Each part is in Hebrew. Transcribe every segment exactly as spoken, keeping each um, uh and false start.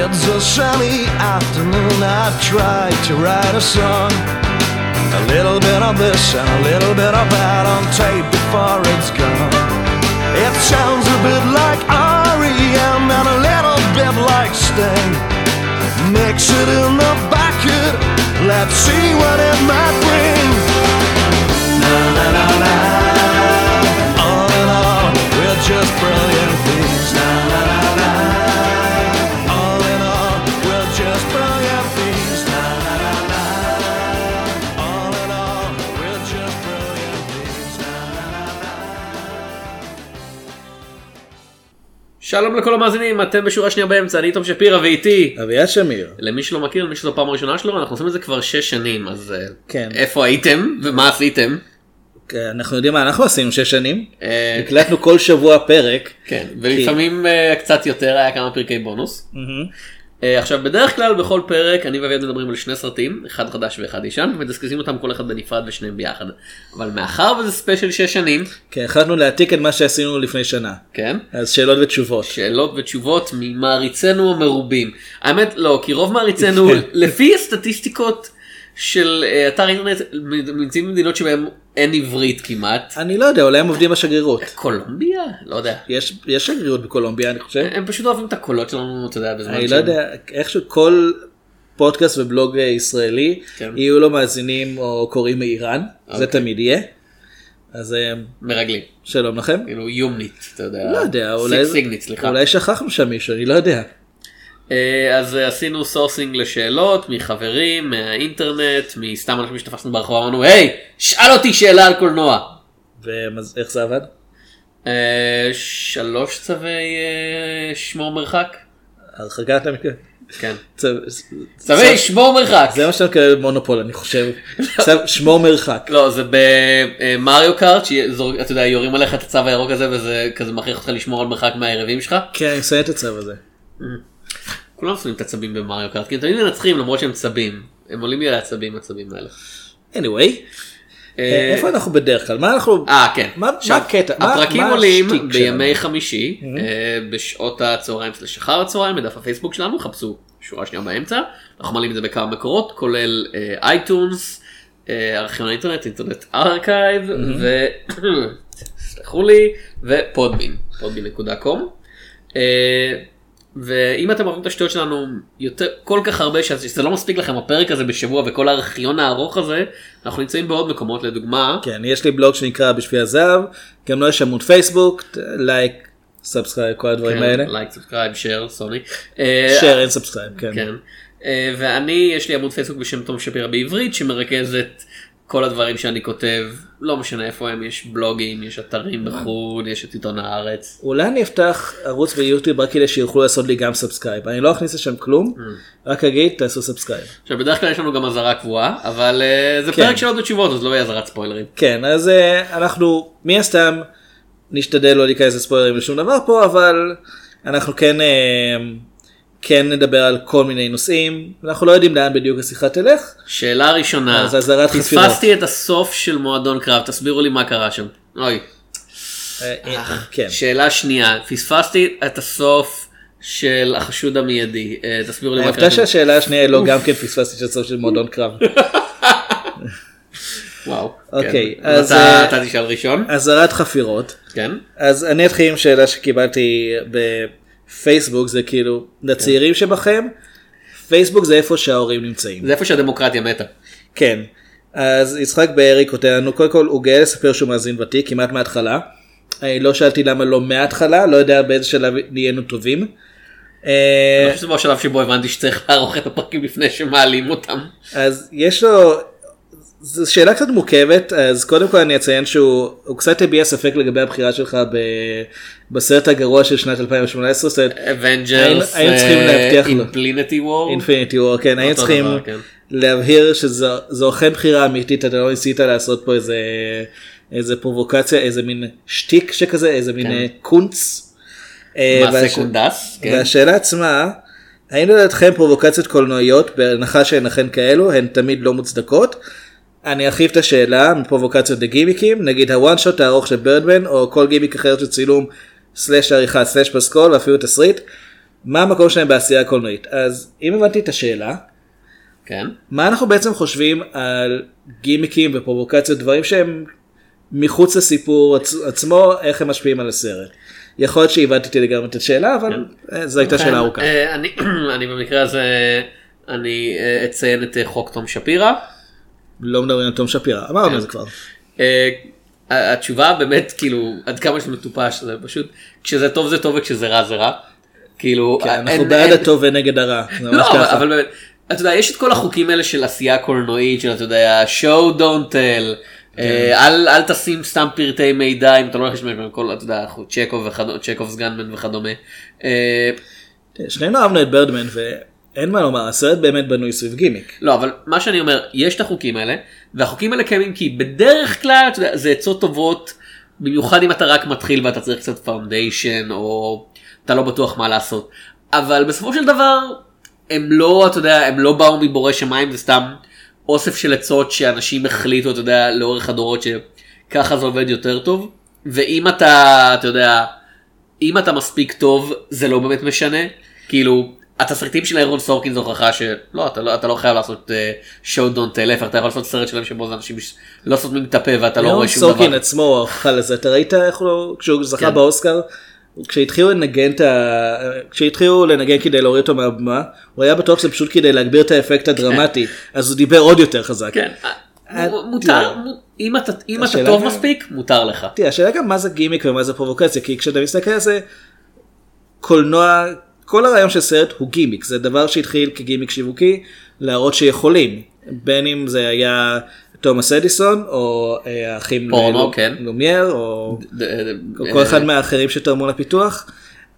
It's a sunny afternoon, I tried to write a song. A little bit of this and a little bit of that on tape before it's gone. It sounds a bit like R E M and a little bit like Sting. Mix it in the bucket, let's see what it might bring. Na na na na. All in all, we're just brilliant things. Na na na na. All in all, we're just brilliant things. Na na na na. All in all, we're just brilliant things. Na na na na. שלום לכל המאזינים, אתם בשורה שנייה באמצע, אני תום שפירא ואיתי אביעד שמיר. למי שלא מכיר, למי שזו פעם ראשונה שלו, אנחנו עושים את זה כבר שש שנים, אז כן. איפה הייתם ומה עשיתם? אנחנו יודעים מה אנחנו עשינו שש שנים, הקלטנו כל שבוע פרק. כן, ולפעמים קצת יותר, היה כמה פרקי בונוס. עכשיו בדרך כלל בכל פרק אני ואביעד מדברים על שני סרטים, אחד חדש ואחד ישן, ומדסקסים אותם כל אחד בנפרד ושניהם ביחד. אבל מאחר וזה ספיישל שש שנים, כן, החלטנו להעתיק את מה שעשינו לפני שנה. כן. אז שאלות ותשובות. שאלות ותשובות ממעריצינו המרובים. האמת לא, כי רוב מעריצינו, לפי הסטטיסטיקות של אתר אינטרנט, נמצאים במדינות שבהם אין עברית כמעט. אני לא יודע, אולי הם עובדים בשגרירות. קולומביה? לא יודע. יש, יש שגרירות בקולומביה, אני חושב. הם פשוט אוהבים את הקולות שלנו, אתה יודע, בזמן אני לא יודע, איכשהו כל פודקאסט ובלוג ישראלי, יהיו לו מאזינים או קוראים מאיראן, זה תמיד יהיה. אז מרגלים. שלום לכם. כאילו יומנית, אתה יודע. לא יודע, אולי שכחנו שם מישהו, אני לא יודע. אז עשינו סורסינג לשאלות מחברים, מהאינטרנט, מסתם אנשים שתפסנו ברחוב, אמרנו, היי, שאל אותי שאלה על קולנוע. ואיך זה עבד? שלוש צווי שמור מרחק. הרחקה אתה מכיר? כן. צווי שמור מרחק. זה מה שאתה מקבל במונופול, אני חושב. שמור מרחק. לא, זה במריו קארט, אתה יודע, יורים עליך את הצו הירוק הזה, וזה כזה מכריח אותך לשמור על מרחק מהיריבים שלך. כן, אני עושה את הצו הזה. כולם עושים את הצבים במריו קארט, כי הם תמיד מנצחים למרות שהם צבים. הם עולים לי על הצבים, הצבים האלה. anyway, איפה אנחנו בדרך כלל? מה אנחנו... אה, כן. מה הקטע? הפרקים עולים בימי חמישי, בשעות הצהריים סלש אחר הצהריים, בדף הפייסבוק שלנו, חפשו שורה שנייה באמצע. אנחנו מעלים את זה בכמה מקורות, כולל אייטונס, ארכיון האינטרנט, אינטרנט ארכייב, ו... סלחו לי, ופודבין, פודבין נקודה קום. ואם אתם אוהבים את השטויות שלנו יותר, כל כך הרבה שזה לא מספיק לכם הפרק הזה בשבוע וכל הארכיון הארוך הזה, אנחנו נמצאים בעוד מקומות, לדוגמה. כן, יש לי בלוג שנקרא בשביל הזהב, גם לא יש עמוד פייסבוק, לייק, סאבסקרייב, כל הדברים האלה. לייק, סאבסקרייב, שייר, סוני. שייר, אין סאבסקרייב, כן. כן. ואני, יש לי עמוד פייסבוק בשם תום שפירא בעברית, שמרכז את כל הדברים שאני כותב, לא משנה איפה הם, יש בלוגים, יש אתרים בחו"ל, יש את עיתון הארץ. אולי אני אפתח ערוץ ביוטיוב רק כדי שיוכלו לעשות לי גם סאבסקרייב. אני לא אכניס לשם כלום, רק אגיד, תעשו סאבסקרייב. עכשיו, בדרך כלל יש לנו גם אזהרה קבועה, אבל זה פרק שאלות ותשובות, אז לא יהיה אזהרת ספוילרים. כן, אז אנחנו, מי הסתם, נשתדל לא להיכנס לספוילרים לשום דבר פה, אבל אנחנו כן... כן נדבר על כל מיני נושאים, אנחנו לא יודעים לאן בדיוק השיחה תלך. שאלה ראשונה, פספסתי את הסוף של מועדון קרב, תסבירו לי מה קרה שם. אוי. שאלה שנייה, פספסתי את הסוף של החשוד המיידי, תסבירו לי מה קרה שם. ההפתעה שהשאלה השנייה לא גם כן פספסתי את הסוף של מועדון קרב. וואו. אוקיי, אז אתה תשאל ראשון. אזהרת חפירות. כן. אז אני אתחיל עם שאלה שקיבלתי ב... פייסבוק זה כאילו לצעירים שבכם, פייסבוק זה איפה שההורים נמצאים. זה איפה שהדמוקרטיה מתה. כן, אז יצחק בארי כותב לנו, קודם כל הוא גאה לספר שהוא מאזין ותיק, כמעט מההתחלה. אני לא שאלתי למה לא מההתחלה, לא יודע באיזה שלב נהיינו טובים. אני חושב שזה בשלב שבו הבנתי שצריך לערוך את הפרקים לפני שמעלים אותם. אז יש לו... זו שאלה קצת מורכבת, אז קודם כל אני אציין שהוא קצת הביע ספק לגבי הבחירה שלך בסרט הגרוע של שנת אלפיים שמונה עשרה, Avengers, Infinity War, Infinity War, כן, היינו צריכים להבהיר שזו אכן בחירה אמיתית, אתה לא ניסית לעשות פה איזה פרובוקציה, איזה מין שטיק שכזה, איזה מין קונץ. מעשה קונדס, כן. והשאלה עצמה, היינו לדעתכם פרובוקציות קולנועיות, בהנחה שהן אכן כאלו, הן תמיד לא מוצדקות. אני ארחיב את השאלה מפרובוקציות לגימיקים, נגיד הוואן שוט הארוך של ברדמן, או כל גימיק אחר של צילום, סלש עריכה, סלש פסקול, ואפילו תסריט. מה המקום שלהם בעשייה הקולנועית. אז אם הבנתי את השאלה, כן. מה אנחנו בעצם חושבים על גימיקים ופרובוקציות, דברים שהם מחוץ לסיפור עצ... עצמו, איך הם משפיעים על הסרט. יכול להיות שהבנתי לגמרי את השאלה, אבל כן. זו הייתה שאלה ארוכה. אני, אני במקרה הזה, אני אציין את חוק תום שפירא. לא מדברים על תום שפירא, אמרנו את זה כבר. התשובה באמת, כאילו, עד כמה שזה מטופש, זה פשוט, כשזה טוב זה טוב וכשזה רע זה רע. כאילו, אנחנו בעד הטוב ונגד הרע. לא, אבל באמת, אתה יודע, יש את כל החוקים האלה של עשייה קולנועית, של אתה יודע, show don't tell, אל תשים סתם פרטי מידע, אם אתה לא הולך לשמש בהם כל, אתה יודע, צ'קוב סגנמן וכדומה. שנינו אהבנו את ברדמן, ואין מה לומר, הסרט באמת בנוי סביב גימיק. לא, אבל מה שאני אומר, יש את החוקים האלה, והחוקים האלה קיימים כי בדרך כלל, אתה יודע, זה עצות טובות, במיוחד אם אתה רק מתחיל ואתה צריך קצת פאונדיישן, או אתה לא בטוח מה לעשות. אבל בסופו של דבר, הם לא, אתה יודע, הם לא באו מבורי שמיים, זה סתם אוסף של עצות שאנשים החליטו, אתה יודע, לאורך הדורות שככה זה עובד יותר טוב. ואם אתה, אתה יודע, אם אתה מספיק טוב, זה לא באמת משנה. כאילו, התסריטים של אירון סורקין זו הוכחה שלא, אתה לא, אתה לא חייב לעשות show don't tell, להפך, אתה יכול לעשות סרט שלהם שבו זה אנשים לא סותמים את הפה ואתה לא רואה שום דבר. אירון סורקין עצמו הוכחה לזה, אתה ראית איך לא, כשהוא זכה באוסקר, כשהתחילו לנגן את ה... כשהתחילו לנגן כדי להוריד אותו מהבמה, הוא היה בטוח שזה פשוט כדי להגביר את האפקט הדרמטי, אז הוא דיבר עוד יותר חזק. כן, מותר, אם אתה טוב מספיק, מותר לך. תראה, השאלה גם מה זה גימיק ומה זה פרובוקציה, כי כשאתה מסתכל על זה, קולנוע, כל הרעיון של סרט הוא גימיק, זה דבר שהתחיל כגימיק שיווקי, להראות שיכולים, בין אם זה היה תומאס אדיסון, או האחים לומייר, או כל אחד מהאחרים שתרמו לפיתוח.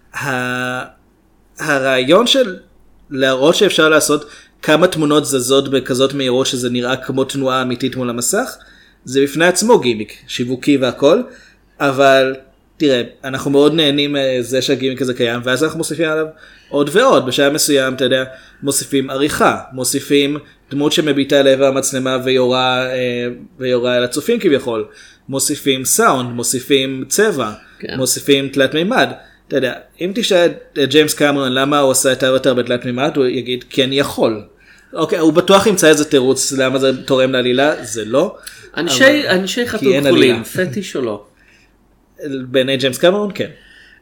הרעיון של להראות שאפשר לעשות כמה תמונות זזות בכזאת מהירות שזה נראה כמו תנועה אמיתית מול המסך, זה בפני עצמו גימיק, שיווקי והכל, אבל תראה, אנחנו מאוד נהנים מזה שהגימיק הזה קיים, ואז אנחנו מוסיפים עליו עוד ועוד, בשעה מסוים, אתה יודע, מוסיפים עריכה, מוסיפים דמות שמביטה לעבר המצלמה ויורה, ויורה על הצופים כביכול, מוסיפים סאונד, מוסיפים צבע, כן. מוסיפים תלת מימד. אתה יודע, אם תשאל את ג'יימס קמרון למה הוא עושה את יותר בתלת מימד, הוא יגיד, כי אני יכול. אוקיי, הוא בטוח ימצא איזה תירוץ למה זה תורם לעלילה, זה לא. אנשי, אנשי חתול כחולים, פטיש או לא? בעיני ג'יימס קמרון, כן.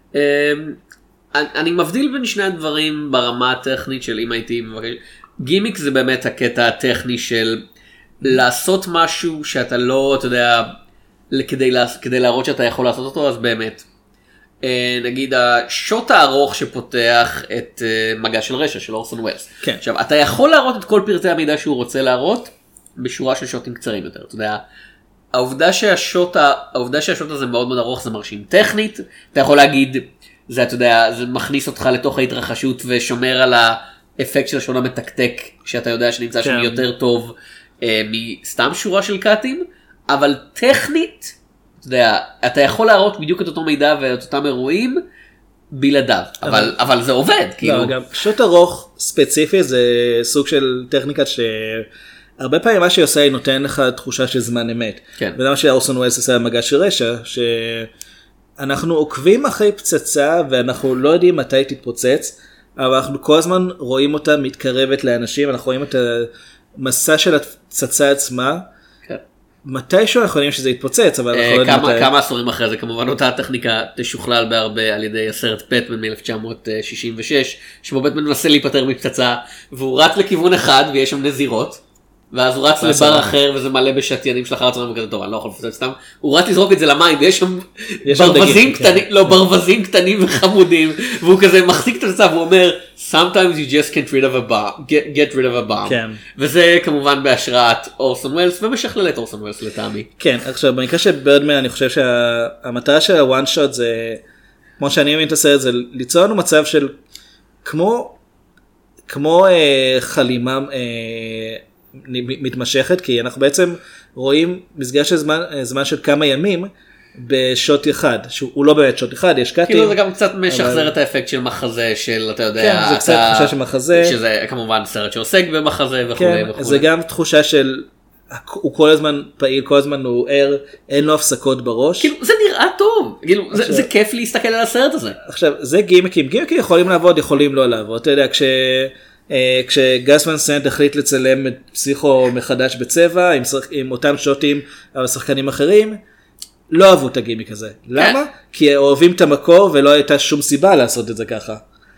אני מבדיל בין שני הדברים ברמה הטכנית של אם הייתי מבקש. גימיק זה באמת הקטע הטכני של לעשות משהו שאתה לא, אתה יודע, כדי, לה, כדי להראות שאתה יכול לעשות אותו, אז באמת. נגיד השוט הארוך שפותח את מגע של רשע של אורסון ווילס. כן. עכשיו, אתה יכול להראות את כל פרטי המידע שהוא רוצה להראות בשורה של שוטים קצרים יותר. אתה יודע, העובדה שהשוט, העובדה שהשוט הזה מאוד מאוד ארוך זה מרשים טכנית. אתה יכול להגיד, זה, אתה יודע, זה מכניס אותך לתוך ההתרחשות ושומר על האפקט של השעון המתקתק, שאתה יודע שנמצא שם יותר טוב אה, מסתם שורה של קאטים, אבל טכנית, אתה יודע, אתה יכול להראות בדיוק את אותו מידע ואת אותם אירועים בלעדיו, אבל, אבל זה עובד. כאילו. לא, גם שוט ארוך ספציפי זה סוג של טכניקה שהרבה פעמים מה שהיא עושה היא נותן לך תחושה של זמן אמת. כן. וזה מה שאורסון ווילס עושה במגע של רשע, שאנחנו עוקבים אחרי פצצה ואנחנו לא יודעים מתי תתפוצץ, אבל אנחנו כל הזמן רואים אותה מתקרבת לאנשים, אנחנו רואים את המסע של הפצצה עצמה, כן. מתישהו אנחנו יודעים שזה יתפוצץ, אבל אנחנו לא יודעים מתי. כמה עשורים אחרי זה, כמובן אותה הטכניקה תשוכלל בהרבה על ידי הסרט בטמן מ-אלף תשע מאות שישים ושש, שבו בטמן מנסה להיפטר מפצצה, והוא רץ לכיוון אחד ויש שם נזירות, ואז הוא רץ לבר אחר וזה מלא בשתיינים של אחר הצהריים וכזה, טוב, אני לא יכול לפצץ סתם, הוא רץ לזרוק את זה למים ויש שם ברווזים קטנים, לא, ברווזים קטנים וחמודים, והוא כזה מחזיק את הפצצה והוא אומר, sometimes you just can't rid of a bomb, get, get rid of a bomb. כן. וזה כמובן בהשראת אורסון ווילס ומשכלל את אורסון ווילס לטעמי. כן, עכשיו במקרה של ברדמן אני חושב שהמטרה של הוואן שוט זה, כמו שאני מבין את הסרט, זה ליצור לנו מצב של כמו, כמו אה, חלימה אה, מתמשכת, כי אנחנו בעצם רואים מסגרת של זמן, זמן של כמה ימים בשוט אחד, שהוא לא באמת שוט אחד, יש קאטים. כאילו זה גם קצת משחזר את האפקט של מחזה, של אתה יודע, כן, זה קצת תחושה של מחזה. שזה כמובן סרט שעוסק במחזה וכו' כן, וכו'. זה גם תחושה של הוא כל הזמן פעיל, כל הזמן הוא ער, אין לו הפסקות בראש. כאילו זה נראה טוב, כאילו זה, זה כיף להסתכל על הסרט הזה. עכשיו זה גימיקים, גימיקים יכולים לעבוד, יכולים לא לעבוד, אתה יודע, כש... כשגס ון סנט החליט לצלם את פסיכו מחדש בצבע עם, עם אותם שוטים אבל שחקנים אחרים, לא אהבו את הגימיק הזה. למה? כי אוהבים את המקור ולא הייתה שום סיבה לעשות את זה ככה.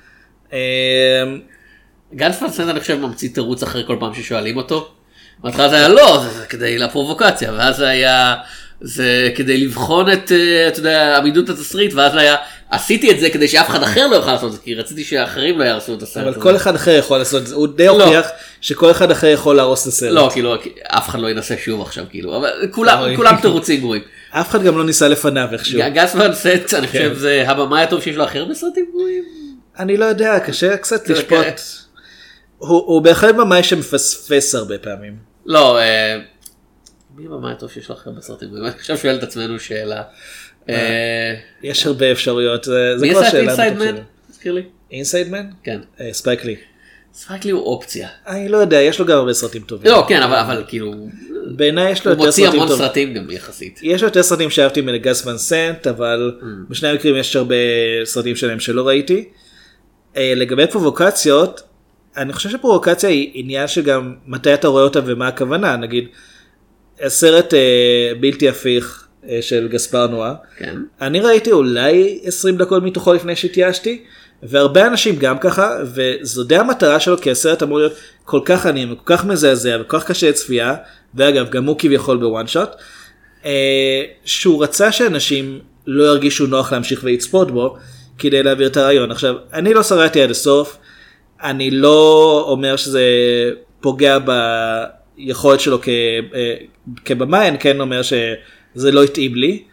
גס ון סנט אני חושב ממציא תירוץ אחרי כל פעם ששואלים אותו. בהתחלה זה היה לא, זה כדי לפרובוקציה, ואז זה היה זה כדי לבחון את, אתה יודע, עמידות התסריט, ואז היה, עשיתי את זה כדי שאף אחד אחר לא יוכל לעשות את זה, כי רציתי שאחרים לא יעשו את הסרט. אבל כל אחד אחר יכול לעשות את זה, הוא די הוכיח שכל אחד אחר יכול להרוס את הסרט. לא, כאילו, אף אחד לא ינסה שוב עכשיו, כאילו, אבל כולם תירוצים גרועים. אף אחד גם לא ניסה לפניו איכשהו. גס ון סנט, אני חושב, זה הבמאי הטוב שיש לו אחר בסרטים גרועים. אני לא יודע, קשה קצת לשפוט. הוא בהחלט במאי שמפספס הרבה פעמים. לא, מי הבמאי הטוב שיש לו אחר בסרטים גרועים? אני חושב שואל את עצמנו שאלה. יש הרבה אפשרויות. מי עשה את אינסיידמן? תזכיר לי. אינסיידמן? כן. ספייק לי. ספייק לי הוא אופציה. אני לא יודע, יש לו גם הרבה סרטים טובים. לא, כן, אבל כאילו... בעיניי יש לו יותר סרטים טובים. הוא מוציא המון סרטים גם יחסית. יש לו יותר סרטים שאהבתי מגס ון סנט, אבל בשני המקרים יש הרבה סרטים שלהם שלא ראיתי. לגבי פרובוקציות, אני חושב שפרובוקציה היא עניין שגם מתי אתה רואה אותה ומה הכוונה. נגיד, הסרט בלתי הפיך של גספר נועה. כן. אני ראיתי אולי עשרים דקות מתוכו לפני שהתייאשתי, והרבה אנשים גם ככה, וזו די המטרה שלו, כי הסרט אמור להיות כל כך עניין, כל כך מזעזע, וכל כך קשה לצפייה, ואגב, גם הוא כביכול בוואן שוט, שהוא רצה שאנשים לא ירגישו נוח להמשיך ולצפות בו, כדי להעביר את הרעיון. עכשיו, אני לא שרדתי עד הסוף, אני לא אומר שזה פוגע ביכולת שלו כבמאי, אני כן אומר שזה לא התאים לי,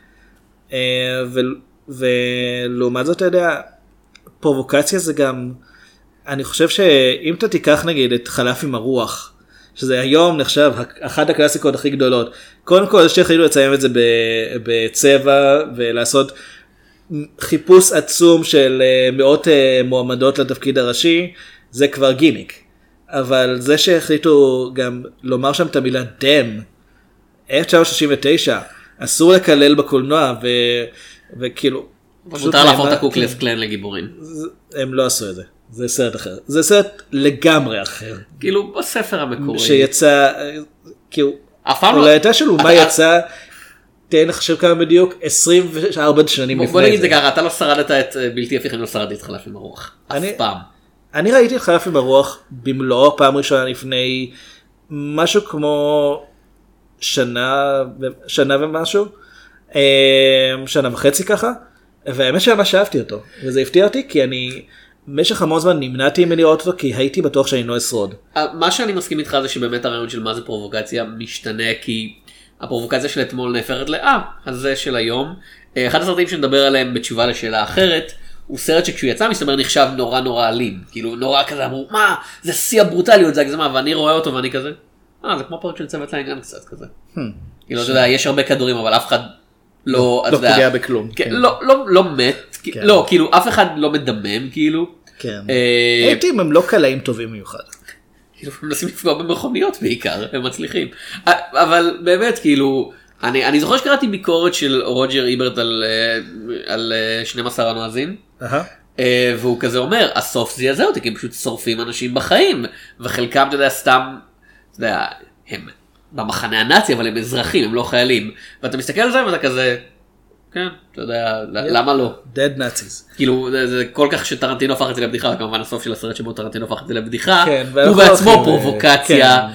ולעומת זאת, אתה יודע, פרובוקציה זה גם, אני חושב שאם אתה תיקח נגיד את חלף עם הרוח, שזה היום נחשב אחת הקלאסיקות הכי גדולות, קודם כל שהחליטו לציין את זה בצבע ולעשות חיפוש עצום של מאות מועמדות לתפקיד הראשי, זה כבר גימיק. אבל זה שהחליטו גם לומר שם את המילה דם, אלף תשע מאות שלושים ותשע, אסור לקלל בקולנוע ו... וכאילו... מותר להפוך את הקוקלס קלן לגיבורים. הם לא עשו את זה. זה סרט אחר. זה סרט לגמרי אחר. כאילו בספר המקורי. שיצא, כאילו, אולי הייתה שלו מה יצא, תן לחשב כמה בדיוק, עשרים וארבע שנים לפני זה. בוא נגיד זה ככה, אתה לא שרדת את בלתי הפיך, אני לא שרדתי את חלף עם הרוח. אף פעם. אני ראיתי את חלף עם הרוח במלואו, פעם ראשונה לפני משהו כמו שנה, שנה ומשהו, שנה וחצי ככה, והאמת שממש אהבתי אותו, וזה הפתיע אותי כי אני במשך המון זמן נמנעתי מלראות אותו, כי הייתי בטוח שאני לא אשרוד. מה שאני מסכים איתך זה שבאמת הרעיון של מה זה פרובוקציה משתנה, כי הפרובוקציה של אתמול נהפכת לאה, הזה של היום. אחד הסרטים שנדבר עליהם בתשובה לשאלה אחרת, הוא סרט שכשהוא יצא מסתבר נחשב נורא נורא אלים, כאילו נורא כזה אמרו, מה, זה שיא הברוטליות, זה הגזמה, ואני רואה אותו ואני כזה, אה, זה כמו פרק של צוות לעניין קצת כזה. כאילו, אתה יודע, יש הרבה כדורים, אבל אף אחד לא, לא פוגע בכלום. לא מת, לא, כאילו, אף אחד לא מדמם, כאילו. כן. לעתים הם לא קלעים טובים מיוחד. כאילו, הם מנסים לפגוע במכוניות בעיקר, הם מצליחים. אבל באמת, כאילו, אני זוכר שקראתי ביקורת של רוג'ר איברט על שנים עשר הנועזים, והוא כזה אומר, הסוף זה יזע אותי, כי הם פשוט שורפים אנשים בחיים, וחלקם, אתה יודע, סתם, אתה יודע, הם במחנה הנאצי, אבל הם אזרחים, הם לא חיילים. ואתה מסתכל על זה ואתה כזה, כן, אתה יודע, למה לא? Dead Nazis. כאילו, זה כל כך שטרנטינו הפך את זה לבדיחה, וכמובן הסוף של הסרט שבו טרנטינו הפך את זה לבדיחה, הוא בעצמו פרובוקציה,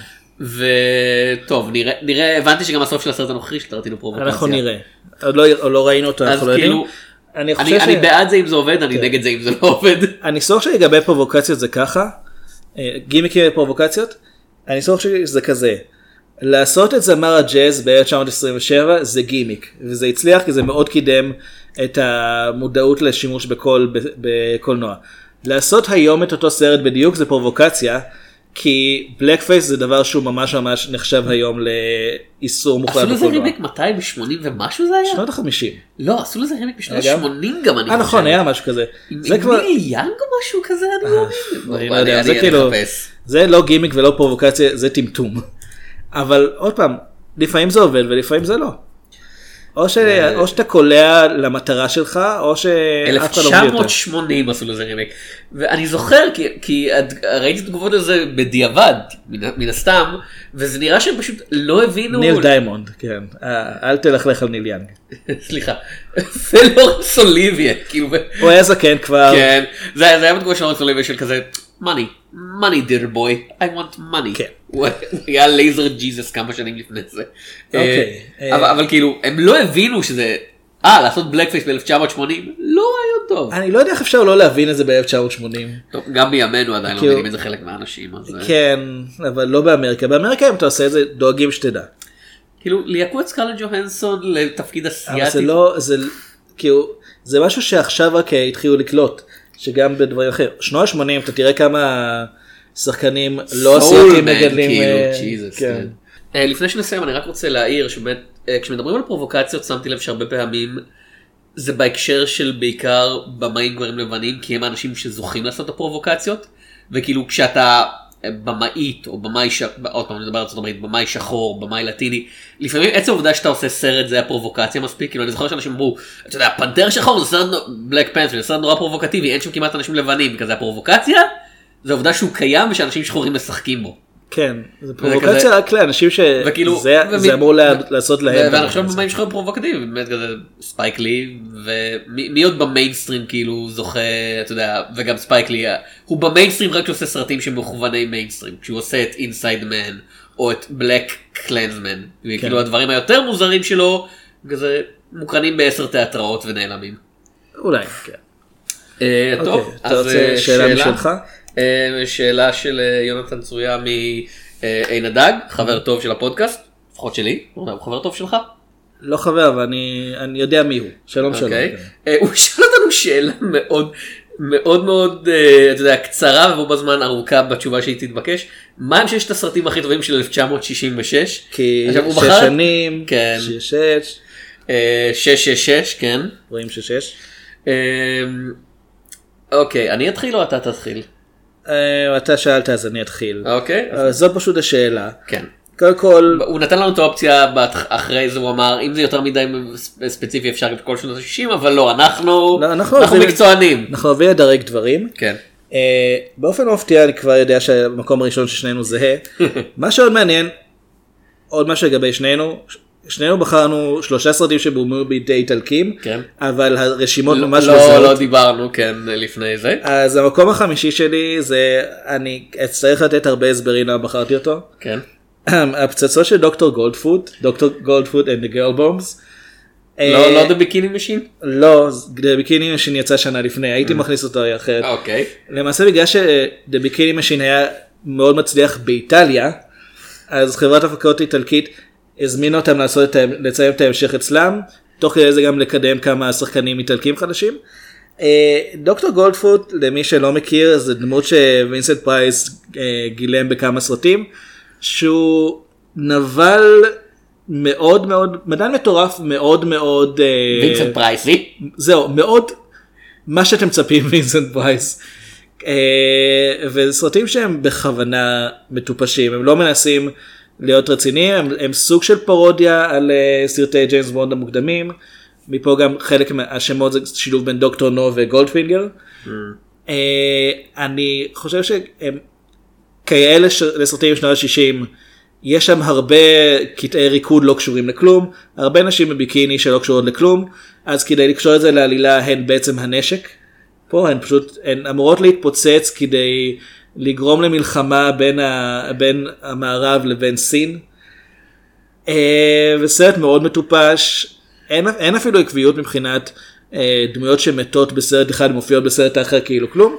וטוב, נראה, הבנתי שגם הסוף של הסרט הנוכחי של טרנטינו פרובוקציה. אנחנו נראה. עוד לא ראינו אותו, אנחנו לא יודעים. אני בעד זה אם זה עובד, אני נגד זה אם זה לא עובד. הניסוח שלי לגבי פרובוקציות זה ככה, גימיקים ופרובוקציות, הניסוח שלי זה כזה, לעשות את זמר הג'אז ב-אלף תשע מאות עשרים ושבע זה גימיק, וזה הצליח כי זה מאוד קידם את המודעות לשימוש בקול, בקולנוע. לעשות היום את אותו סרט בדיוק זה פרובוקציה, כי בלק פייס זה דבר שהוא ממש ממש נחשב היום לאיסור מוחלט בקולנוע. עשו לזה רימיק מתי? ב-שמונים ומשהו זה היה? שנות ה-חמישים. לא, עשו לזה רימיק בשנות ה-שמונים גם אני חושב. אה נכון, היה משהו כזה. עם מילי יאנג או משהו כזה, אני לא יודע. זה לא גימיק ולא פרובוקציה, זה טמטום. אבל עוד פעם, לפעמים זה עובד ולפעמים זה לא. או, ש... או שאתה קולע למטרה שלך, או שאף אחד לא אלף תשע מאות שמונים עשו לזה רימייק. ואני זוכר, כי, כי ראיתי את התגובות לזה בדיעבד, מן, מן הסתם, וזה נראה שהם פשוט לא הבינו... ניל דיימונד, כן. אל תלכלך על ניל יאנג. סליחה. ולורנס אוליביה, כאילו... הוא היה זקן כבר. כן, זה היה בתגובה של לורנס אוליביה של כזה, money, money dear boy, I want money. כן. הוא היה לייזר ג'יזוס כמה שנים לפני זה. אוקיי. אבל כאילו, הם לא הבינו שזה, אה, לעשות בלק פייס ב-אלף תשע מאות שמונים, לא רעיון טוב. אני לא יודע איך אפשר לא להבין את זה ב-אלף תשע מאות שמונים. טוב, גם בימינו עדיין לא מבינים את זה חלק מהאנשים. כן, אבל לא באמריקה. באמריקה אם אתה עושה את זה, דואגים שתדע. כאילו, ליהקו את סקרלט ג'והנסון לתפקיד אסיאטי. אבל זה לא, זה כאילו, זה משהו שעכשיו רק התחילו לקלוט, שגם בדברים אחרים. שנות ה-שמונים, אתה תראה כמה שחקנים לא אסיאטים מגדלים. לפני שנסיים, אני רק רוצה להעיר שבאמת, כשמדברים על פרובוקציות, שמתי לב שהרבה פעמים זה בהקשר של בעיקר במאים גברים לבנים, כי הם האנשים שזוכים לעשות את הפרובוקציות, וכאילו כשאתה במאית או במאי, עוד פעם נדבר על ארצות הברית, במאי שחור, במאי לטיני, לפעמים עצם העובדה שאתה עושה סרט זה הפרובוקציה מספיק, כאילו אני זוכר שאנשים אמרו, אתה יודע, פנתר שחור זה סרט, בלק פנת'ר, זה סרט נורא פרובוקטיבי, אין שם כמעט אנשים לבנים, וכזה הפרובוקציה, זה העובדה שהוא קיים ושאנשים שחורים משחקים בו. כן, זה פרובוקציה רק לאנשים שזה אמור לעשות להם. ואני חושב במאים שחורים פרובוקטיביים, באמת כזה ספייק לי, ומי עוד במיינסטרים כאילו זוכה, אתה יודע, וגם ספייק לי, הוא במיינסטרים רק שעושה סרטים שמכווני מיינסטרים, כשהוא עושה את אינסייד מן, או את בלק קלנסמן, כאילו הדברים היותר מוזרים שלו, כזה מוקרנים בעשר תיאטראות ונעלמים. אולי, כן. טוב, אז שאלה משלך? שאלה של יונתן צרויה מעין הדג, חבר טוב של הפודקאסט, לפחות שלי, הוא חבר טוב שלך? לא חבר, אבל אני יודע מי הוא, שלום שלום. הוא שאל אותנו שאלה מאוד מאוד מאוד, אתה יודע, קצרה ובו בזמן ארוכה בתשובה שהיא תתבקש, מה הם ששת הסרטים הכי טובים של אלף תשע מאות שישים ושש? כי שש שנים, שש שש. שש שש שש, כן. רואים שש שש. אוקיי, אני אתחיל או אתה תתחיל? אתה שאלת אז אני אתחיל. אוקיי. זו פשוט השאלה. כן. קודם כל... הוא נתן לנו את האופציה אחרי זה, הוא אמר, אם זה יותר מדי ספציפי אפשר גם כל שנות ה-שישים, אבל לא, אנחנו מקצוענים. אנחנו אוהבים לדרג דברים. כן. באופן מפתיע אני כבר יודע שהמקום הראשון ששנינו זהה. מה שעוד מעניין, עוד משהו לגבי שנינו, שנינו בחרנו שלושה סרטים שבומו בידי איטלקים, אבל הרשימות ממש לא זהות. לא, לא דיברנו, כן, לפני זה. אז המקום החמישי שלי זה, אני אצטרך לתת הרבה הסברים למה בחרתי אותו. כן. הפצצות של דוקטור גולדפוט, דוקטור גולדפוט and the girl bombs. לא, לא The Bikini Machine? לא, The Bikini Machine יצא שנה לפני, הייתי מכניס אותו אחרת. אוקיי. למעשה בגלל ש-The Bikini Machine היה מאוד מצליח באיטליה, אז חברת הפקות איטלקית הזמינו אותם לעשות את, לציין את ההמשך אצלם, תוך כדי זה גם לקדם כמה שחקנים איטלקים חדשים. דוקטור גולדפוט, למי שלא מכיר, זה דמות שווינסנט פרייס גילם בכמה סרטים, שהוא נבל מאוד מאוד, מדען מטורף מאוד מאוד... וינסנט פרייסי. זהו, מאוד מה שאתם מצפים וינסנט פרייס. וסרטים שהם בכוונה מטופשים, הם לא מנסים להיות רציניים, הם, הם סוג של פרודיה על uh, סרטי ג'יימס בונד המוקדמים, מפה גם חלק מהשמות זה שילוב בין דוקטור נו וגולדפינגר. Mm. Uh, אני חושב שהם כאלה ש... לסרטים בשנות ה-שישים, יש שם הרבה קטעי ריקוד לא קשורים לכלום, הרבה נשים בביקיני שלא קשורות לכלום, אז כדי לקשור את זה לעלילה הן בעצם הנשק, פה הן פשוט, הן אמורות להתפוצץ כדי לגרום למלחמה בין, ה, בין המערב לבין סין. וסרט מאוד מטופש, אין, אין אפילו עקביות מבחינת דמויות שמתות בסרט אחד מופיעות בסרט האחר כאילו כלום.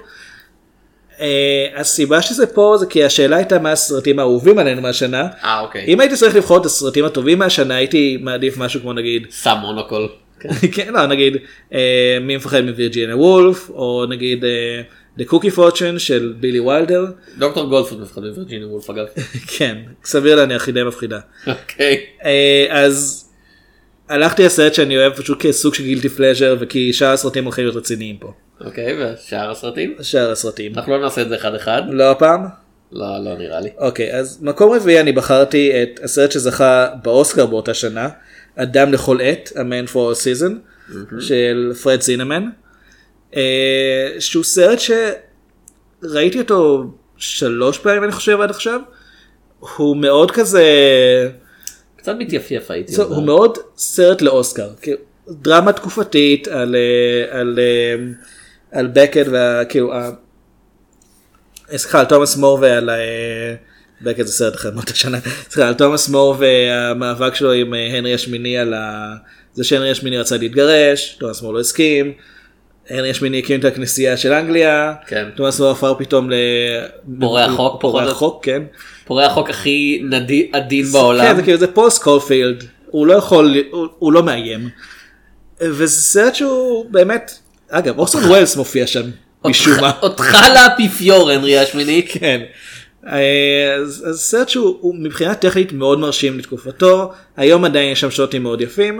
הסיבה שזה פה זה כי השאלה הייתה מה הסרטים האהובים עלינו מהשנה. אה, אוקיי. אם הייתי צריך לבחור את הסרטים הטובים מהשנה הייתי מעדיף משהו כמו נגיד סם מונוקול. כן, לא, נגיד מי מפחד מווירג'יניה וולף, או נגיד The Cookie Fortune של בילי וילדר. דוקטור גולדפוט מפחד מווירג'יניה וולף אגב. כן, סביר להניח היא די מפחידה. אוקיי. אז הלכתי לסרט שאני אוהב פשוט כסוג של גילטי פלז'ר, וכי שאר הסרטים הולכים להיות רציניים פה. אוקיי, ושאר הסרטים? שאר הסרטים. אנחנו לא נעשה את זה אחד אחד. לא הפעם? לא, לא נראה לי. אוקיי, אז מקום רביעי אני בחרתי את הסרט שזכה באוסקר באותה שנה, אדם לכל עת, A Man for a Season, של פרד זינמן, שהוא סרט שראיתי אותו שלוש פעמים אני חושב עד עכשיו, הוא מאוד כזה... קצת מתייפייף הייתי. הוא מאוד סרט לאוסקר, דרמה תקופתית על, על, על בקט וכאילו, סליחה, על תומאס מור ועל, בקט זה סרט אחר מאותה שנה, סליחה, על תומאס מור והמאבק שלו עם הנרי השמיני על זה שהנרי השמיני רצה להתגרש, תומאס מור לא הסכים, הנרי השמיני הקים את הכנסייה של אנגליה, כן. תומאס מור עפר פתאום לפורעי החוק, פורעי החוק, כן. פורעי החוק הכי עדין בעולם. כן, זה כאילו, זה פול סקולפילד, הוא לא יכול, הוא, הוא לא מאיים. וזה סרט שהוא באמת, אגב, אורסון ווילס מופיע שם, משום מה. אותך לאפיפיור, הנרי השמיני. כן. אז, אז סרט שהוא מבחינה טכנית מאוד מרשים לתקופתו, היום עדיין יש שם שוטים מאוד יפים.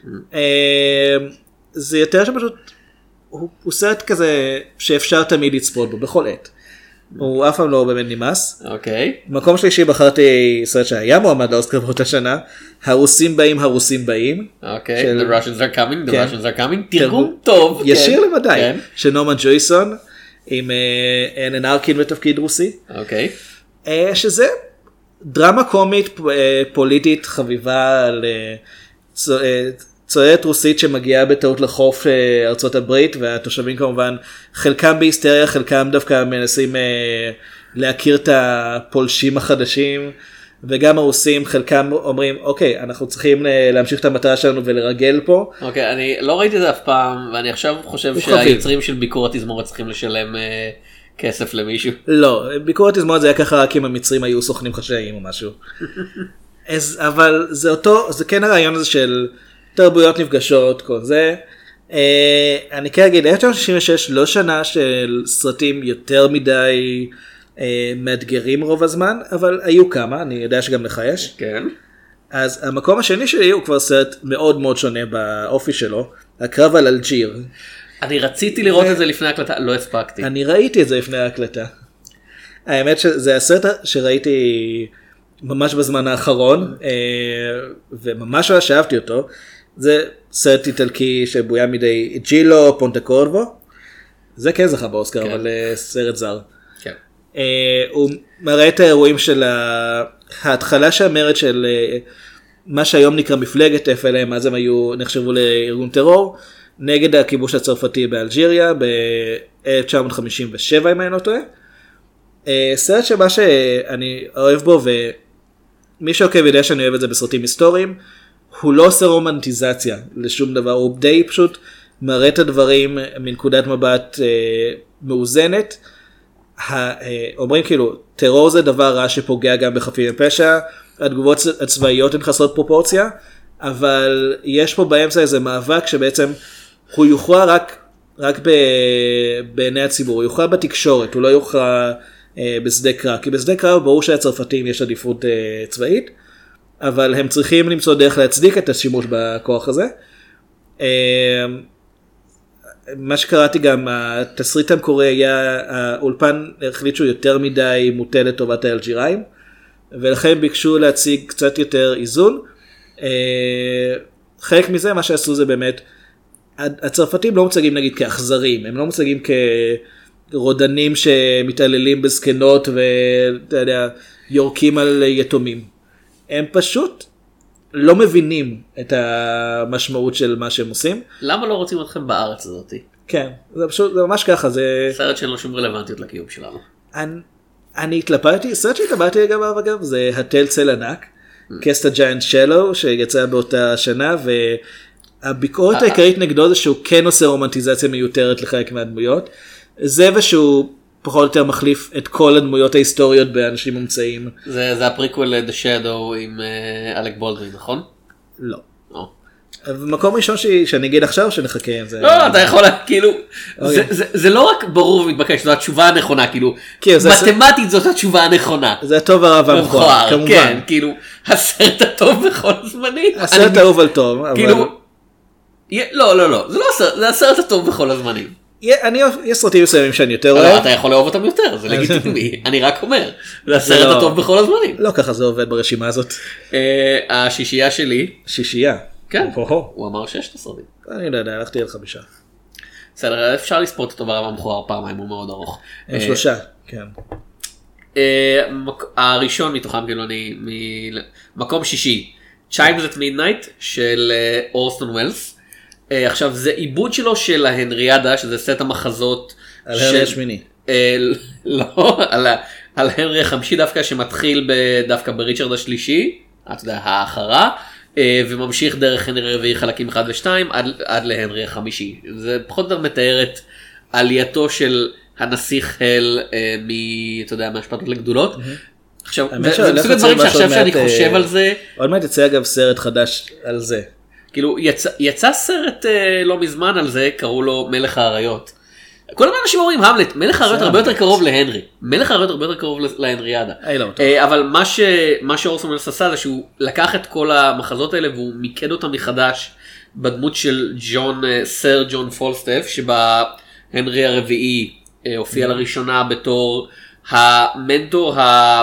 זה יותר שפשוט, הוא, הוא סרט כזה שאפשר תמיד לצפות בו, בכל עת. הוא אף פעם לא באמת נמאס. אוקיי. מקום שלישי בחרתי סרט שהיה מועמד לאוסקר באותה שנה, הרוסים באים, הרוסים באים. אוקיי, The Russians are coming, The Russians are coming, תרגום טוב. ישיר למדי, של נורמן ג'ויסון, עם אנן ארקין בתפקיד רוסי. אוקיי. שזה דרמה קומית פוליטית חביבה על צועדת רוסית שמגיעה בטעות לחוף ארצות הברית, והתושבים כמובן חלקם בהיסטריה, חלקם דווקא מנסים להכיר את הפולשים החדשים, וגם הרוסים חלקם אומרים אוקיי אנחנו צריכים להמשיך את המטרה שלנו ולרגל פה. אוקיי, אני לא ראיתי את זה אף פעם, ואני עכשיו חושב שהיוצרים של ביקור התזמורת צריכים לשלם כסף למישהו. לא, ביקור התזמורת זה היה ככה רק אם המצרים היו סוכנים חשאיים או משהו. אז, אבל זה אותו, זה כן הרעיון הזה של תרבויות נפגשות, כל זה. אני כן אגיד, אלף תשע מאות שישים ושש לא שנה של סרטים יותר מדי מאתגרים רוב הזמן, אבל היו כמה, אני יודע שגם לך יש. כן. אז המקום השני שלי הוא כבר סרט מאוד מאוד שונה באופי שלו, הקרב על אלג'יר. אני רציתי לראות את זה לפני ההקלטה, לא הספקתי. אני ראיתי את זה לפני ההקלטה. האמת שזה הסרט שראיתי ממש בזמן האחרון, וממש לא שאהבתי אותו. זה סרט איטלקי שבוים מידי ג'ילו פונטקורבו. זה כן זכה באוסקר, כן. אבל סרט זר. כן. הוא מראה את האירועים של ההתחלה שהמרד של מה שהיום נקרא מפלגת אף אל אם, אז הם היו נחשבו לארגון טרור, נגד הכיבוש הצרפתי באלג'יריה ב-אלף תשע מאות חמישים ושבע אם אני לא טועה. סרט שמה שאני אוהב בו, ומי שעוקב יודע שאני אוהב את זה בסרטים היסטוריים, הוא לא עושה רומנטיזציה לשום דבר, הוא די פשוט מראה את הדברים מנקודת מבט אה, מאוזנת. ה, אה, אומרים כאילו, טרור זה דבר רע שפוגע גם בחפים מפשע, התגובות הצבאיות הן חסרות פרופורציה, אבל יש פה באמצע איזה מאבק שבעצם הוא יוכרע רק, רק ב, בעיני הציבור, הוא יוכרע בתקשורת, הוא לא יוכרע אה, בשדה קרב, כי בשדה קרב ברור שהצרפתים יש עדיפות אה, צבאית, אבל הם צריכים למצוא דרך להצדיק את השימוש בכוח הזה. מה שקראתי גם, התסריט המקורי היה, האולפן החליט שהוא יותר מדי מוטה לטובת האלג'יראים, ולכן ביקשו להציג קצת יותר איזון. חלק מזה, מה שעשו זה באמת, הצרפתים לא מוצגים נגיד כאכזרים, הם לא מוצגים כרודנים שמתעללים בזקנות ואתה יודע, יורקים על יתומים. הם פשוט לא מבינים את המשמעות של מה שהם עושים. למה לא רוצים אתכם בארץ הזאת? כן, זה פשוט, זה ממש ככה, זה... סרט שאין לו שום רלוונטיות לקיום שלנו. אני, אני התלבטתי, סרט שהתלבטתי לגביו אגב, זה הטל צל ענק, קסט הג'יינט שלו, שיצא באותה שנה, והביקורת העיקרית נגדו זה שהוא כן עושה רומנטיזציה מיותרת לחלק מהדמויות. זה ושהוא פחות או יותר מחליף את כל הדמויות ההיסטוריות באנשים מומצאים. זה, זה הפריקוול The Shadow עם uh, אלק בולדווין, נכון? לא. לא. במקום ראשון ש... שאני אגיד עכשיו שנחכה עם זה. לא, אתה יכול, כאילו, זה, זה, זה לא רק ברור ומתבקש, זו התשובה הנכונה, כאילו, מתמטית זאת התשובה הנכונה. זה הטוב הרב המכוער, כמובן. כן, כאילו, הסרט הטוב בכל הזמנים. הסרט האהוב על טוב, אבל... כאילו, לא, לא, לא, זה לא הסרט, זה הסרט הטוב בכל הזמנים. אני, יש סרטים מסוימים שאני יותר אוהב. אוהב. אתה יכול לאהוב אותם יותר, זה לגיטימי, אני רק אומר. זה הסרט הטוב בכל הזמנים. לא ככה זה עובד ברשימה הזאת. השישייה שלי. שישייה? כן, הוא אמר ששת הסרטים. אני לא יודע, הלכתי על חמישה. בסדר, אפשר לספוט אותו ברמה המכוער פעמיים, הוא מאוד ארוך. הם שלושה, כן. הראשון מתוכם, כאילו אני, מקום שישי, Chimes at Midnight של אורסטון ווילס. עכשיו זה עיבוד שלו של ההנריאדה, שזה סט המחזות. על הנרי השמיני. לא, על הנרי החמישי דווקא, שמתחיל דווקא בריצ'רד השלישי, אתה יודע, האחרה. וממשיך דרך הנרי רביעי חלקים אחד ושתיים עד, עד להנרי החמישי. זה פחות או יותר מתאר את עלייתו של הנסיך הל מ... אתה יודע, מהשפטות לגדולות. עכשיו, זה מסוג הדברים שעכשיו שאני חושב על זה. עוד מעט יצא אגב סרט חדש על זה. כאילו, יצא, יצא סרט לא מזמן על זה, קראו לו מלך האריות. כל הזמן אנשים אומרים, המלט, מלך האריות הרבה יותר קרוב להנרי. מלך האריות הרבה יותר קרוב להנריאדה. אבל מה ש... מה שאורסון ווילס עשה זה שהוא לקח את כל המחזות האלה והוא מיקד אותם מחדש בדמות של ג'ון, סר ג'ון פולסטף, שבהנרי הרביעי הופיע לראשונה בתור המנטור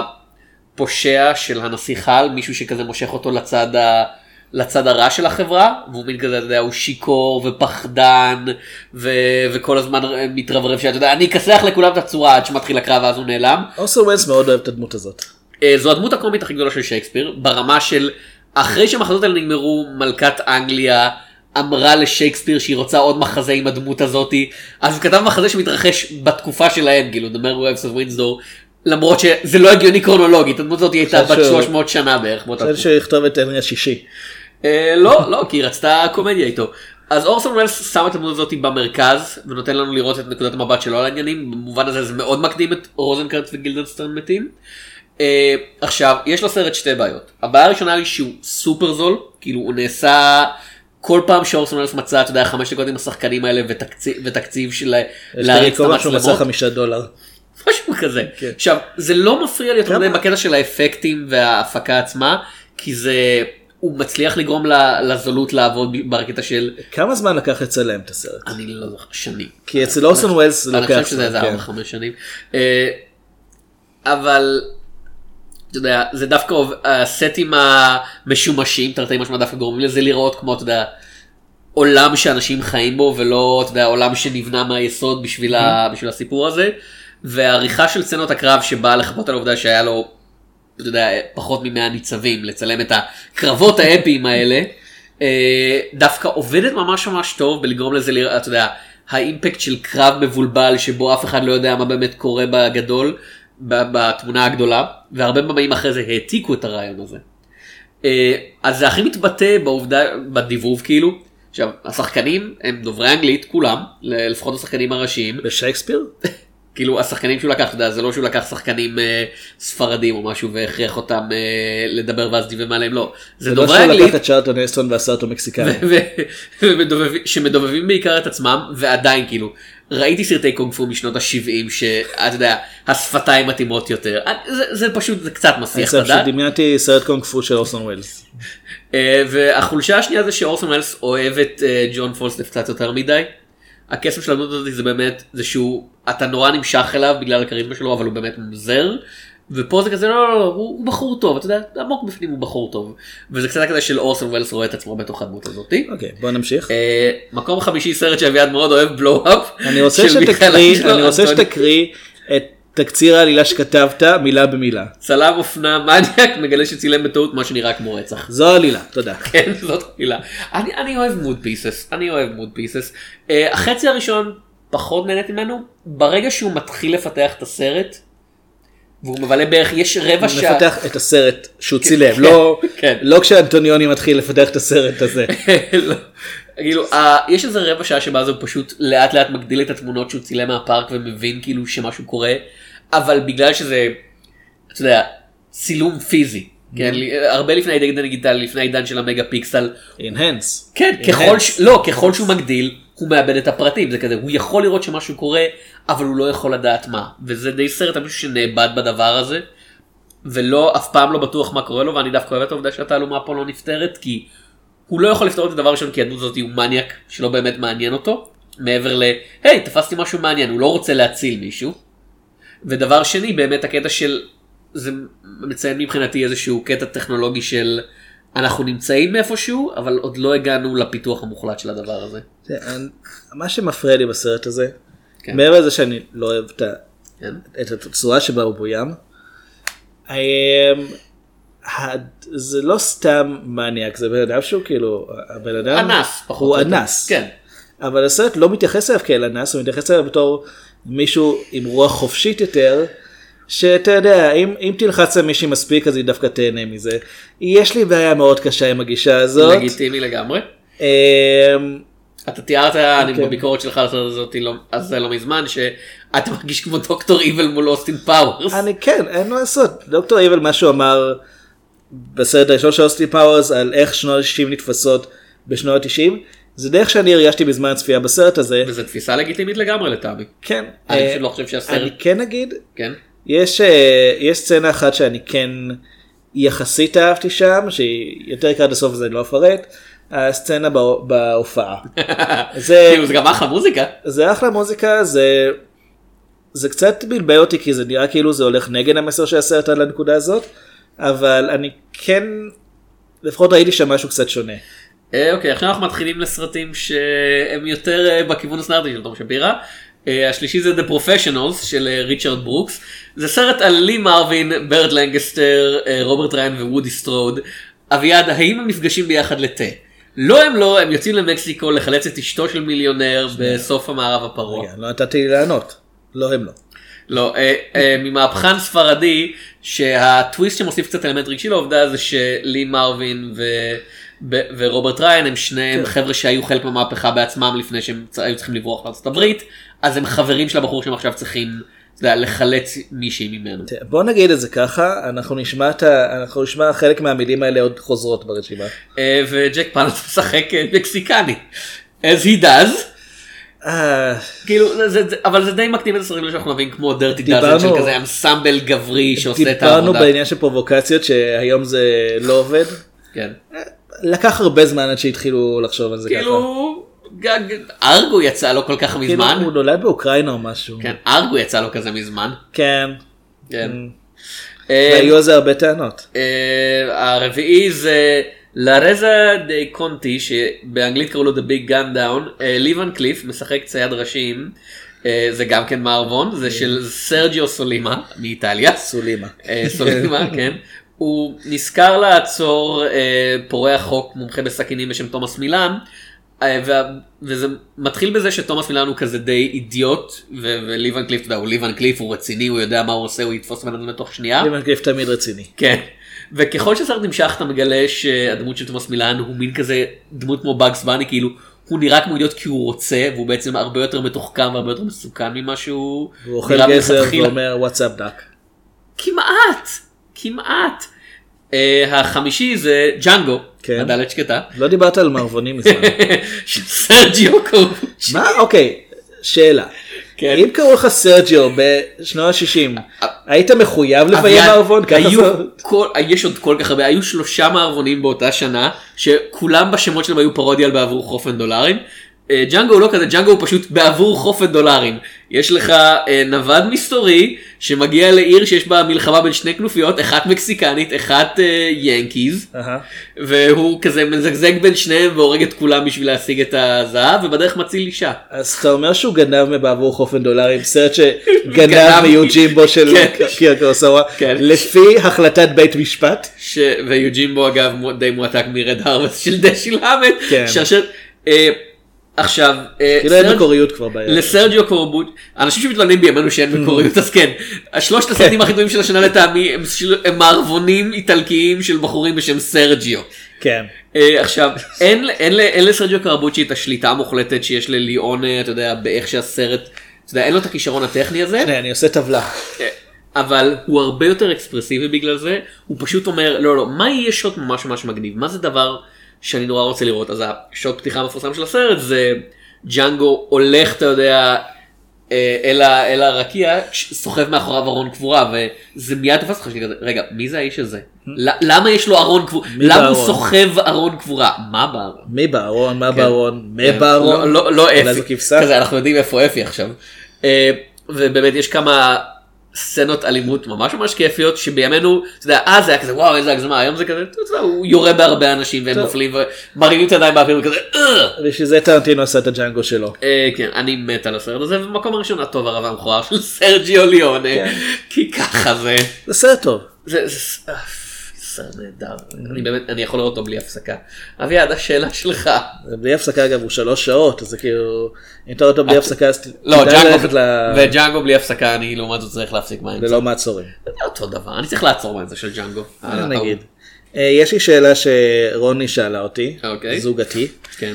הפושע של הנסיך הל, מישהו שכזה מושך אותו לצד ה... לצד הרע של החברה, והוא מין כזה, אתה יודע, הוא שיקור ופחדן, ו- וכל הזמן מתרברב שאתה יודע, אני אכסח לכולם את הצורה עד שמתחיל הקרב ואז הוא נעלם. אורסון ווילס מאוד אוהב את הדמות הזאת. זו הדמות הקומית הכי גדולה של שייקספיר, ברמה של, אחרי שהמחזות האלה נגמרו, מלכת אנגליה אמרה לשייקספיר שהיא רוצה עוד מחזה עם הדמות הזאת, אז הוא כתב מחזה שמתרחש בתקופה שלהם, כאילו, The Merry Wives of Windsor, למרות שזה לא הגיוני קרונולוגית, הדמות הזאת הייתה בת שלוש מאות שנה בערך. אני חושב שיכתוב את הנרי השישי. לא, לא, כי היא רצתה קומדיה איתו. אז אורסון ווילס שם את הדמות הזאת במרכז, ונותן לנו לראות את נקודת המבט שלו על העניינים, במובן הזה זה מאוד מקדים את רוזנקרץ וגילדנסטרן מתים. עכשיו, יש לו סרט שתי בעיות. הבעיה הראשונה היא שהוא סופר זול, כאילו הוא נעשה... כל פעם שאורסון ווילס מצא, אתה יודע, חמש דקות עם השחקנים האלה, ותקציב של להריץ את המצלמות. מצא חמישה דולר. משהו כזה. עכשיו, זה לא מפריע לי, אתה יודע, בקטע של האפקטים וההפקה עצמה, כי זה... הוא מצליח לגרום לזולות לעבוד בקטע של... כמה זמן לקח לצלם את הסרט? אני לא זוכר, שנים. כי אצל אורסון ווילס זה לוקח... אני חושב שזה איזה ארבע חמש שנים. אבל, אתה יודע, זה דווקא הסטים המשומשים, תרתי משמע דווקא גורמים לזה לראות כמו, אתה יודע, עולם שאנשים חיים בו, ולא, אתה יודע, עולם שנבנה מהיסוד בשביל הסיפור הזה. והעריכה של סצנות הקרב שבאה לחפות על העובדה שהיה לו... אתה יודע, פחות ממאה ניצבים, לצלם את הקרבות האפיים האלה, דווקא עובדת ממש ממש טוב בלגרום לזה, אתה יודע, האימפקט של קרב מבולבל, שבו אף אחד לא יודע מה באמת קורה בגדול, בתמונה הגדולה, והרבה במאים אחרי זה העתיקו את הרעיון הזה. אז זה הכי מתבטא בעובדה, בדיבוב כאילו, עכשיו, השחקנים הם דוברי אנגלית, כולם, לפחות השחקנים הראשיים. בשייקספיר? כאילו השחקנים שהוא לקח, אתה יודע, זה לא שהוא לקח שחקנים אה, ספרדים או משהו והכריח אותם אה, לדבר ואז דיבם עליהם, לא. זה דוברי אנגלית. זה לא שהוא לקח את צ'ארלטון הסטון ועשה אותו מקסיקני. שמדובבים בעיקר את עצמם, ועדיין כאילו, ראיתי סרטי קונג פו משנות ה-שבעים, שאתה יודע, השפתיים מתאימות יותר. זה, זה פשוט, זה קצת מסיח את הדעת. דמיינתי סרט קונג פו של אורסון ווילס. והחולשה השנייה זה שאורסון ווילס אוהב את ג'ון פולסטף קצת יותר מדי. הקסם של הדמות הזאת זה באמת, זה שהוא, אתה נורא נמשך אליו בגלל הכריזמה שלו, אבל הוא באמת מוזר, ופה זה כזה, לא, לא, לא, הוא, הוא בחור טוב, אתה יודע, עמוק בפנים הוא בחור טוב, וזה קצת כזה של אורסון ווילס רואה את עצמו בתוך הדמות הזאת. אוקיי, בוא נמשיך. מקום חמישי, סרט שאביעד מאוד אוהב, בלו-אפ. אני רוצה שתקריא, אני רוצה שתקריא את תקציר העלילה שכתבת מילה במילה. צלם אופנה מניאק מגלה שצילם בטעות מה שנראה כמו רצח. זו העלילה, תודה. כן, זאת העלילה. אני, אני אוהב מוד פיסס, אני אוהב מוד פיסס. Uh, החצי הראשון פחות נהנית ממנו, ברגע שהוא מתחיל לפתח את הסרט, והוא מבלה בערך, יש רבע שעה. הוא מפתח את הסרט שהוא צילם, לא, לא כשאנטוניוני מתחיל לפתח את הסרט הזה. לא. כאילו, יש איזה רבע שעה שבה זה פשוט לאט לאט מגדיל את התמונות שהוא צילם מהפארק ומבין כאילו שמשהו קורה, אבל בגלל שזה, אתה יודע, צילום פיזי, כן, הרבה לפני העידן הדיגיטלי, לפני העידן של המגה פיקסל. Enhance. כן, לא, ככל שהוא מגדיל, הוא מאבד את הפרטים, זה כזה, הוא יכול לראות שמשהו קורה, אבל הוא לא יכול לדעת מה, וזה די סרט על מישהו שנאבד בדבר הזה, ולא, אף פעם לא בטוח מה קורה לו, ואני דווקא אוהב את העובדה שהתעלומה פה לא נפתרת, כי הוא לא יכול לפתור את הדבר ראשון, כי הדמות הזאת הוא מניאק שלא באמת מעניין אותו, מעבר ל, היי, תפסתי משהו מעניין, הוא לא רוצה להציל מישהו. ודבר שני, באמת הקטע של, זה מציין מבחינתי איזשהו קטע טכנולוגי של, אנחנו נמצאים מאיפשהו, אבל עוד לא הגענו לפיתוח המוחלט של הדבר הזה. מה שמפריע לי בסרט הזה, מעבר לזה שאני לא אוהב את הצורה שבה הוא בוים, זה לא סתם מניאק, זה בן אדם שהוא כאילו, הבן אדם אנס, הוא אנס, כן. אבל הסרט לא מתייחס אליו כאל אנס, הוא מתייחס אליו בתור מישהו עם רוח חופשית יותר, שאתה יודע, אם, אם תלחץ למישהי מספיק, אז היא דווקא תהנה מזה. יש לי בעיה מאוד קשה עם הגישה הזאת. לגיטימי לגמרי. אתה תיארת, אני בביקורת שלך על הסרט הזאת, אז זה לא מזמן, שאתה מרגיש כמו דוקטור איבל מול אוסטין פאוורס. אני כן, אין מה לעשות. דוקטור איבל, מה שהוא אמר בסרט הראשון של אוסטין פאוורס, על איך שנות ה-שישים נתפסות בשנות ה-תשעים, זה דרך שאני הרגשתי בזמן הצפייה בסרט הזה. וזו תפיסה לגיטימית לגמרי לטעמי. כן. אני פשוט לא חושב שהסרט... אני כן אגיד, כן. יש, יש סצנה אחת שאני כן יחסית אהבתי שם, שהיא יותר יקרה לסוף זה לא אפרט, הסצנה בהופעה. זה, זה גם אחלה מוזיקה. זה אחלה מוזיקה, זה, זה קצת בלבל אותי, כי זה נראה כאילו זה הולך נגד המסר של הסרט על הנקודה הזאת, אבל אני כן, לפחות ראיתי שם משהו קצת שונה. אוקיי, עכשיו אנחנו מתחילים לסרטים שהם יותר בכיוון הסטנדרטי של תום שפירא. השלישי זה The Professionals של ריצ'רד ברוקס. זה סרט על לי מרווין, ברד לנגסטר, רוברט ריין ווודי סטרוד. אביעד, האם הם נפגשים ביחד לתה? לא הם לא, הם יוצאים למקסיקו לחלץ את אשתו של מיליונר בסוף המערב הפרוע. רגע, לא נתתי לי לענות. לא הם לא. לא, ממהפכן ספרדי שהטוויסט שמוסיף קצת אלמנט רגשי לעובדה זה שלי מרווין ו... ורוברט ריין הם שניהם חבר'ה שהיו חלק מהמהפכה בעצמם לפני שהם היו צריכים לברוח לארצות הברית, אז הם חברים של הבחור שהם עכשיו צריכים לחלץ מישהי ממנו. בוא נגיד את זה ככה, אנחנו נשמע, אנחנו נשמע חלק מהמילים האלה עוד חוזרות ברשימה. וג'ק פלנט משחק מקסיקני, as he does. כאילו, אבל זה די מקדים את הסרטים שאנחנו נבין כמו דרטי דאזן של כזה אנסמבל גברי שעושה את העבודה. דיברנו בעניין של פרובוקציות שהיום זה לא עובד. כן. לקח הרבה זמן עד שהתחילו לחשוב על זה ככה. כאילו, ארגו יצא לו כל כך מזמן. כאילו הוא נולד באוקראינה או משהו. כן, ארגו יצא לו כזה מזמן. כן. כן. והיו על זה הרבה טענות. הרביעי זה לרזה די קונטי, שבאנגלית קראו לו The Big Gun Down. לי ון קליף משחק צייד ראשים. זה גם כן מערבון, זה של סרג'יו סולימה מאיטליה. סולימה. סולימה, כן. הוא נזכר לעצור אה, פורע חוק מומחה בסכינים בשם תומאס מילן, אה, ו- וזה מתחיל בזה שתומאס מילן הוא כזה די אידיוט, ו- ולי ון קליף, הוא לי ון קליף, הוא רציני, הוא יודע מה הוא עושה, הוא יתפוס בן אדם בתוך שנייה. לי ון קליף תמיד רציני. כן, וככל שהסרט נמשך אתה מגלה שהדמות של תומאס מילן הוא מין כזה דמות כמו באגס בני, כאילו הוא נראה כמו אידיוט כי הוא רוצה, והוא בעצם הרבה יותר מתוחכם והרבה יותר מסוכן ממה שהוא... הוא אוכל גזר ואומר וואטסאפ דק. כמעט! כמעט. Uh, החמישי זה ג'אנגו, כן. הדלת שקטה. לא דיברת על מערבונים מזמן. של סרג'יו קורבוצ'י. מה? אוקיי, שאלה. כן. אם קראו לך סרג'יו בשנות ה-שישים, היית מחויב לביים מערבון? יש עוד כל כך הרבה, היו שלושה מערבונים באותה שנה, שכולם בשמות שלהם היו פרודיה על בעבור חופן דולרים. ג'אנגו הוא לא כזה, ג'אנגו הוא פשוט בעבור חופן דולרים. יש לך נווד מסתורי שמגיע לעיר שיש בה מלחמה בין שני כנופיות, אחת מקסיקנית, אחת ינקיז, והוא כזה מזגזג בין שניהם והורג את כולם בשביל להשיג את הזהב, ובדרך מציל אישה. אז אתה אומר שהוא גנב מבעבור חופן דולרים, סרט שגנב מיוג'ימבו של קירה קורוסאווה, לפי החלטת בית משפט. ויוג'ימבו אגב די מועתק מרד הרווסט של דשיל האמט, שרשת... עכשיו, לסרג'יו קורבוצ'י, אנשים שמתלוננים בימינו שאין מקוריות, אז כן, השלושת הסרטים הכי טובים של השנה לטעמי הם מערבונים איטלקיים של בחורים בשם סרג'יו. כן. עכשיו, אין לסרג'יו קורבוצ'י את השליטה המוחלטת שיש לליאונה, אתה יודע, באיך שהסרט, אתה יודע, אין לו את הכישרון הטכני הזה. שנייה, אני עושה טבלה. אבל הוא הרבה יותר אקספרסיבי בגלל זה, הוא פשוט אומר, לא, לא, מה יהיה שוט ממש ממש מגניב? מה זה דבר... שאני נורא רוצה לראות, אז השוט פתיחה המפורסם של הסרט זה ג'אנגו הולך, אתה יודע, אל הרקיע, סוחב מאחוריו ארון קבורה, וזה מיד תופס לך שלי כזה, רגע, מי זה האיש הזה? למה יש לו ארון קבורה? למה הוא סוחב ארון קבורה? מה בארון? מי בארון? מה בארון? מי בארון? לא אפי, כזה, אנחנו יודעים איפה אפי עכשיו. ובאמת יש כמה סצנות אלימות ממש ממש כיפיות, שבימינו, אתה יודע, אז זה היה כזה, וואו, איזה הגזמה, היום זה כזה, אתה יודע, הוא יורה בהרבה אנשים, והם נופלים, ומרימים את הידיים באוויר, וכזה, בשביל זה טרנטינו עשה את הג'אנגו שלו. כן, אני מת על הסרט הזה, ובמקום הראשון הטוב הרב המכוער של סרג'יו ליונה, כי ככה זה. זה סרט טוב. זה סרט נהדר, אני באמת, אני יכול לראות אותו בלי הפסקה. אביעד, השאלה שלך. בלי הפסקה אגב הוא שלוש שעות, אז זה כאילו, אם אתה רואה אותו בלי הפסקה, אז לא, וג'אנגו בלי הפסקה, אני לעומת זאת צריך להפסיק באמצע. ללא מעצורים. זה אותו דבר, אני צריך לעצור באמצע של ג'אנגו. נגיד. יש לי שאלה שרוני שאלה אותי, זוגתי. כן.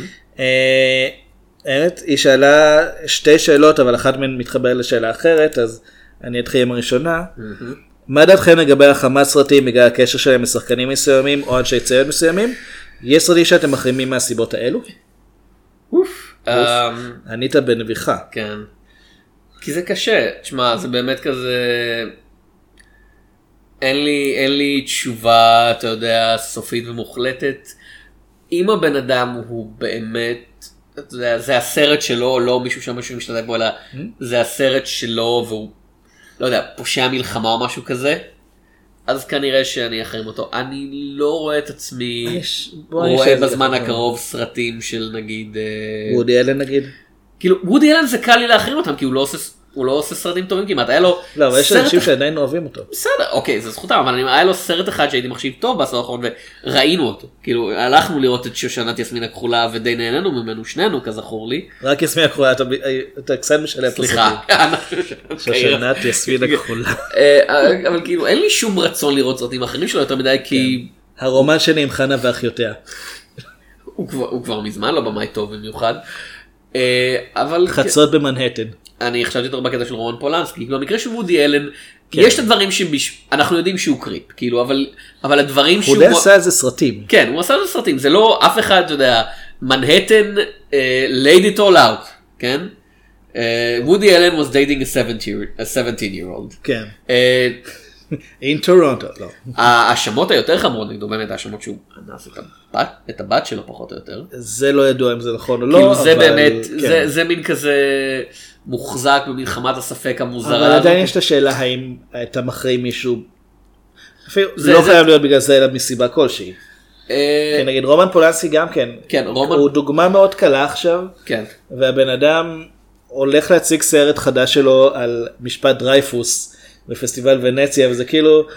היא שאלה שתי שאלות, אבל אחת מהן מתחבר לשאלה אחרת, אז אני אתחיל עם הראשונה. מה דעתכם לגבי הכמה סרטים בגלל הקשר שלהם לשחקנים מסוימים או אנשי צוות מסוימים? יש סרטים שאתם מחרימים מהסיבות האלו? אוף. ענית בנביחה. כן. כי זה קשה. תשמע, זה באמת כזה... אין לי, אין לי תשובה, אתה יודע, סופית ומוחלטת. אם הבן אדם הוא באמת... אתה יודע, זה הסרט שלו, לא מישהו שם משהו משתתף בו, אלא זה הסרט שלו והוא... לא יודע, פושע מלחמה או משהו כזה, אז כנראה שאני אחרים אותו. אני לא רואה את עצמי, רואה בזמן הקרוב סרטים של נגיד... וודי אלן נגיד? כאילו, וודי אלן זה קל לי להחרים אותם, כי הוא לא עושה... הוא לא עושה סרטים טובים כמעט, היה לו... לא, אבל יש אנשים שעדיין אוהבים אותו. בסדר, אוקיי, זה זכותם, אבל היה לו סרט אחד שהייתי מחשיב טוב בעשור האחרון, וראינו אותו. כאילו, הלכנו לראות את שושנת יסמין הכחולה, ודי נהנינו ממנו שנינו, כזכור לי. רק יסמין הכחולה, אתה קצת משלב את סליחה. שושנת יסמין הכחולה. אבל כאילו, אין לי שום רצון לראות סרטים אחרים שלו יותר מדי, כי... הרומן שלי עם חנה ואחיותיה. הוא כבר מזמן לא במאי טוב במיוחד. אבל... חצות במנהטן. אני חשבתי יותר בקטע של רומן פולנסקי, כאילו במקרה של וודי אלן, יש את הדברים שאנחנו יודעים שהוא קריפ, כאילו, אבל, אבל הדברים שהוא... הוא עשה איזה סרטים. כן, הוא עשה איזה סרטים, זה לא אף אחד, אתה יודע, מנהטן, laid it all out, כן? וודי אלן was dating a seventeen year old. כן. in Toronto, לא. האשמות היותר חמורות נגדו, באמת האשמות שהוא אנס את הבת שלו פחות או יותר. זה לא ידוע אם זה נכון או לא, כאילו זה באמת, זה מין כזה... מוחזק במלחמת הספק המוזרה. אבל עדיין יש את השאלה האם אתה מחרים מישהו, זה לא חייב להיות בגלל זה אלא מסיבה כלשהי. נגיד רומן פולנסקי גם כן, הוא דוגמה מאוד קלה עכשיו, והבן אדם הולך להציג סרט חדש שלו על משפט דרייפוס בפסטיבל ונציה, וזה כאילו,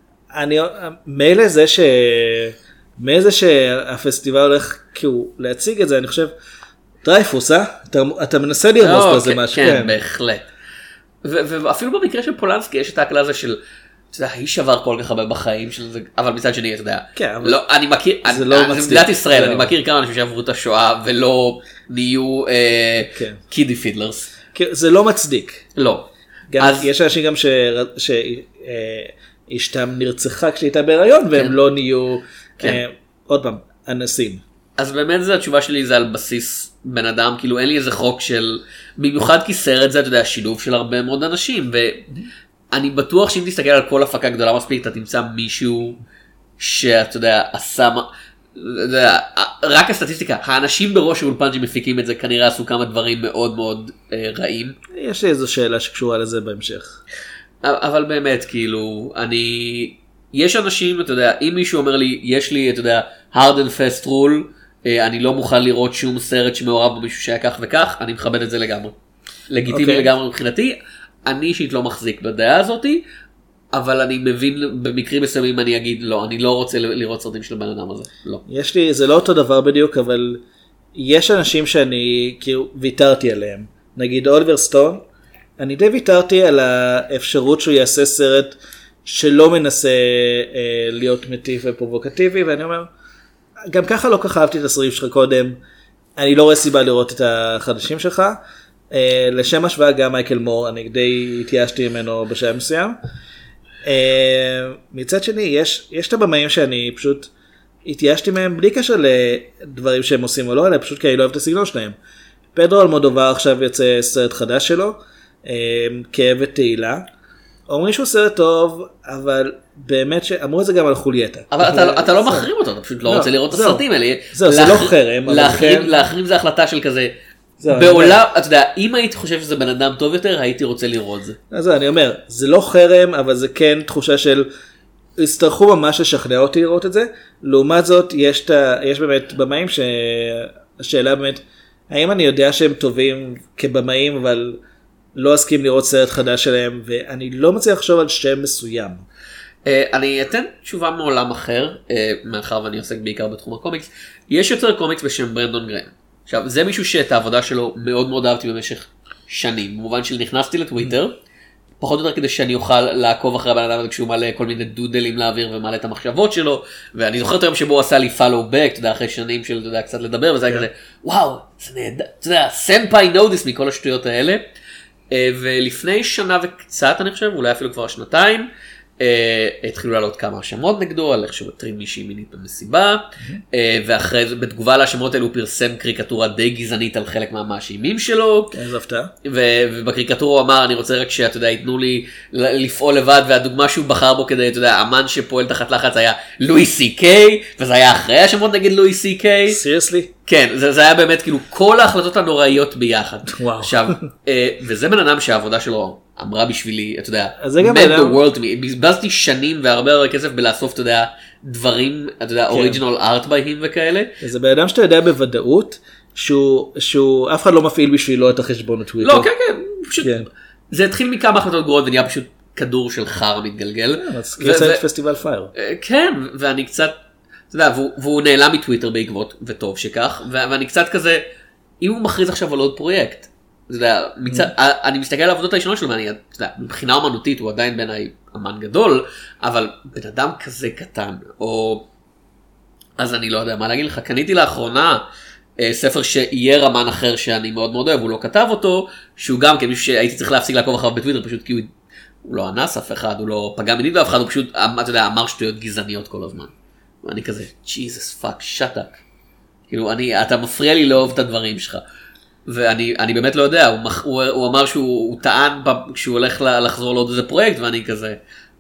מילא זה ש... מילא זה שהפסטיבל הולך כאילו להציג את זה, אני חושב, דרייפוס, אה? אתה, אתה מנסה לרמוז פה איזה משהו. כן, בהחלט. ואפילו במקרה של פולנסקי יש את ההקלה הזה של, אתה יודע, היא שבר כל כך הרבה בחיים של זה, אבל מצד שני, אתה יודע, לא, אני מכיר, זה מדינת ישראל, אני מכיר כמה אנשים שעברו את השואה ולא נהיו קידי פידלרס. זה לא מצדיק. לא. יש אנשים גם שאשתם נרצחה כשהייתה בהיריון, והם לא נהיו, עוד פעם, אנסים. אז באמת זה התשובה שלי, זה על בסיס בן אדם, כאילו אין לי איזה חוק של, במיוחד כי סרט זה, אתה יודע, שילוב של הרבה מאוד אנשים, ואני בטוח שאם תסתכל על כל הפקה גדולה מספיק, אתה תמצא מישהו שאתה יודע, עשה, רק הסטטיסטיקה, האנשים בראש האולפן שמפיקים את זה, כנראה עשו כמה דברים מאוד מאוד רעים. יש לי איזו שאלה שקשורה לזה בהמשך. אבל באמת, כאילו, אני, יש אנשים, אתה יודע, אם מישהו אומר לי, יש לי, אתה יודע, hard and fast rule, אני לא מוכן לראות שום סרט שמעורב במישהו שהיה כך וכך, אני מכבד את זה לגמרי. לגיטימי לגמרי מבחינתי, אני אישית לא מחזיק בדעה הזאתי, אבל אני מבין, במקרים מסוימים אני אגיד, לא, אני לא רוצה לראות סרטים של הבן אדם הזה, לא. יש לי, זה לא אותו דבר בדיוק, אבל יש אנשים שאני כאילו ויתרתי עליהם. נגיד אוליבר סטון, אני די ויתרתי על האפשרות שהוא יעשה סרט שלא מנסה אה, להיות מטיף ופרובוקטיבי, ואני אומר, גם ככה לא כך אהבתי את הסרטים שלך קודם, אני לא רואה סיבה לראות את החדשים שלך. אה, לשם השוואה גם מייקל מור, אני די התייאשתי ממנו בשעה מסוים. אה, מצד שני, יש, יש את הבמאים שאני פשוט התייאשתי מהם בלי קשר לדברים שהם עושים או לא, אלא פשוט כי אני לא אוהב את הסגנון שלהם. פדרו אלמודובר עכשיו יוצא סרט חדש שלו, כאב ותהילה. אומרים שהוא סרט טוב, אבל באמת שאמרו את זה גם על חולייטה. אבל אתה, אתה לא מחרים אותו, אתה פשוט לא רוצה לראות את הסרטים האלה. זהו, זה לא חרם. להחרים זה החלטה של כזה, בעולם, אתה יודע, אם הייתי חושב שזה בן אדם טוב יותר, הייתי רוצה לראות זה. אז אני אומר, זה לא חרם, אבל זה כן תחושה של, הצטרכו ממש לשכנע אותי לראות את זה. לעומת זאת, יש, יש באמת במאים שהשאלה באמת, האם אני יודע שהם טובים כבמאים, אבל לא אסכים לראות סרט חדש שלהם, ואני לא מצליח לחשוב על שם מסוים. אני אתן תשובה מעולם אחר, מאחר ואני עוסק בעיקר בתחום הקומיקס. יש יותר קומיקס בשם ברנדון גרהם. עכשיו, זה מישהו שאת העבודה שלו מאוד מאוד אהבתי במשך שנים. במובן של נכנסתי לטוויטר, פחות או יותר כדי שאני אוכל לעקוב אחרי הבן אדם הזה כשהוא מעלה כל מיני דודלים לאוויר ומעלה את המחשבות שלו. ואני זוכר את היום שבו הוא עשה לי follow back, אתה יודע, אחרי שנים של, אתה יודע, קצת לדבר, וזה היה כזה, וואו, זה נהדר, אתה יודע, סנפאי נודיס מכל השטויות האלה. ולפני שנה וקצת, אני חושב, אולי אפילו כבר שנתיים, התחילו לעלות כמה השמות נגדו על איך שהוא מטריד מישהי מינית במסיבה, ואחרי זה בתגובה להשמות האלו הוא פרסם קריקטורה די גזענית על חלק מהמאשימים שלו. איזה הפתעה. ובקריקטורה הוא אמר, אני רוצה רק שאתה יודע, ייתנו לי לפעול לבד, והדוגמה שהוא בחר בו כדי, אתה יודע, אמן שפועל תחת לחץ היה לואי סי קיי, וזה היה אחרי השמות נגד לואי סי קיי. סיריוסלי? כן, זה, זה היה באמת כאילו כל ההחלטות הנוראיות ביחד. וואו. עכשיו, וזה בן אדם שהעבודה שלו אמרה בשבילי, אתה יודע, made the world to me. בזבזתי שנים והרבה הרבה כסף בלאסוף, אתה יודע, דברים, אתה יודע, אוריג'ינל ארט ביים וכאלה. זה בן אדם שאתה יודע בוודאות, שהוא, שהוא, אף אחד לא מפעיל בשבילו את החשבון הטוויטר. לא, כן, כן, פשוט, זה התחיל מכמה החלטות גרועות ונהיה פשוט כדור של חר מתגלגל. זה פסטיבל פייר. כן, ואני קצת, אתה יודע, והוא נעלם מטוויטר בעקבות, וטוב שכך, ואני קצת כזה, אם הוא מכריז עכשיו על עוד פרויקט, אתה יודע, מצד, אני מסתכל על העבודות הישנות שלו, ואני, אתה יודע, מבחינה אומנותית הוא עדיין בעיניי אמן גדול, אבל בן אדם כזה קטן, או, אז אני לא יודע מה להגיד לך, קניתי לאחרונה ספר שיהיה אמן אחר שאני מאוד מאוד אוהב, הוא לא כתב אותו, שהוא גם כן מישהו שהייתי צריך להפסיק לעקוב אחריו בטוויטר, פשוט כי הוא, הוא לא אנס אף אחד, הוא לא פגע מינית באף אחד, הוא פשוט, אתה יודע, אמר שטויות גזעניות כל הזמן. ואני כזה, Jesus fuck, shut up. כאילו, אני, אתה מפריע לי לאהוב את הדברים שלך. ואני אני באמת לא יודע, הוא, הוא, הוא אמר שהוא טען כשהוא הולך לחזור לעוד איזה פרויקט, ואני כזה,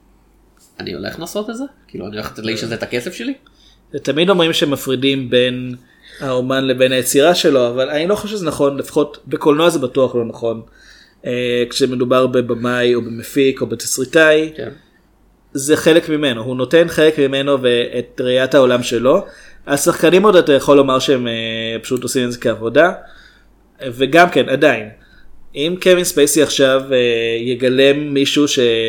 אני הולך לעשות את זה? כאילו, אני הולך לתת לאיש הזה את הכסף שלי? תמיד אומרים שמפרידים בין האומן לבין היצירה שלו, אבל אני לא חושב שזה נכון, לפחות בקולנוע זה בטוח לא נכון. כשמדובר בבמאי או במפיק או בתסריטאי, כן. זה חלק ממנו, הוא נותן חלק ממנו ואת ראיית העולם שלו. השחקנים עוד אתה יכול לומר שהם פשוט עושים את זה כעבודה, וגם כן, עדיין, אם קווין ספייסי עכשיו יגלם מישהו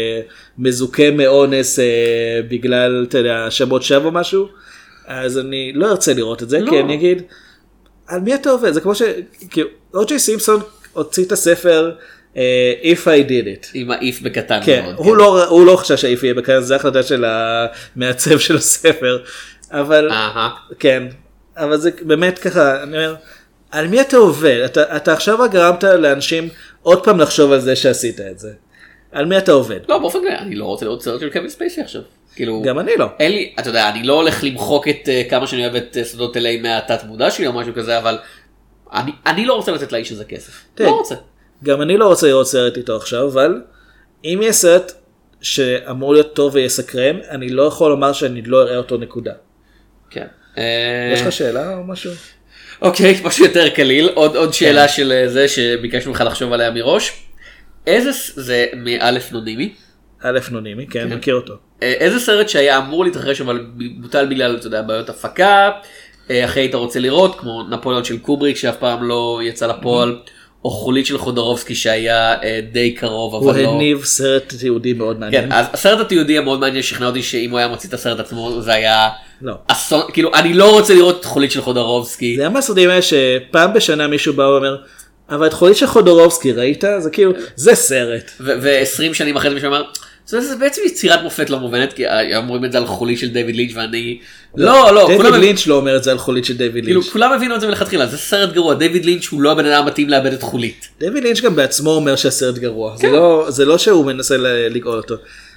שמזוכה מאונס בגלל, אתה יודע, שמות שווא או משהו, אז אני לא ארצה לראות את זה, לא. כי אני אגיד, על מי אתה עובד? זה כמו ש... או ג'יי סימפסון הוציא את הספר If I did it. עם האיף בקטן כן, מאוד. הוא, כן. לא, הוא לא חשב שהאיף יהיה בקטן, זה החלטה של המעצב של הספר, אבל... Uh-huh. כן, אבל זה באמת ככה, אני אומר... על מי אתה עובד? אתה, אתה עכשיו גרמת לאנשים עוד פעם לחשוב על זה שעשית את זה. על מי אתה עובד? לא, באופן כלל, אני לא רוצה לראות סרט של קווין ספייסי עכשיו. כאילו, גם אני לא. אין לי, אתה יודע, אני לא הולך למחוק את uh, כמה שאני אוהב את uh, סודות אליי מהתת מודע שלי או משהו כזה, אבל אני, אני לא רוצה לתת לאיש הזה כסף. תן, לא רוצה. גם אני לא רוצה לראות סרט איתו עכשיו, אבל אם יהיה סרט שאמור להיות טוב ויסקרן, אני לא יכול לומר שאני לא אראה אותו נקודה. כן. יש לך שאלה או משהו? אוקיי, משהו יותר קליל, עוד, עוד שאלה של זה שביקשנו לך לחשוב עליה מראש. איזה, זה מאלף נונימי? אלף נונימי, כן, כן. מכיר אותו. איזה סרט שהיה אמור להתרחש אבל בוטל בגלל, אתה יודע, בעיות הפקה, אחרי היית רוצה לראות, כמו נפוליאון של קובריק שאף פעם לא יצא לפועל, או חולית של חודורובסקי שהיה די קרוב, אבל לא... הוא הניב סרט תיעודי מאוד מעניין. כן, אז הסרט התיעודי המאוד מעניין שכנע אותי שאם הוא היה מוציא את הסרט עצמו, זה היה... לא. אסון, כאילו, אני לא רוצה לראות חולית של חודורובסקי. זה היה מהסרטים האלה שפעם בשנה מישהו בא ואומר, אבל את חולית של חודורובסקי ראית? זה כאילו, זה סרט. ו-עשרים שנים אחרי זה מישהו אמר, זה בעצם יצירת מופת לא מובנת, כי אומרים את זה על חולית של דיוויד לינץ' ואני... לא, לא. דיוויד לינץ' לא אומר את זה על חולית של דיוויד לינץ'. כולם הבינו את זה מלכתחילה, זה סרט גרוע, דיוויד לינץ' הוא לא הבן אדם מתאים לאבד את חולית. דיוויד לינץ' גם בעצמו אומר שהסרט גרוע, זה לא שהוא מנסה לגאול אותו.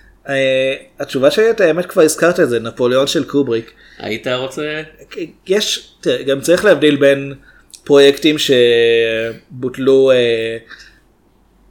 התשובה שלי, את האמת כבר הזכרת את זה, נפוליאון של קובריק. היית רוצה? יש, גם צריך להבדיל בין פרויקטים שבוטלו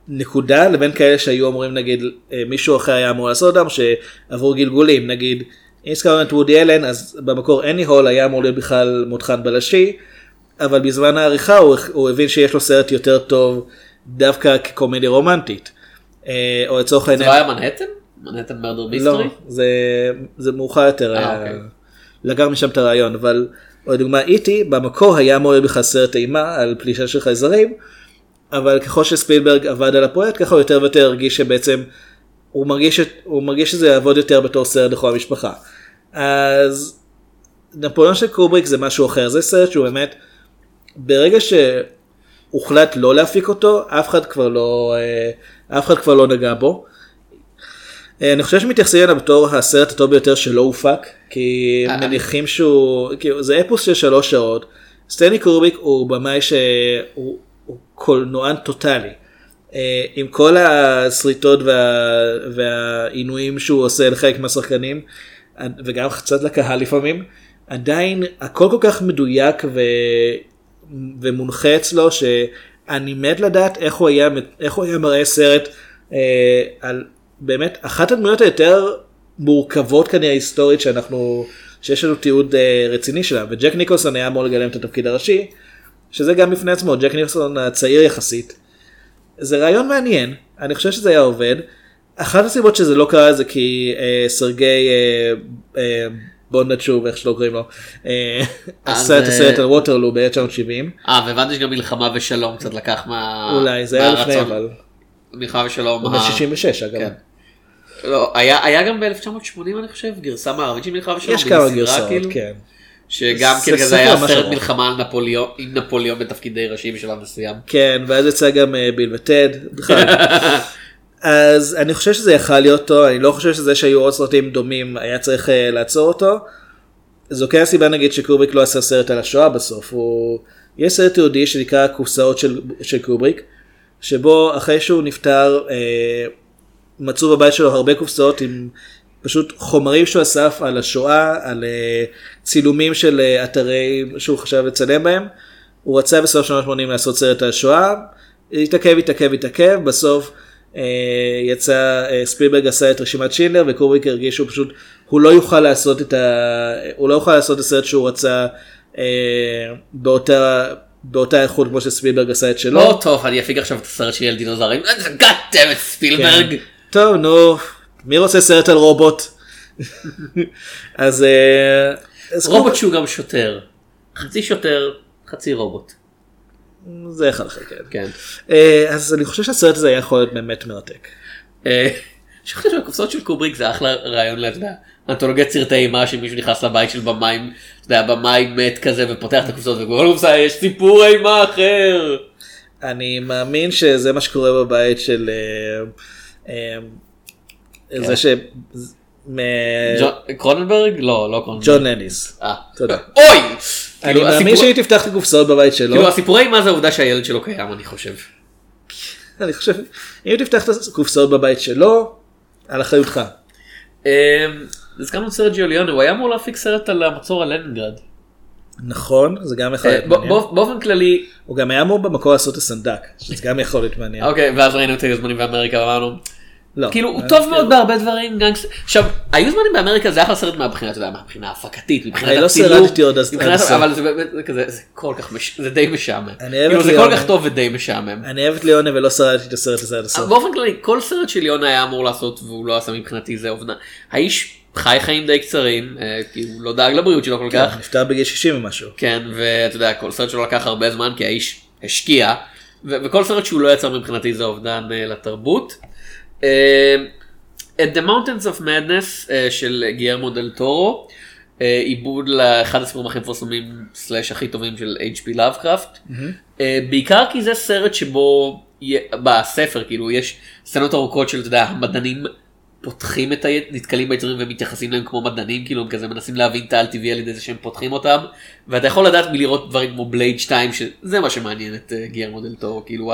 נקודה לבין כאלה שהיו אומרים נגיד מישהו אחר היה אמור לעשות אותם שעבור גלגולים נגיד אם הזכרנו את וודי אלן אז במקור אני הול היה אמור להיות בכלל מותחן בלשי אבל בזמן העריכה הוא, הוא הבין שיש לו סרט יותר טוב דווקא כקומדיה רומנטית. או לצורך העניין... זה לא היה מנהטן? מנהטן מרדר מיסטרי? לא, זה, זה מאוחר יותר. אה, אוקיי. לגר משם את הרעיון, אבל לדוגמה איטי במקור היה אמור להיות בכלל סרט אימה על פלישה של חייזרים, אבל ככל שספילברג עבד על הפרויקט ככה הוא יותר ויותר הרגיש שבעצם הוא מרגיש, הוא מרגיש שזה יעבוד יותר בתור סרט לכל המשפחה. אז נפוליאון של קובריק זה משהו אחר, זה סרט שהוא באמת ברגע שהוחלט לא להפיק אותו, אף אחד כבר לא, אף אחד כבר לא נגע בו. אני חושב שמתייחסים אליו בתור הסרט הטוב ביותר שלא הופק, כי מניחים שהוא, זה אפוס של שלוש שעות. סטנלי קובריק הוא במאי שהוא הוא קולנוען טוטלי. עם כל הסריטות וה, והעינויים שהוא עושה לחלק מהשחקנים, וגם קצת לקהל לפעמים, עדיין הכל כל כך מדויק ו... ומונחה אצלו שאני מת לדעת איך הוא היה, איך הוא היה מראה סרט אה, על באמת אחת הדמויות היותר מורכבות כנראה היסטורית שאנחנו, שיש לנו תיעוד אה, רציני שלה, וג'ק ניקולסון היה אמור לגלם את התפקיד הראשי, שזה גם בפני עצמו, ג'ק ניקולסון הצעיר יחסית. זה רעיון מעניין, אני חושב שזה היה עובד. אחת הסיבות שזה לא קרה זה כי אה, סרגי אה, אה, בונדצ'וב, איך שלא קוראים לו, עשה את הסרט על ווטרלו ב-אלף תשע מאות שבעים. אה, והבנתי שגם מלחמה ושלום קצת לקח מה... אולי, זה היה לפני אבל. מלחמה ושלום. ב-שישים ושש אגב. לא, היה גם ב-אלף תשע מאות שמונים אני חושב, גרסה מערבית של מלחמה ושלום. יש כמה גרסאות, כן. שגם כן כזה היה סרט מלחמה על נפוליאון, עם נפוליאון בתפקידי ראשי בשלב מסוים. כן, ואז יצא גם ביל וטד. אז אני חושב שזה יכל להיות טוב, אני לא חושב שזה שהיו עוד סרטים דומים היה צריך לעצור אותו. זו כן הסיבה נגיד שקובריק לא עשה סרט על השואה בסוף. הוא... יש סרט תיעודי שנקרא קופסאות של, של קובריק, שבו אחרי שהוא נפטר אה, מצאו בבית שלו הרבה קופסאות עם פשוט חומרים שהוא אסף על השואה, על אה, צילומים של אה, אתרי שהוא חשב לצלם בהם. הוא רצה בסוף שנות ה-שמונים לעשות סרט על השואה, התעכב, התעכב, התעכב, בסוף יצא, ספילברג עשה את רשימת שינדלר וקובריק הרגיש שהוא פשוט, הוא לא יוכל לעשות את ה... הוא לא יוכל לעשות את הסרט שהוא רצה באותה, באותה איכות כמו שספילברג עשה את שלו. לא טוב, אני אפיק עכשיו את הסרט שלי על דינוזאורים, גאטם את ספילברג. טוב, נו, מי רוצה סרט על רובוט? אז... רובוט שהוא גם שוטר, חצי שוטר, חצי רובוט. זה אחד אחר, כן. כן. אז אני חושב שהסרט הזה היה יכול להיות באמת מרתק. אני חושב שהקופסאות של קובריק זה אחלה רעיון לאנתולוגיית סרטי אימה שמישהו נכנס לבית של במים, אתה יודע, במים מת כזה ופותח את הקופסאות ובכל קופסה יש סיפור אימה אחר. אני מאמין שזה מה שקורה בבית של זה ש... קרוננברג? לא, לא קרוננברג. ג'ון לניס. תודה. אוי! אני מאמין שהיא תפתח את הקופסאות בבית שלו. כאילו הסיפורי מה זה העובדה שהילד שלו קיים אני חושב. אני חושב, אם תפתח את הקופסאות בבית שלו, על אחריותך. הזכרנו סרג'יו ליונה, הוא היה אמור להפיק סרט על המצור על לנינגרד. נכון, זה גם יכול להיות מעניין. באופן כללי... הוא גם היה אמור במקור לעשות את הסנדק, שזה גם יכול להיות מעניין. אוקיי, ואז ראינו את היוזמנים באמריקה ואמרנו... לא. כאילו הוא טוב מאוד בהרבה דברים. עכשיו, היו זמנים באמריקה זה אחלה סרט מהבחינה, אתה יודע, מהבחינה ההפקתית, מבחינת הצילום. אני לא סרטתי עוד אז. אבל זה באמת כזה, זה כל כך, זה די משעמם. כאילו זה כל כך טוב ודי משעמם. אני אוהב את ליונה ולא סרטתי את הסרט הזה עד הסוף. באופן כללי, כל סרט של ליונה היה אמור לעשות והוא לא עשה מבחינתי זה אובדן. האיש חי חיים די קצרים, כי הוא לא דאג לבריאות שלו כל כך. נפטר בגיל שישים ומשהו. כן, ואתה יודע, כל סרט שלו לקח הרבה זמן כי האיש השקיע, וכל סרט שהוא לא יצר מבחינתי זה אובדן לתרבות. את The Mountains of Madness של גיירמו דל טורו, עיבוד לאחד הסיפורים הכי מפורסמים סלאש הכי טובים של אייץ' פי לאבקראפט, בעיקר כי זה סרט שבו בספר כאילו יש סצנות ארוכות של, אתה יודע, המדענים פותחים את הנתקלים ביצורים ומתייחסים להם כמו מדענים, כאילו הם כזה מנסים להבין את העל טבעי על ידי זה שהם פותחים אותם, ואתה יכול לדעת מלראות דברים כמו בלייד שתיים שזה מה שמעניין את גיירמו דל טורו, כאילו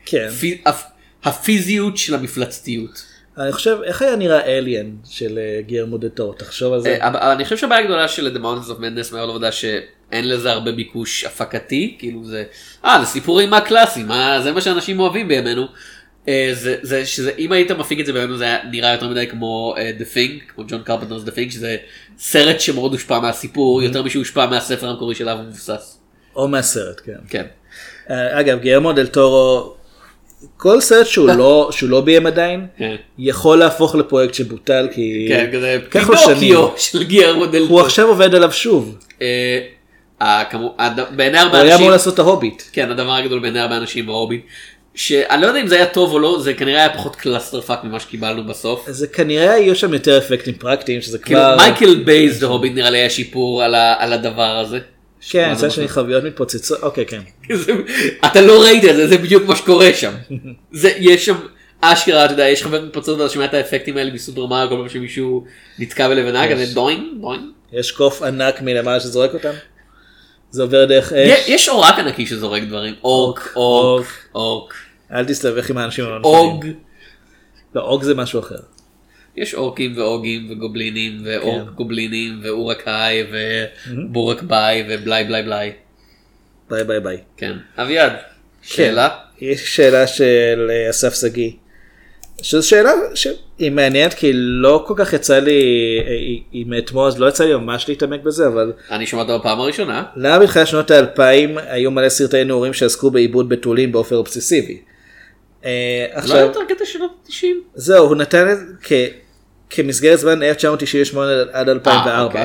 הפיזיות של המפלצתיות. אני חושב, איך היה נראה אליין של גיירמו דל טורו? תחשוב על זה. אני חושב שהבעיה הגדולה של The Mountains of Madness מעבר לעובדה שאין לזה הרבה ביקוש הפקתי, כאילו זה, אה, זה סיפור אימה קלאסי, זה מה שאנשים אוהבים בימינו. זה, זה, שזה, אם היית מפיק את זה בימינו זה היה נראה יותר מדי כמו uh, The Thing, כמו ג'ון קרפנטר's The Thing, שזה סרט שמאוד הושפע מהסיפור, יותר משהו הושפע מהספר המקורי שלה ומבוסס. או מהסרט, כן. כן. Uh, אגב, גילרמו דל טורו, כל סרט שהוא לא, שהוא לא ביים עדיין, יכול להפוך לפרויקט שבוטל, כי כן, כזה ככה שנים. פינוקיו של גילרמו דל טורו. הוא עכשיו עובד עליו שוב. בעיני הרבה הוא היה אנשים, אמור לעשות את ההוביט. כן, הדבר הגדול בעיני הרבה אנשים בהוביט, שאני לא יודע אם זה היה טוב או לא, זה כנראה היה פחות קלאסטר פאק ממה שקיבלנו בסוף. זה כנראה יהיו שם יותר אפקטים פרקטיים, שזה כאילו כבר... מייקל בייז בהוביט נראה לי היה שיפור על ה- על הדבר הזה. כן, זה שאני חוויות מתפוצצות, אוקיי, כן. זה- אתה לא ראית את זה, זה בדיוק מה שקורה שם. זה, יש שם אשכרה, אתה יודע, יש חוויות מתפוצצות ואתה שומע את האפקטים האלה מסופר מריו, כל פעם שמישהו נתקע בלבנה, כזה דוינג, דוינג. יש קוף ענק מלמעלה שזורק אותם. זה עובר דרך אש. יש אורק ענקי שזורק דברים, אורק, אורק, אורק, אל תסתבך עם האנשים הנכונים. אוג. לא, אוג זה משהו אחר. יש אורקים ואוגים וגובלינים ואורק גובלינים ואורקאי ובורק ביי ובלי בלי בלי. ביי ביי ביי. כן. אביעד, שאלה? יש שאלה של אה, אסף סגי. שזו שאלה שהיא מעניינת כי לא כל כך יצא לי, אה, היא- היא מאתמול אז לא יצא לי ממש להתעמק בזה, אבל אני שומע אותה בפעם הראשונה. למה בתחילת שנות האלפיים היו מלא סרטי נעורים שעסקו בעיבוד בתולים באופן אובססיבי? אה, לא עכשיו, יותר קטע שנות ה-תשעים? זהו, הוא נתן את זה כ- כמסגרת זמן אלף תשע מאות תשעים ושמונה עד אלפיים וארבע.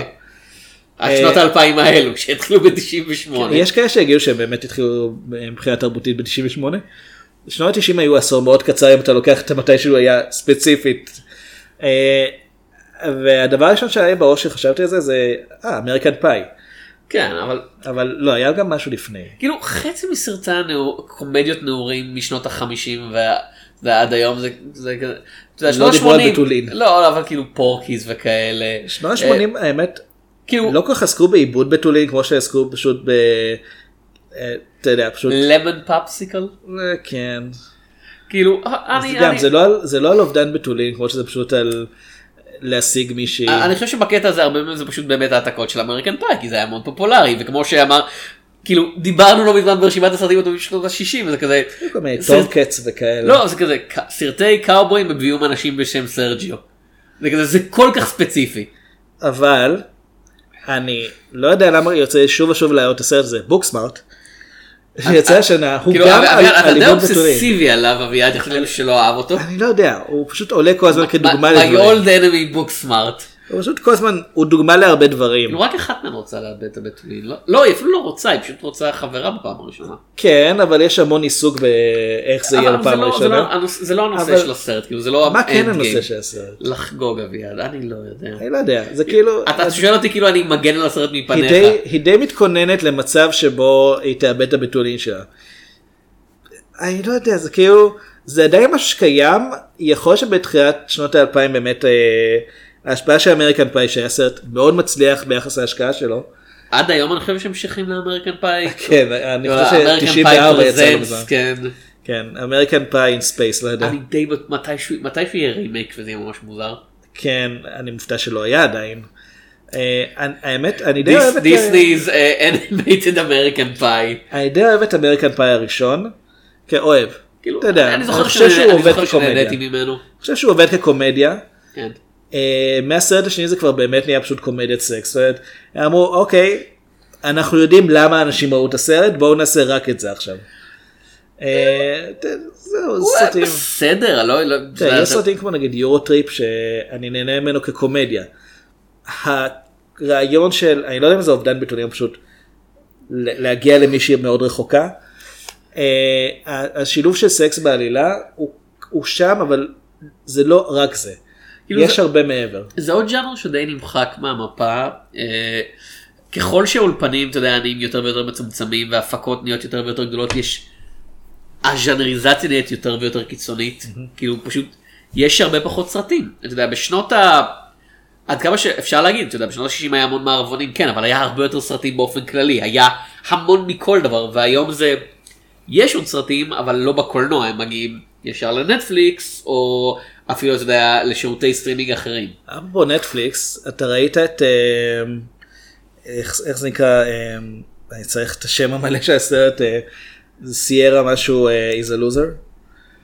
השנות האלפיים האלו שהתחילו ב-תשעים ושמונה. יש כאלה שהגיעו שהם באמת התחילו מבחינה תרבותית ב-תשעים ושמונה. שנות ה-תשעים היו עשור מאוד קצר אם אתה לוקח את המתי שלו היה ספציפית. אה, והדבר הראשון שהיה לי בראש שחשבתי על זה זה, אה, אמריקן פאי. כן, אבל אבל לא, היה גם משהו לפני. כאילו חצי מסרטי הקומדיות נעורים משנות החמישים ועד היום זה זה כזה. אתה יודע, לא שנות דיברו על ה-שמונים, בתולין. לא, אבל כאילו פורקיז וכאלה. שנות ה-שמונים האמת, כאילו לא כל כך עסקו בעיבוד בתולים כמו שעסקו פשוט ב... אה, אתה יודע, פשוט... למון פאפסיקל. אה, כן. כאילו, אז אני, גם, אני, זה לא על- זה לא על אובדן בתולים כמו שזה פשוט על להשיג מישהי. אני חושב שבקטע הזה הרבה מהם זה פשוט באמת העתקות של אמריקן פאי, כי זה היה מאוד פופולרי, וכמו שאמר, כאילו, דיברנו לא מזמן ברשימת הסרטים הטובים של שנות ה-שישים, וזה כזה, כל מיני סרט- טומקטס וכאלה. לא, זה כזה, ק- סרטי קאובויים מביאים אנשים בשם סרג'יו. זה כזה, זה כל כך ספציפי. אבל אני לא יודע למה יוצא שוב ושוב להראות את הסרט הזה, בוקסמארט, שיצא השנה, הוא כאילו, גם אביעד, על אתה על די עיבוד בתולים. אובססיבי עליו, אביעד, יחד למישהו שלא אהב אותו. אני לא יודע, הוא פשוט עולה כל הזמן כדוגמה My לדברים. old enemy book smart. הוא פשוט כל הזמן, הוא דוגמה להרבה דברים. כאילו, רק אחת מהן רוצה לאבד את הבתולין. לא- לא, היא אפילו לא רוצה, היא פשוט רוצה חברה בפעם הראשונה. כן, אבל יש המון עיסוק באיך זה יהיה אבל בפעם לא- זה הראשונה. לא הנוש- זה לא הנושא אבל- של הסרט, כאילו, זה לא מה כן ה-end הנושא game. של הסרט? לחגוג, אביעד, אני לא יודע. אני לא יודע, זה כאילו... אתה שואל אותי כאילו אני מגן על הסרט היא מפניך. די- היא די מתכוננת למצב שבו היא תאבד את הבתולין שלה. אני לא יודע, זה כאילו, זה עדיין משהו שקיים, יכול שבתחילת שנות האלפיים באמת אה, ההשפעה של אמריקן פאי שהיה סרט מאוד מצליח ביחס להשקעה שלו. עד היום אני חושב שמשכים לאמריקן פאי. כן, אני חושב אמריקן ש-תשעים פאי וארבע יצא פרזנס, בזה. כן. כן, אמריקן פאי אין ספייס, לא יודע. אני די, בט- מתישהו מתישהו יהיה רימייק וזה יהיה ממש מוזר. כן, אני מופתע שלא היה עדיין. אה, אני- האמת, אני די אוהב את... דיסני's animated American Pie. אני די אוהב את אמריקן פאי הראשון. כן, אוהב. כאילו, אתה יודע, אני זוכר אני חושב שאני- שהוא אני עובד זוכר כקומדיה. שנהניתי ממנו. אני חושב שהוא עובד כקומדיה. כן. אה, מהסרט השני זה כבר באמת נהיה פשוט קומדיית סקס. זאת אומרת, הם אמרו, אוקיי, אנחנו יודעים למה אנשים ראו את הסרט, בואו נעשה רק את זה עכשיו. אה, ת- זהו, הוא סרטים. בסדר, לא... לא- תראה, זה- יש סרטים כמו נגיד יורו טריפ שאני נהנה ממנו כקומדיה. הרעיון של, אני לא יודע אם זה אובדן בתולין, פשוט ל- להגיע למישהי מאוד רחוקה. אה, השילוב של סקס בעלילה הוא, הוא שם, אבל זה לא רק זה. כאילו יש זה- הרבה מעבר. זה עוד ז'אנר שדי נמחק מהמפה. אה, ככל שהאולפנים, אתה יודע, נהיים יותר ויותר מצומצמים והפקות נהיות יותר ויותר גדולות, יש... הז'אנריזציה נהיית יותר ויותר קיצונית. כאילו פשוט, יש הרבה פחות סרטים. אתה יודע, בשנות ה... עד כמה שאפשר להגיד, אתה יודע, בשנות ה-שישים היה המון מערבונים, כן, אבל היה הרבה יותר סרטים באופן כללי. היה המון מכל דבר, והיום זה... יש עוד סרטים, אבל לא בקולנוע, הם מגיעים ישר לנטפליקס, או אפילו, אתה יודע, לשירותי סטרימינג אחרים. אפרופו נטפליקס, אתה ראית את, אה, איך, איך זה נקרא, אה, אני צריך את השם המלא של הסרט, אה, סיירה משהו, אה, is a loser?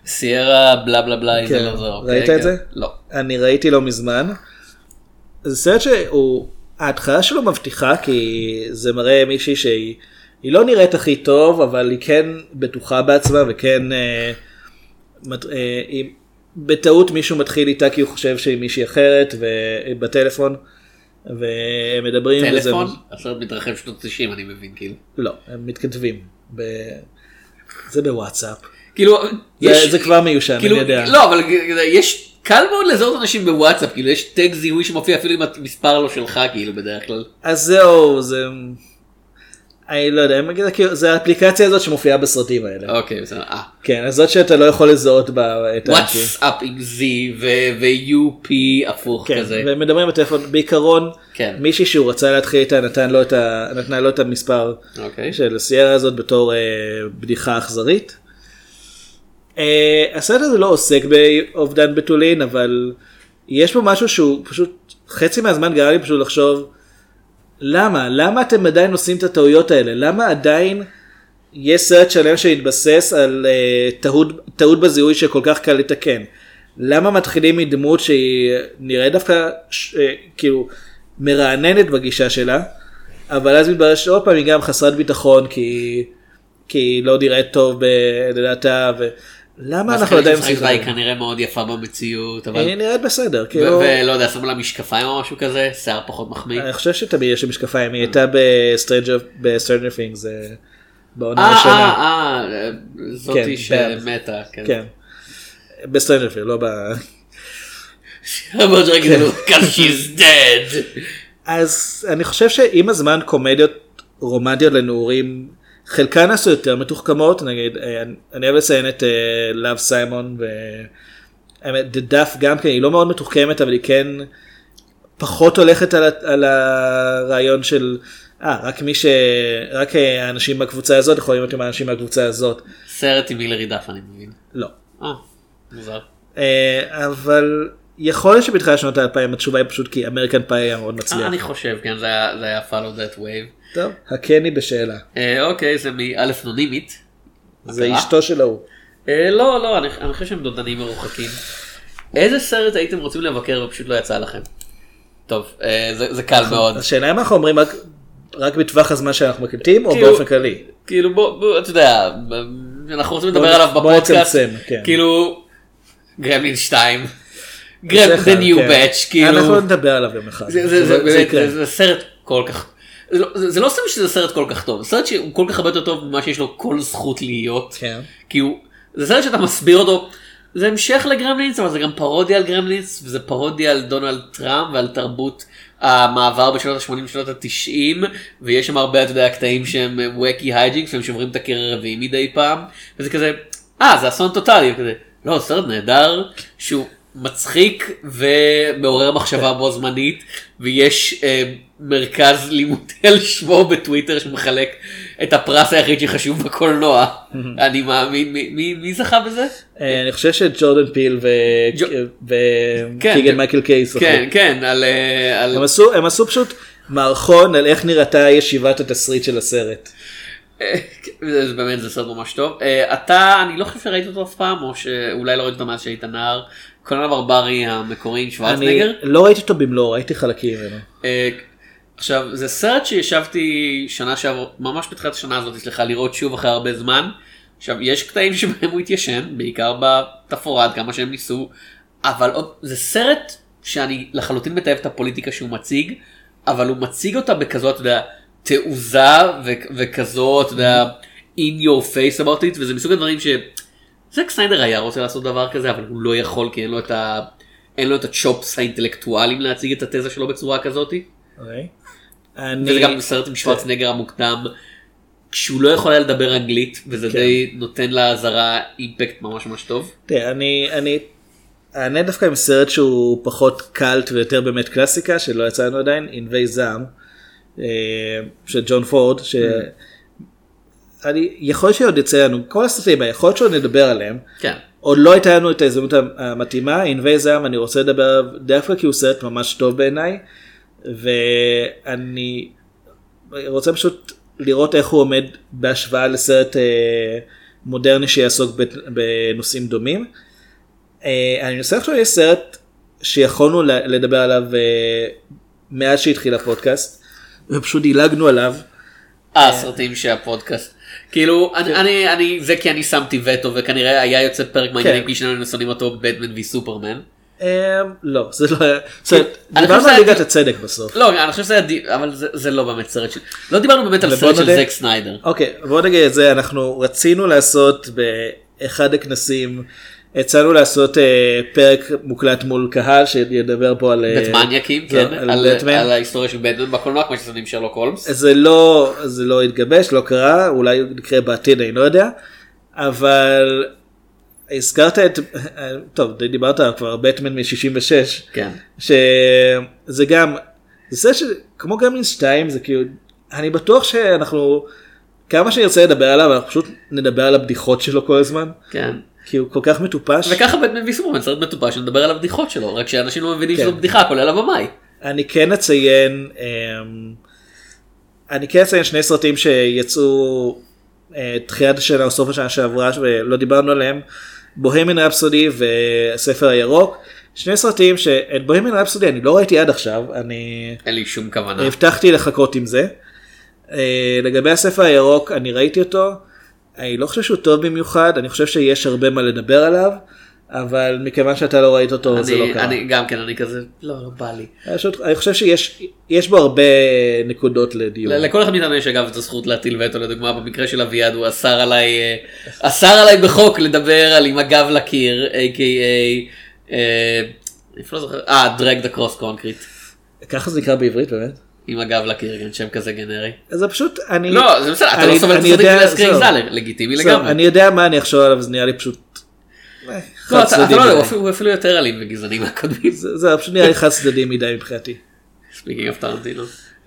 סיירה בלה בלה בלה, כן. זה לא זו. ראית את זה? לא. אני ראיתי לא מזמן. זה סרט שהוא, ההתחלה שלו מבטיחה, כי זה מראה מישהי שהיא היא לא נראית הכי טוב, אבל היא כן בטוחה בעצמה, וכן אה, מת, אה, היא, בטעות מישהו מתחיל איתה כי הוא חושב שהיא מישהי אחרת, ובטלפון, והם מדברים. טלפון? וזה... הסרט מתרחב שנות תשעים, אני מבין, כאילו. לא, הם מתכתבים. ב... זה בוואטסאפ. כאילו, זה, יש... זה כבר מיושן, כאילו, אני יודע. לא, אבל יש... קל מאוד לזהות אנשים בוואטסאפ, כאילו יש טג זיהוי שמופיע אפילו עם המספר לא שלך, כאילו בדרך כלל. אז זהו, זה... אני לא יודע, אני אגיד, כאילו, זה האפליקציה הזאת שמופיעה בסרטים האלה. אוקיי, בסדר, אה. כן, אז זאת שאתה לא יכול לזהות בה את האנשים. וואטסאפ עם Z ו-U P הפוך כן, כזה. והם מדברים בטלפון, בעיקרון, כן. מישהי שהוא רצה להתחיל איתה, נתן לו את ה... נתנה לו את המספר אוקיי. של הסיירה הזאת בתור אה, בדיחה אכזרית. אה, הסרט הזה לא עוסק באובדן בתולין, אבל יש פה משהו שהוא פשוט, חצי מהזמן גרם לי פשוט לחשוב, למה? למה אתם עדיין עושים את הטעויות האלה? למה עדיין יש סרט שלם שהתבסס על uh, טעות, טעות בזיהוי שכל כך קל לתקן? למה מתחילים מדמות שהיא נראה דווקא ש, uh, כאילו מרעננת בגישה שלה, אבל אז מתברר שעוד פעם היא גם חסרת ביטחון כי, כי היא לא נראית טוב בדעתה, ולמה אנחנו עדיין עושים את זה? היא כנראה מאוד יפה במציאות, אבל... היא נראית בסדר. כאילו... ולא יודע, שמו לה משקפיים או משהו כזה, שיער פחות מחמיא. אני חושב שתמיד יש משקפיים, היא הייתה בסטרנג'ר פינגס, בעונה הראשונה. אה, אה, אה, זאתי שמתה. כן, בסטרנג'ר פינגס, לא ב... אמרת רגע, because she's dead. אז אני חושב שעם הזמן קומדיות רומנטיות לנעורים, חלקן עשו יותר מתוחכמות, נגיד, אני אוהב לציין את לאב סיימון, ודף גם כן, היא לא מאוד מתוחכמת, אבל היא כן פחות הולכת על, על הרעיון של, אה, רק מי ש... רק האנשים מהקבוצה הזאת יכולים להיות עם האנשים מהקבוצה הזאת. סרט עם הילרי דף, אני מבין. לא. אה, מוזר. אבל יכול להיות שבתחילת שנות האלפיים התשובה היא פשוט כי אמריקן פאי היה מאוד מצליח. אני חושב, כן, זה היה, זה היה follow that wave. טוב, הקני בשאלה. אוקיי, זה מאלף נונימית. זה אשתו של ההוא. לא, לא, אני חושב שהם דודנים מרוחקים. איזה סרט הייתם רוצים לבקר ופשוט לא יצא לכם? טוב, זה קל מאוד. השאלה אם אנחנו אומרים רק בטווח הזמן שאנחנו מקליטים או באופן כללי? כאילו בוא, אתה יודע, אנחנו רוצים לדבר עליו בפודקאסט. כאילו, גרמלין שתיים. גרם the new batch, כאילו. אנחנו לא נדבר עליו יום אחד. זה סרט כל כך... זה לא סתם שזה סרט כל כך טוב, זה סרט שהוא כל כך הרבה יותר טוב ממה שיש לו כל זכות להיות. כי הוא, זה סרט שאתה מסביר אותו, זה המשך לגרמלינס, אבל זה גם פרודיה על גרמלינס, וזה פרודיה על דונלד טראמפ ועל תרבות המעבר בשנות ה-שמונים ושנות ה-תשעים, ויש שם הרבה, אתה יודע, קטעים שהם ווקי הייג'ינגס, והם שוברים את הקיר הרביעי מדי פעם, וזה כזה, אה, זה אסון טוטלי, וכזה, לא, סרט נהדר, שהוא מצחיק ומעורר מחשבה בו זמנית, ויש אה, מרכז לימודי על שמו בטוויטר שמחלק את הפרס היחיד שחשוב בקולנוע. אני מאמין, מי, מי, מי זכה בזה? אני חושב שג'ורדן פיל וקיגן מייקל קייס. כן, כן. על, על... הם, עשו, הם עשו פשוט מערכון על איך נראתה ישיבת התסריט של הסרט. זה באמת, זה סרט ממש טוב. אתה, אני לא חושב שראית אותו אף פעם, או שאולי לא ראית אותו מאז שהיית נער. קולן הברברי המקורי עם שוורצנגר. אני לא ראיתי אותו במלוא, ראיתי חלקים ממנו. עכשיו, זה סרט שישבתי שנה שעבר, ממש בתחילת השנה הזאת, סליחה, לראות שוב אחרי הרבה זמן. עכשיו, יש קטעים שבהם הוא התיישן, בעיקר בתפורד, כמה שהם ניסו, אבל זה סרט שאני לחלוטין מתאהב את הפוליטיקה שהוא מציג, אבל הוא מציג אותה בכזו, אתה יודע, תעוזה וכזו, אתה יודע, in your face about it, וזה מסוג הדברים ש... זק סניידר היה רוצה לעשות דבר כזה, אבל הוא לא יכול, כי אין לו את ה... אין לו את הצ'ופס האינטלקטואליים להציג את התזה שלו בצורה כזאת. אוקיי. וזה גם בסרט עם שוורצנגר המוקדם, כשהוא לא יכול היה לדבר אנגלית, וזה די נותן להזרה אימפקט ממש ממש טוב. תראה, אני, אני, אני דווקא עם סרט שהוא פחות קלט ויותר באמת קלאסיקה, שלא יצא לנו עדיין, ענבי זעם, של ג'ון פורד, ש... אני יכול שעוד יצא לנו, כל הסרטים, יכול להיות שעוד נדבר עליהם, כן. עוד לא הייתה לנו את ההזדמנות המתאימה, ענבי זעם, אני רוצה לדבר דווקא כי הוא סרט ממש טוב בעיניי, ואני רוצה פשוט לראות איך הוא עומד בהשוואה לסרט מודרני שיעסוק בנושאים דומים. אני מנסה עכשיו יש סרט שיכולנו לדבר עליו מאז שהתחיל הפודקאסט, ופשוט דילגנו עליו. אה, סרטים שהפודקאסט. כאילו, אני, אני, זה כי אני שמתי וטו, וכנראה היה יוצא פרק מעניינים, כי שנינו נסונים אותו בטמן וי סופרמן. לא, זה לא היה, דיברנו על ליגת הצדק בסוף. לא, אני חושב שזה היה, אבל זה לא באמת סרט של, לא דיברנו באמת על סרט של זק סניידר. אוקיי, בוא נגיד את זה, אנחנו רצינו לעשות באחד הכנסים, הצענו לעשות פרק מוקלט מול קהל שידבר פה על בטמניאקים, כן, על ההיסטוריה של בטמן בקולנוע, כמו ששמים שרלוק הולמס. זה לא, זה לא התגבש, לא קרה, אולי יקרה בעתיד, אני לא יודע, אבל הזכרת את, טוב, דיברת כבר בטמן מ-שישים ושש, כן. שזה גם, זה שכמו גם שתיים, זה כאילו, אני בטוח שאנחנו, כמה שנרצה לדבר עליו, אנחנו פשוט נדבר על הבדיחות שלו כל הזמן. כן. כי הוא כל כך מטופש. וככה בטמן וי סופרמן, סרט מטופש, נדבר על הבדיחות שלו, רק שאנשים לא מבינים שזו בדיחה, כולל הבמאי. אני כן אציין, אני כן אציין שני סרטים שיצאו תחילת השנה או סוף השנה שעברה, ולא דיברנו עליהם, בוהמיאן רפסודי והספר הירוק. שני סרטים שאת בוהמיאן רפסודי אני לא ראיתי עד עכשיו, אני... אין לי שום כוונה. הבטחתי לחכות עם זה. לגבי הספר הירוק, אני ראיתי אותו, אני לא חושב שהוא טוב במיוחד, אני חושב שיש הרבה מה לדבר עליו, אבל מכיוון שאתה לא ראית אותו, אני, זה לא קרה. אני גם כן, אני כזה, לא, לא בא לי. אני חושב שיש יש בו הרבה נקודות לדיון. לכל אחד מאיתנו יש אגב את הזכות להטיל וטו, לדוגמה, במקרה של אביעד הוא אסר עליי, אסר עליי בחוק לדבר על עם הגב לקיר, איי קיי איי, אני לא זוכר, אה, drag the cross concrete. ככה זה נקרא בעברית באמת? עם הגב לקיר, כן, שם כזה גנרי. זה פשוט, אני... לא, זה בסדר, אתה לא סובל את הסרטים של אסקרי זלר, לגיטימי לגמרי. אני יודע מה אני אחשוב עליו, זה נראה לי פשוט... לא, אתה לא יודע, הוא אפילו יותר אלים וגזעני מהקודמים. זה פשוט נראה לי חד צדדי מדי מבחינתי. ספיקינג אוף טרנטינו.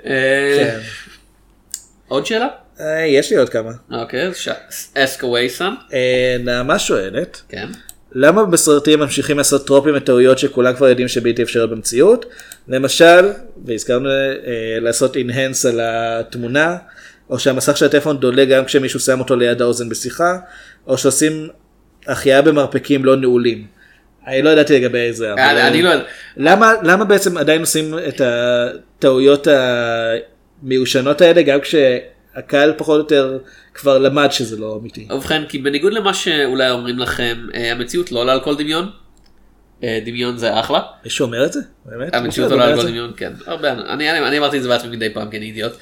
עוד שאלה? יש לי עוד כמה. אוקיי, ask away some. נעמה שואלת. כן. למה בסרטים ממשיכים לעשות טרופים וטעויות שכולם כבר יודעים שבלתי אפשריות במציאות? למשל, והזכרנו לעשות enhance על התמונה, או שהמסך של הטלפון דולה גם כשמישהו שם אותו ליד האוזן בשיחה, או שעושים החייאה במרפקים לא נעולים. אני לא ידעתי לגבי זה. אני לא יודע. למה בעצם עדיין עושים את הטעויות המיושנות האלה, גם כשהקהל פחות או יותר כבר למד שזה לא אמיתי? ובכן, כי בניגוד למה שאולי אומרים לכם, המציאות לא עולה על כל דמיון. דמיון זה אחלה. מישהו אומר את זה? באמת? המציאות עולה על כל דמיון, כן. הרבה, אני אמרתי את זה בעצמי מדי פעם, כי אני אידיוט.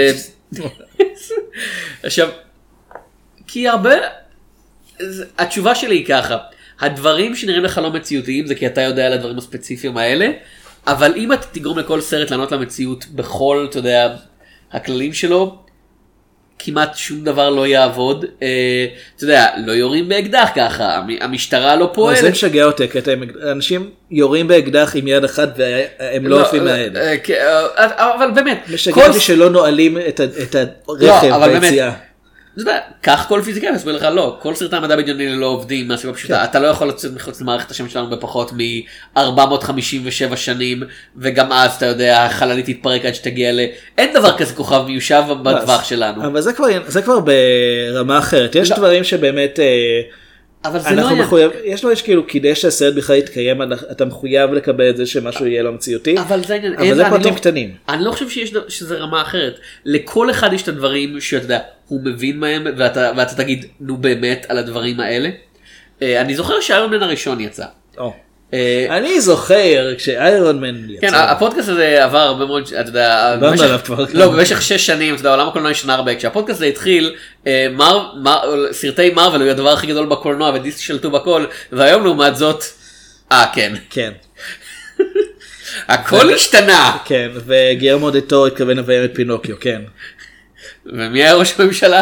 עכשיו, כי הרבה... התשובה שלי היא ככה, הדברים שנראים לך לא מציאותיים זה כי אתה יודע על הדברים הספציפיים האלה, אבל אם אתה תגרום לכל סרט לענות למציאות בכל, אתה יודע, הכללים שלו, כמעט שום דבר לא יעבוד. אתה יודע, לא יורים באקדח ככה, המשטרה לא פועלת. זה משגע אותי, אנשים יורים באקדח עם יד אחת והם לא עושים מהיד. אבל באמת. משגע אותי שלא נועלים את הרכב ביציאה. אתה יודע, כך כל פיזיקאי מסביר לך, לא, כל סרטי המדע בדיוני לא עובדים מהסיבה פשוטה, אתה לא יכול לצאת מחוץ למערכת השם שלנו בפחות מ-ארבע מאות חמישים ושבע שנים, וגם אז אתה יודע, החללית תתפרק עד שתגיע ל... אין דבר כזה כוכב מיושב בטווח שלנו. אבל זה כבר ברמה אחרת, יש דברים שבאמת... אבל זה לא מחויב, יש לו יש כאילו כדי שהסרט בכלל יתקיים, אתה מחויב לקבל את זה שמשהו יהיה לא מציאותי, אבל זה, אבל זה פרטים קטנים. אני לא חושב שיש, שזה רמה אחרת. לכל אחד יש את הדברים שאתה יודע, הוא מבין מהם, ואתה, ואתה תגיד, נו באמת על הדברים האלה. אני זוכר שאיירון מן הראשון יצא. אני זוכר כשאיירון מן יצא. כן, הפודקאסט הזה עבר הרבה מאוד, אתה יודע, לא, במשך שש שנים, אתה יודע, עולם הקולנוע השתנה הרבה. כשהפודקאסט הזה התחיל, סרטי מרוול היו הדבר הכי גדול בקולנוע, ודיסני שלטו בכל, והיום לעומת זאת, אה, כן. כן. הכל השתנה. כן, וגרמו דה טורו התכוון לביים את פינוקיו, כן. ומי היה ראש הממשלה?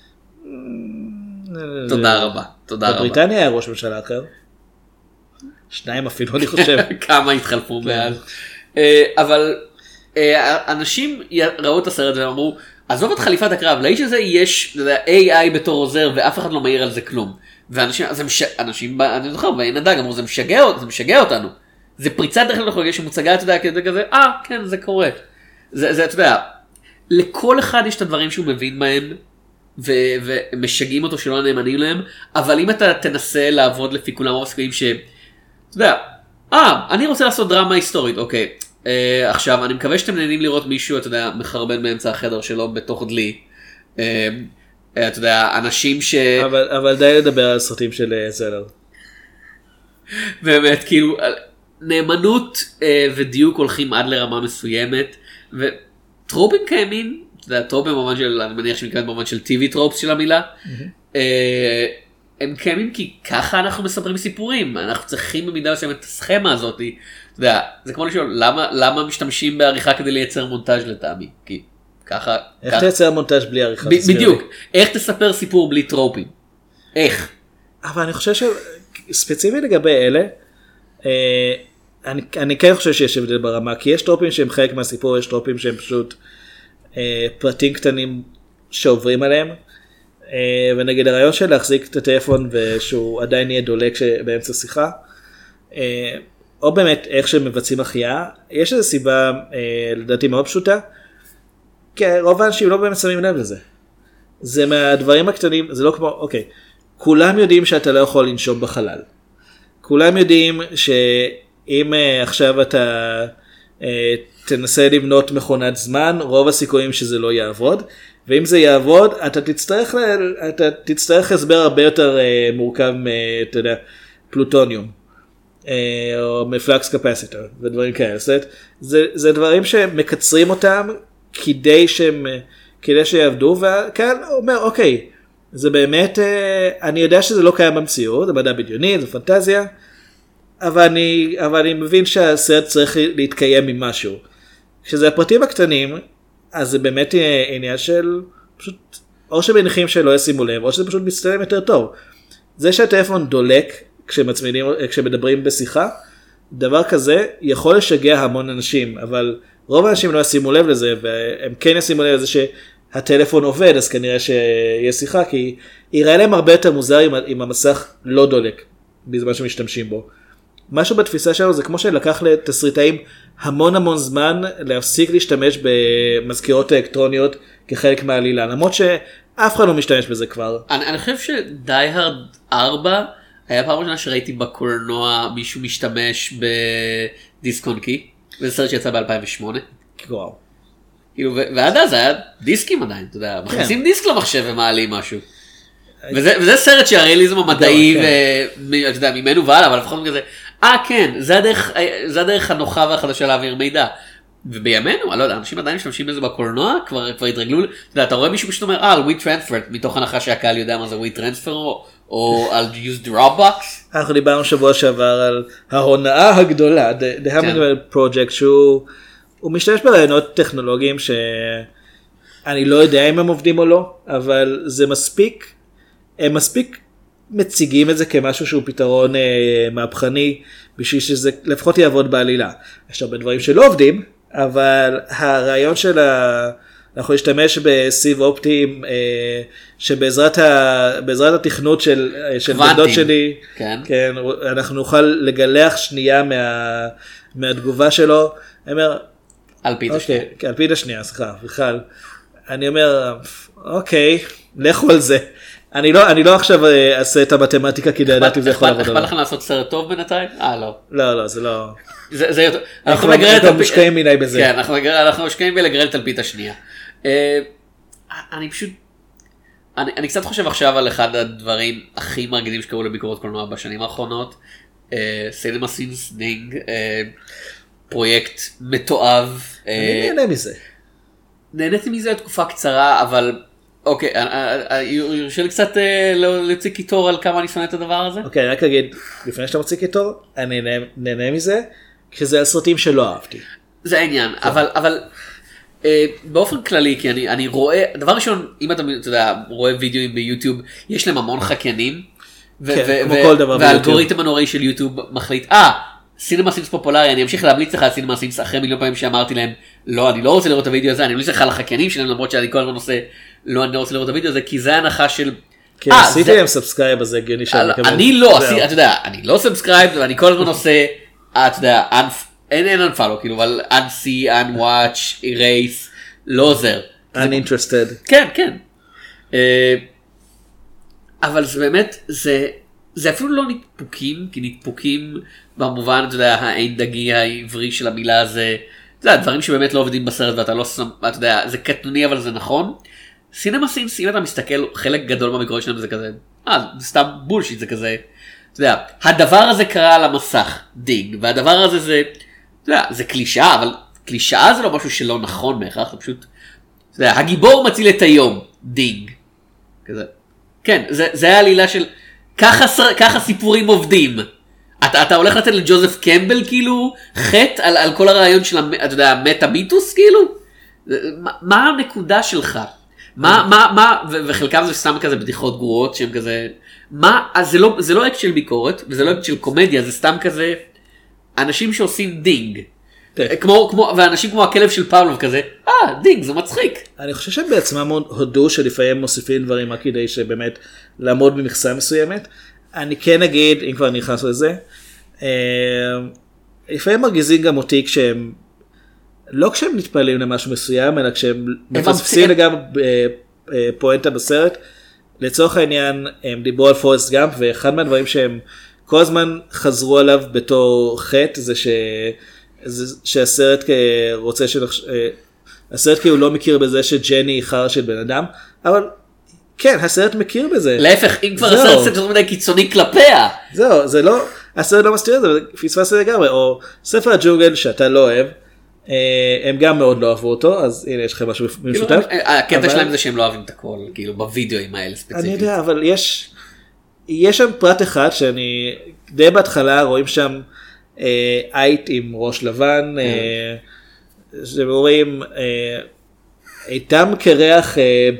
תודה רבה, תודה רבה. בבריטניה היה ראש ממשלה אחר. שניים אפילו, אני חושב. כמה התחלפו מאז. אבל אנשים ראו את הסרט ואמרו, עזוב את חליפת הקרב, לאיש הזה יש איי איי בתור עוזר ואף אחד לא מעיר על זה כלום. ואנשים, אנשים, אני זוכר, בעין הדג אמרו, זה משגע אותנו. זה פריצת דרך לטכנולוגיה שמוצגה, אתה יודע, כזה כזה, אה, כן, זה קורה. זה, אתה יודע, לכל אחד יש את הדברים שהוא מבין מהם, ומשגעים אותו שלא נאמנים להם, אבל אם אתה תנסה לעבוד לפי כולם רוב הסיכויים ש... אתה יודע, אה, אני רוצה לעשות דרמה היסטורית, אוקיי. אה, עכשיו, אני מקווה שאתם נהנים לראות מישהו, אתה יודע, מחרבן באמצע החדר שלו בתוך דלי. אה, אתה יודע, אנשים ש... אבל, אבל די לדבר על סרטים של זלר. באמת, כאילו, נאמנות אה, ודיוק הולכים עד לרמה מסוימת, וטרופים קיימים, אתה יודע, טרופים במובן של, אני מניח שמתכוון במובן של טי וי טרופס של המילה, mm-hmm. אה, הם קיימים כי ככה אנחנו מספרים סיפורים, אנחנו צריכים במידה מסוימת את הסכמה הזאת, אתה יודע, זה כמו לשאול, למה, למה משתמשים בעריכה כדי לייצר מונטאז' לטעמי? כי ככה... איך תייצר מונטאז' בלי עריכה? ב- בדיוק, איך תספר סיפור בלי טרופים? איך? אבל אני חושב שספציפית לגבי אלה, אה, אני, אני כן חושב שיש הבדל ברמה, כי יש טרופים שהם חלק מהסיפור, יש טרופים שהם פשוט אה, פרטים קטנים שעוברים עליהם, אה, ונגיד הרעיון של להחזיק את הטלפון ושהוא עדיין יהיה דולק באמצע שיחה, אה, או באמת איך שמבצעים החייאה, יש איזו סיבה אה, לדעתי מאוד פשוטה, כי רוב האנשים לא באמת שמים לב לזה. זה מהדברים הקטנים, זה לא כמו, אוקיי, כולם יודעים שאתה לא יכול לנשום בחלל. כולם יודעים שאם uh, עכשיו אתה uh, תנסה לבנות מכונת זמן, רוב הסיכויים שזה לא יעבוד, ואם זה יעבוד, אתה תצטרך, אתה תצטרך הסבר הרבה יותר uh, מורכב, uh, אתה יודע, פלוטוניום, uh, או מפלקס קפסיטור, ודברים כאלה. זה, זה דברים שמקצרים אותם כדי שהם, כדי שיעבדו, וכאן אומר, אוקיי, זה באמת, אני יודע שזה לא קיים במציאות, זה מדע בדיוני, זה פנטזיה, אבל אני, אבל אני מבין שהסרט צריך להתקיים ממשהו. כשזה הפרטים הקטנים, אז זה באמת עניין של, פשוט, או שמניחים שלא ישימו לב, או שזה פשוט מסתלם יותר טוב. זה שהטלפון דולק, כשמצמידים, כשמדברים בשיחה, דבר כזה יכול לשגע המון אנשים, אבל רוב האנשים לא ישימו לב לזה, והם כן ישימו לב לזה שהטלפון עובד, אז כנראה שיהיה שיחה, כי יראה להם הרבה יותר מוזר אם, אם המסך לא דולק, בזמן שמשתמשים בו. משהו בתפיסה שלנו זה כמו שלקח לתסריטאים המון המון זמן להפסיק להשתמש במזכירות אלקטרוניות כחלק מהעלילה, למרות שאף אחד לא משתמש בזה כבר. אני, אני חושב שדי הרד ארבע היה פעם ראשונה שראיתי בקולנוע מישהו משתמש בדיסק און קי, וזה סרט שיצא ב-אלפיים ושמונה. וואו. כאילו, ועד אז היה דיסקים עדיין, אתה יודע, מכניסים דיסק למחשב ומעלים משהו. וזה, וזה סרט שהריאליזם המדעי, ואתה יודע, ממנו ועלה, אבל לפחות כזה, אה כן, זה הדרך, זה הדרך הנוחה והחדשה להעביר מידע. ובימינו, אני לא יודע, אנשים עדיין משתמשים בזה בקולנוע, כבר, כבר התרגלו, אתה יודע, אתה רואה מישהו פשוט אומר, אה, על ווי טרנספר, מתוך הנחה שהקהל יודע מה זה ווי טרנספר, או, או על use Dropbox. אנחנו דיברנו שבוע שעבר על ההונאה הגדולה, The, the Hamilton Project, שהוא הוא משתמש ברעיונות טכנולוגיים שאני לא יודע אם הם עובדים או לא, אבל זה מספיק, הם מספיק מציגים את זה כמשהו שהוא פתרון אה, מהפכני, בשביל שזה לפחות יעבוד בעלילה. יש הרבה דברים שלא עובדים, אבל הרעיון של ה... אנחנו נשתמש בסיב אופטיים, אה, שבעזרת ה... בעזרת התכנות של, של בנדות שלי, כן. כן, אנחנו נוכל לגלח שנייה מה... מהתגובה שלו. אני אומר, על פי את השנייה. אוקיי, על פי את השנייה, סליחה, בכלל. אני אומר, אוקיי, לכו על זה. אני לא, אני לא עכשיו אעשה את המתמטיקה כדי לדעת אם זה יכול לעבוד. אכפת לכם לעשות סרט טוב בינתיים? אה, לא. לא, לא, זה לא. זה יותר. אנחנו מושקעים מיני בזה. כן, אנחנו מושקעים בלגרל את אלפית השנייה. אני פשוט, אני קצת חושב עכשיו על אחד הדברים הכי מרגילים שקראו לביקורות קולנוע בשנים האחרונות. סינמה סינס דינג, פרויקט מתועב. אני נהנה מזה. נהניתי מזה תקופה קצרה, אבל אוקיי, יורשה לי קצת להוציא קיטור על כמה אני שונא את הדבר הזה? אוקיי, רק אגיד, לפני שאתה מוציא קיטור, אני נהנה מזה, כשזה על סרטים שלא אהבתי. זה העניין, אבל באופן כללי, כי אני רואה, דבר ראשון, אם אתה רואה וידאוים ביוטיוב, יש להם המון חקיינים, והאלגוריתם הנוראי של יוטיוב מחליט, אה, סינמה סינס פופולרי, אני אמשיך להמליץ לך על סינמה סינס אחרי מיליון פעמים שאמרתי להם, לא, אני לא רוצה לראות את הוידאו הזה, אני אמליץ לך על החקיינים שלהם, למרות שאני כל הזמן עושה, לא, אני לא רוצה לראות את הוידאו הזה, כי זה הנחה של... כי עשיתי להם סאבסקרייב, אז זה הגיוני שאני מקבל... אני לא, אתה יודע, אני לא סאבסקרייב, ואני כל הזמן עושה, אתה יודע, אין אין unfollow, כאילו, אבל unsee, unwatch, erase, לא עוזר. uninterested. כן, כן. אבל זה באמת, זה, זה אפילו לא נתפוקים, כי נתפוקים במובן, אתה יודע, האין דגי העברי של המילה הזה, אתה יודע, דברים שבאמת לא עובדים בסרט ואתה לא, אתה יודע, זה קטנוני אבל זה נכון. סינמה סינס, אם אתה מסתכל, חלק גדול מהמקורות שלהם זה כזה, אה, זה סתם בולשיט, זה כזה, אתה יודע, הדבר הזה קרה על המסך, דינג, והדבר הזה זה, אתה יודע, זה קלישאה, אבל קלישאה זה לא משהו שלא נכון בהכרח, זה פשוט, אתה יודע, הגיבור מציל את היום, דינג, כזה. כן, זה, זה היה עלילה של, ככה, ככה סיפורים עובדים. אתה, אתה הולך לתת לג'וזף קמבל, כאילו, חטא על, על כל הרעיון של, אתה יודע, מטה מיתוס, כאילו? מה, מה הנקודה שלך? מה, מה, מה, ו- וחלקם זה סתם כזה בדיחות גרועות, שהם כזה, מה, אז זה לא, זה לא אקט של ביקורת, וזה לא אקט של קומדיה, זה סתם כזה, אנשים שעושים דינג. כמו, כמו, ואנשים כמו הכלב של פאולוב כזה, אה, דינג, זה מצחיק. אני חושב שהם בעצמם הודו שלפעמים מוסיפים דברים רק כדי שבאמת לעמוד במכסה מסוימת. אני כן אגיד, אם כבר נכנס לזה, לפעמים מרגיזים גם אותי כשהם, לא כשהם מתפעלים למשהו מסוים, אלא כשהם מפספסים לגמרי פואנטה בסרט. לצורך העניין, הם דיברו על פורסט גאמפ, ואחד מהדברים שהם כל הזמן חזרו עליו בתור חטא, זה ש... שהסרט רוצה שנחש... הסרט כאילו לא מכיר בזה שג'ני היא חרא של בן אדם, אבל כן, הסרט מכיר בזה. להפך, אם כבר הסרט קצת מדי קיצוני כלפיה. זהו, זה לא, הסרט לא מסתיר את זה, פספס לגמרי, או ספר הג'ונגל שאתה לא אוהב, הם גם מאוד לא אוהבו אותו, אז הנה יש לכם משהו משותף. הקטע שלהם זה שהם לא אוהבים את הכל, כאילו בווידאוים האלה ספציפית. אני יודע, אבל יש, יש שם פרט אחד שאני, די בהתחלה רואים שם, אייט עם ראש לבן, שאומרים, איתם קרח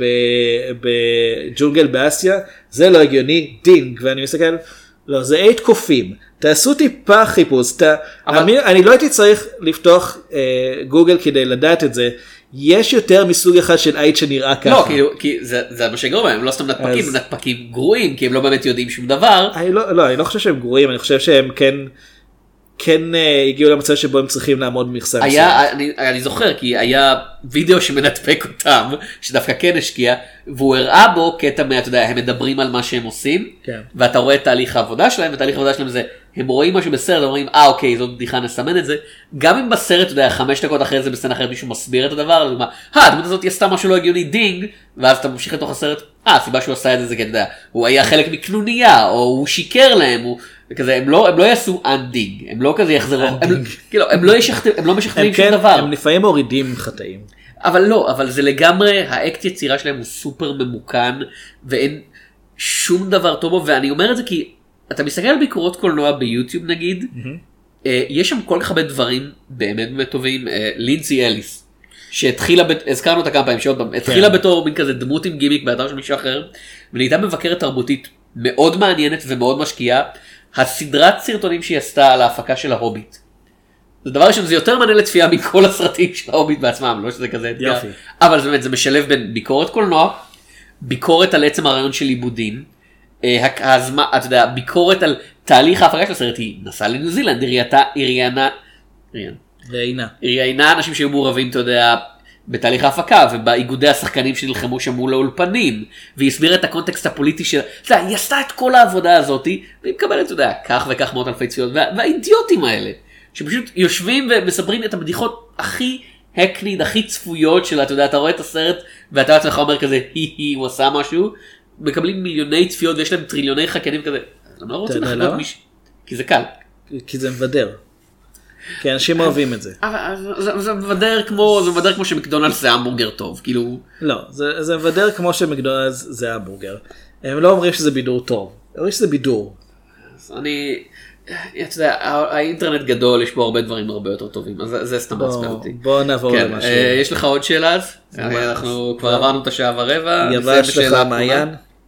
בג'ונגל באסיה, זה לא הגיוני, דינג, ואני מסתכל, לא, זה אייט קופים, תעשו טיפה חיפוש, אני לא הייתי צריך לפתוח גוגל כדי לדעת את זה, יש יותר מסוג אחד של אייט שנראה ככה. לא, כי זה מה שגרום, הם לא סתם נתפקים, הם נתפקים גרועים, כי הם לא באמת יודעים שום דבר. לא, אני לא חושב שהם גרועים, אני חושב שהם כן... כן הגיעו למצב שבו הם צריכים לעמוד במכסה. היה, אני, אני זוכר, כי היה וידאו שמנתפק אותם, שדווקא כן השקיע, והוא הראה בו קטע מה, אתה יודע, הם מדברים על מה שהם עושים, כן. ואתה רואה את תהליך העבודה שלהם, ותהליך העבודה שלהם זה, הם רואים משהו בסרט, אומרים, אה אוקיי, זאת בדיחה, נסמן את זה, גם אם בסרט, אתה יודע, חמש דקות אחרי זה, בסצנה אחרת מישהו מסביר את הדבר, אז הוא אומר, אה, הדמות הזאת עשתה משהו לא הגיוני, דינג, ואז אתה ממשיך לתוך הסרט, אה, הסיבה שהוא עשה את זה, זה כי אתה יודע, הוא היה חלק מקנוניה, או הוא שיקר להם, הוא... וכזה, הם לא, הם לא יעשו אנדינג, הם לא כזה יחזרו, הם, כאילו, הם לא ישכתב, הם לא משכתבים שום דבר. הם לפעמים מורידים חטאים. אבל לא, אבל זה לגמרי, האקט יצירה שלהם הוא סופר ממוקן, ואין שום דבר טוב בו, ואני אומר את זה כי, אתה מסתכל על ביקורות קולנוע ביוטיוב נגיד, יש שם כל כך הרבה דברים באמת באמת טובים, לינסי אליס, שהתחילה, הזכרנו אותה כמה פעמים, שעוד פעם, התחילה בתור מין כזה דמות עם גימיק באתר של מישהו אחר, ונהייתה מבקרת תרבותית מאוד מעניינת ומאוד משקיעה, הסדרת סרטונים שהיא עשתה על ההפקה של ההוביט. זה דבר ראשון, זה יותר מעניין לצפייה מכל הסרטים של ההוביט בעצמם, לא שזה כזה אתגר. אבל זה באמת, זה משלב בין ביקורת קולנוע, ביקורת על עצם הרעיון של עיבודים, הזמה, אתה יודע, ביקורת על תהליך ההפקה של הסרט, היא נסעה לניו זילנד, היא ראיינה, ראיינה, ראיינה אנשים שהיו מעורבים, אתה יודע, בתהליך ההפקה ובאיגודי השחקנים שנלחמו שם מול האולפנים, והיא הסבירה את הקונטקסט הפוליטי שלה, אתה יודע, היא עשתה את כל העבודה הזאת, והיא מקבלת, אתה יודע, כך וכך מאות אלפי צפיות, וה, והאידיוטים האלה, שפשוט יושבים ומספרים את הבדיחות הכי הקניד, הכי צפויות שלה, אתה יודע, אתה רואה את הסרט, ואתה עצמך אומר כזה, היא היא, הוא עשה משהו, מקבלים מיליוני צפיות, ויש להם טריליוני חקנים כזה, אני לא רוצה לחנות מישהו, כי זה קל. כי זה מבדר. כי אנשים אוהבים את זה. זה מבדר כמו, זה מבדר כמו שמקדונלדס זה המבורגר טוב, כאילו... לא, זה, זה מבדר כמו שמקדונלדס זה המבורגר. הם לא אומרים שזה בידור טוב, הם אומרים שזה בידור. אז אני, אתה יודע, האינטרנט גדול, יש פה הרבה דברים הרבה יותר טובים, אז זה סתם מעצבן אותי. בוא נעבור למשהו. יש לך עוד שאלה אז? אנחנו כבר עברנו את השעה ורבע. יבש לך מעיין.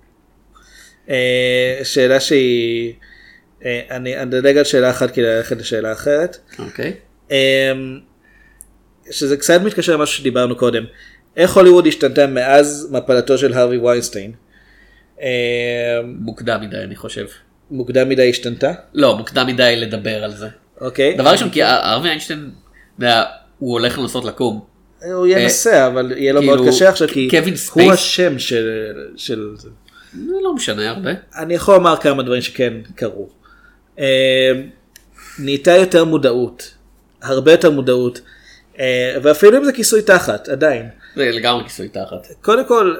שאלה שהיא... אני אדלג על שאלה אחת כדי ללכת לשאלה אחרת. אוקיי. שזה קצת מתקשר למשהו שדיברנו קודם. איך הוליווד השתנתה מאז מפלתו של הרווי ויינסטיין? מוקדם מדי אני חושב. מוקדם מדי השתנתה? לא, מוקדם מדי לדבר על זה. אוקיי. דבר ראשון, כי הרווי ויינסטיין, הוא הולך לנסות לקום. הוא ינסה, אבל יהיה לו מאוד קשה עכשיו, כי הוא השם של זה. זה לא משנה הרבה. אני יכול לומר כמה דברים שכן קרו. נהייתה יותר מודעות, הרבה יותר מודעות, ואפילו אם זה כיסוי תחת, עדיין. זה לגמרי כיסוי תחת. קודם כל,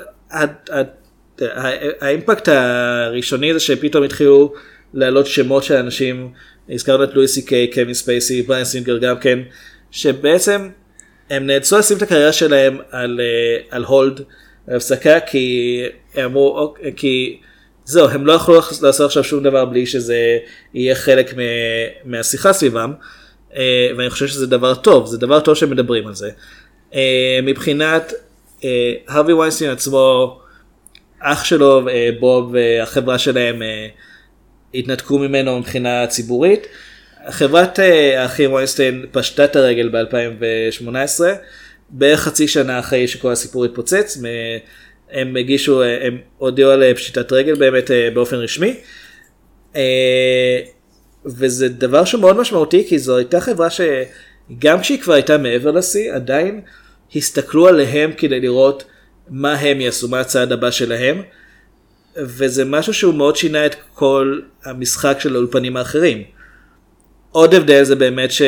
האימפקט הראשוני זה שפתאום התחילו להעלות שמות של אנשים, הזכרנו את לואי סי קיי, קווין ספייסי, בריאן סינגר גם כן, שבעצם הם נאלצו לשים את הקריירה שלהם על, על הולד, על הפסקה, כי הם אמרו, כי זהו, הם לא יכולו לעשות עכשיו שום דבר בלי שזה יהיה חלק מהשיחה סביבם, ואני חושב שזה דבר טוב, זה דבר טוב שמדברים על זה. מבחינת הרווי ויינסטיין עצמו, אח שלו, בוב והחברה שלהם התנתקו ממנו מבחינה ציבורית. חברת האחים ויינסטיין פשטה את הרגל ב-אלפיים שמונה עשרה, בערך חצי שנה אחרי שכל הסיפור התפוצץ, הם הגישו, הם הודיעו על פשיטת רגל באמת באופן רשמי, וזה דבר שמאוד משמעותי, כי זו הייתה חברה שגם כשהיא כבר הייתה מעבר לשיא, עדיין הסתכלו עליהם כדי לראות מה הם יעשו, מה הצעד הבא שלהם, וזה משהו שהוא מאוד שינה את כל המשחק של האולפנים האחרים. עוד הבדל זה באמת ש...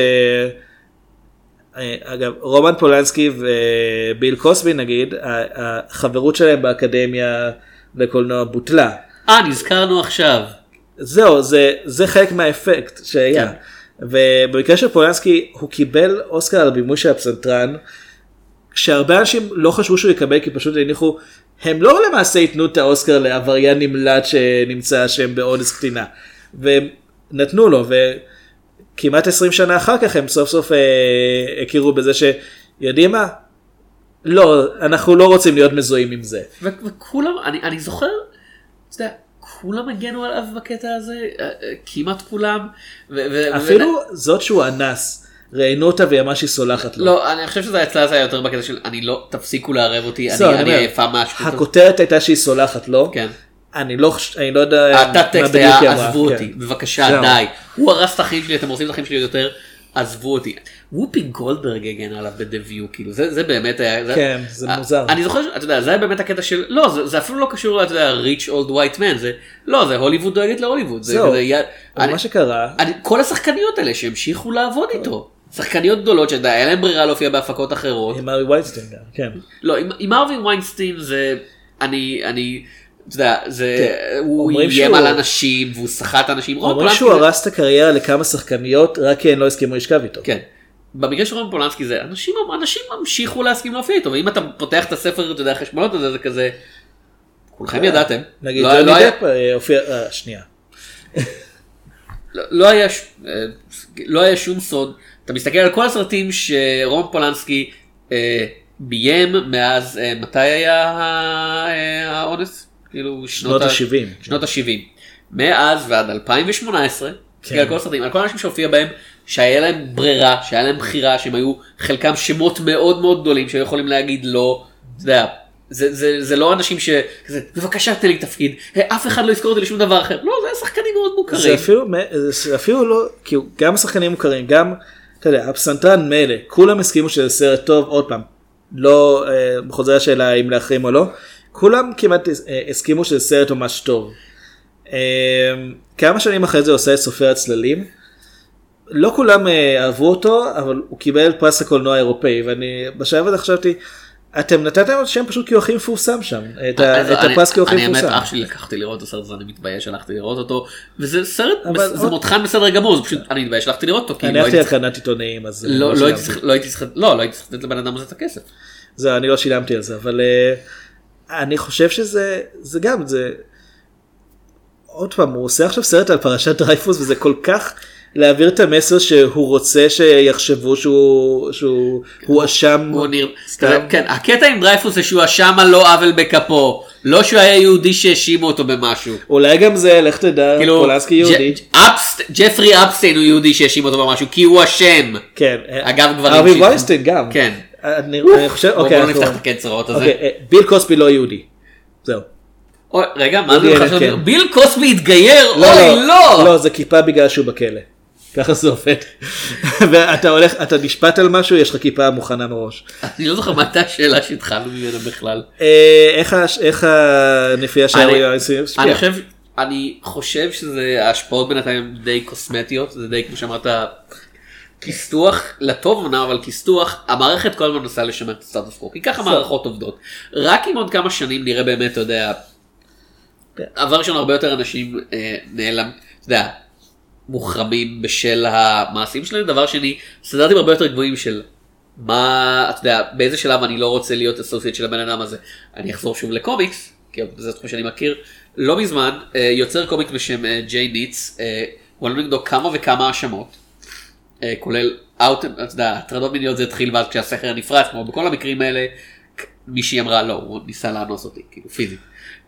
אגב, רומן פולנסקי וביל קוסבי נגיד, החברות שלהם באקדמיה לקולנוע בוטלה. אה, נזכרנו עכשיו. זהו, זה, זה חלק מהאפקט שהיה. כן. ובמקרה של פולנסקי, הוא קיבל אוסקר על הבימוי של הפסנתרן, שהרבה אנשים לא חשבו שהוא יקבל, כי פשוט הניחו, הם לא למעשה ייתנו את האוסקר לעבריין נמלט שנמצא שם באונס קטינה. והם נתנו לו, וכמעט עשרים שנה אחר כך הם סוף סוף אה, הכירו בזה שיודעים מה? לא, אנחנו לא רוצים להיות מזוהים עם זה. וכולם, אני, אני זוכר, אתה יודע, כולם הגנו עליו בקטע הזה, כמעט כולם. אפילו זאת שהוא אנס. ראינו אותה והיא ממש היא סולחת לו. לא, אני חושב שזה אצלה זה היה יותר בקטע של אני לא, תפסיקו לערב אותי, אני עייפה מהשקוט. הכותרת הייתה שהיא סולחת לו. כן. אני לא, אני לא יודע. הטקסט היה עזבו אותי, בבקשה די. הוא הרס את החיים שלי, אתם עושים את החיים שלי יותר, עזבו אותי. וופי גולדברג הגן עליו בדביו, כאילו, זה באמת היה. כן, זה מוזר. אני זוכר, אתה יודע, זה היה באמת הקטע של, לא, זה אפילו לא קשור, אתה יודע, rich old white man, זה, לא, זה הוליווד דואגת להוליווד. זהו, מה שקרה. כל השחקניות האלה שהמשיכו לעבוד איתו. שחקניות גדולות שדה, היה להם ברירה להופיע בהפקות אחרות. עם ארווי ויינסטיין גם, כן. לא, עם ארווי ויינסטיין זה, אני, אני, אתה יודע, זה, הוא איים על אנשים, והוא שחט אנשים. אומרים שהוא הרס את הקריירה לכמה שחקניות, רק כי הם לא הסכימו לשכב איתו. כן. במקרה של רומן פולנסקי זה, אנשים, אנשים ממשיכו להסכים להופיע איתו, ואם אתה פותח את הספר, אתה יודע, החשבונות הזה, זה כזה, כולכם ידעתם. נגיד, ג'וני דפ הופיע, שנייה. לא היה שום סוד. אתה מסתכל על כל הסרטים שרומן פולנסקי אה, ביים מאז, אה, מתי היה אה, האונס? כאילו שנות ה-שבעים. שנות ה-שבעים. מאז ועד אלפיים שמונה עשרה, כן. על כל הסרטים, על כל האנשים שהופיע בהם, שהיה להם ברירה, שהיה להם בחירה, שהם היו חלקם שמות מאוד מאוד גדולים, שהיו יכולים להגיד לא, אתה יודע, זה, זה, זה לא אנשים ש... כזה, בבקשה תן לי תפקיד, אף אחד לא יזכור אותי לשום דבר אחר. לא, זה שחקנים מאוד מוכרים. זה אפילו, זה אפילו לא, כי גם שחקנים מוכרים, גם... אתה יודע, הפסנתרן מלא, כולם הסכימו שזה סרט טוב, עוד פעם, לא חוזר השאלה אם להחרים או לא, כולם כמעט הסכימו שזה סרט ממש טוב. כמה שנים אחרי זה עושה את סופר הצללים, לא כולם אהבו אותו, אבל הוא קיבל פרס הקולנוע האירופאי, ואני בשלב הזה חשבתי, אתם נתתם עוד שם פשוט כי הוא הכי מפורסם שם, את הפרס כי הוא הכי מפורסם. אני האמת, אח שלי לקחתי לראות את הסרט הזה, אני מתבייש שלחתי לראות אותו, וזה סרט, זה מותחן בסדר גמור, זה פשוט, אני מתבייש שלחתי לראות אותו. אני הלכתי להקרנת עיתונאים, אז... לא הייתי צריך לתת לבן אדם הזה את הכסף. זה, אני לא שילמתי על זה, אבל אני חושב שזה, זה גם, זה... עוד פעם, הוא עושה עכשיו סרט על פרשת דרייפוס, וזה כל כך... להעביר את המסר שהוא רוצה שיחשבו שהוא שהוא אשם. כן, הקטע עם דרייפוס זה שהוא אשם על לא עוול בכפו, לא שהוא היה יהודי שהאשימו אותו במשהו. אולי גם זה, לך תדע, פולנסקי יהודי. ג'פרי אפסטיין הוא יהודי שהאשימו אותו במשהו, כי הוא אשם. כן. אגב גברים ארווי ויינסטיין גם. כן. אני חושב, אוקיי. בואו נפתח את הקצרות הזה. ביל קוסבי לא יהודי. זהו. רגע, מה זה חשוב? ביל קוסבי התגייר? אוי, לא! לא, זה כיפה בגלל שהוא בכלא. ככה זה עובד. ואתה הולך, אתה נשפט על משהו, יש לך כיפה מוכנה מראש. אני לא זוכר מה הייתה השאלה שהתחלנו ממנה בכלל. איך הנפייה של הארי ויינסטיין? אני חושב, אני חושב שזה, ההשפעות בינתיים די קוסמטיות, זה די כמו שאמרת, כיסתוח, לטוב מנה, אבל כיסתוח, המערכת כל הזמן נוסעה לשמר את הסטטוס קוו, כי ככה מערכות עובדות. רק אם עוד כמה שנים נראה באמת, אתה יודע, עבר שם הרבה יותר אנשים נעלם, אתה יודע, מוחרמים בשל המעשים שלהם. דבר שני, סטנדרטים הרבה יותר גבוהים של מה, אתה יודע, באיזה שלב אני לא רוצה להיות אסוציאט של הבן אדם הזה. אני אחזור שוב לקומיקס, כי זה תחום שאני מכיר. לא מזמן, יוצר קומיקס בשם ג'יי ניטס, הוא עלו נגדו כמה וכמה האשמות, כולל, אתה יודע, הטרדות מיניות זה התחיל ואז כשהסכר נפרץ, כמו בכל המקרים האלה, מישהי אמרה לא, הוא ניסה לאנוס אותי, כאילו פיזית.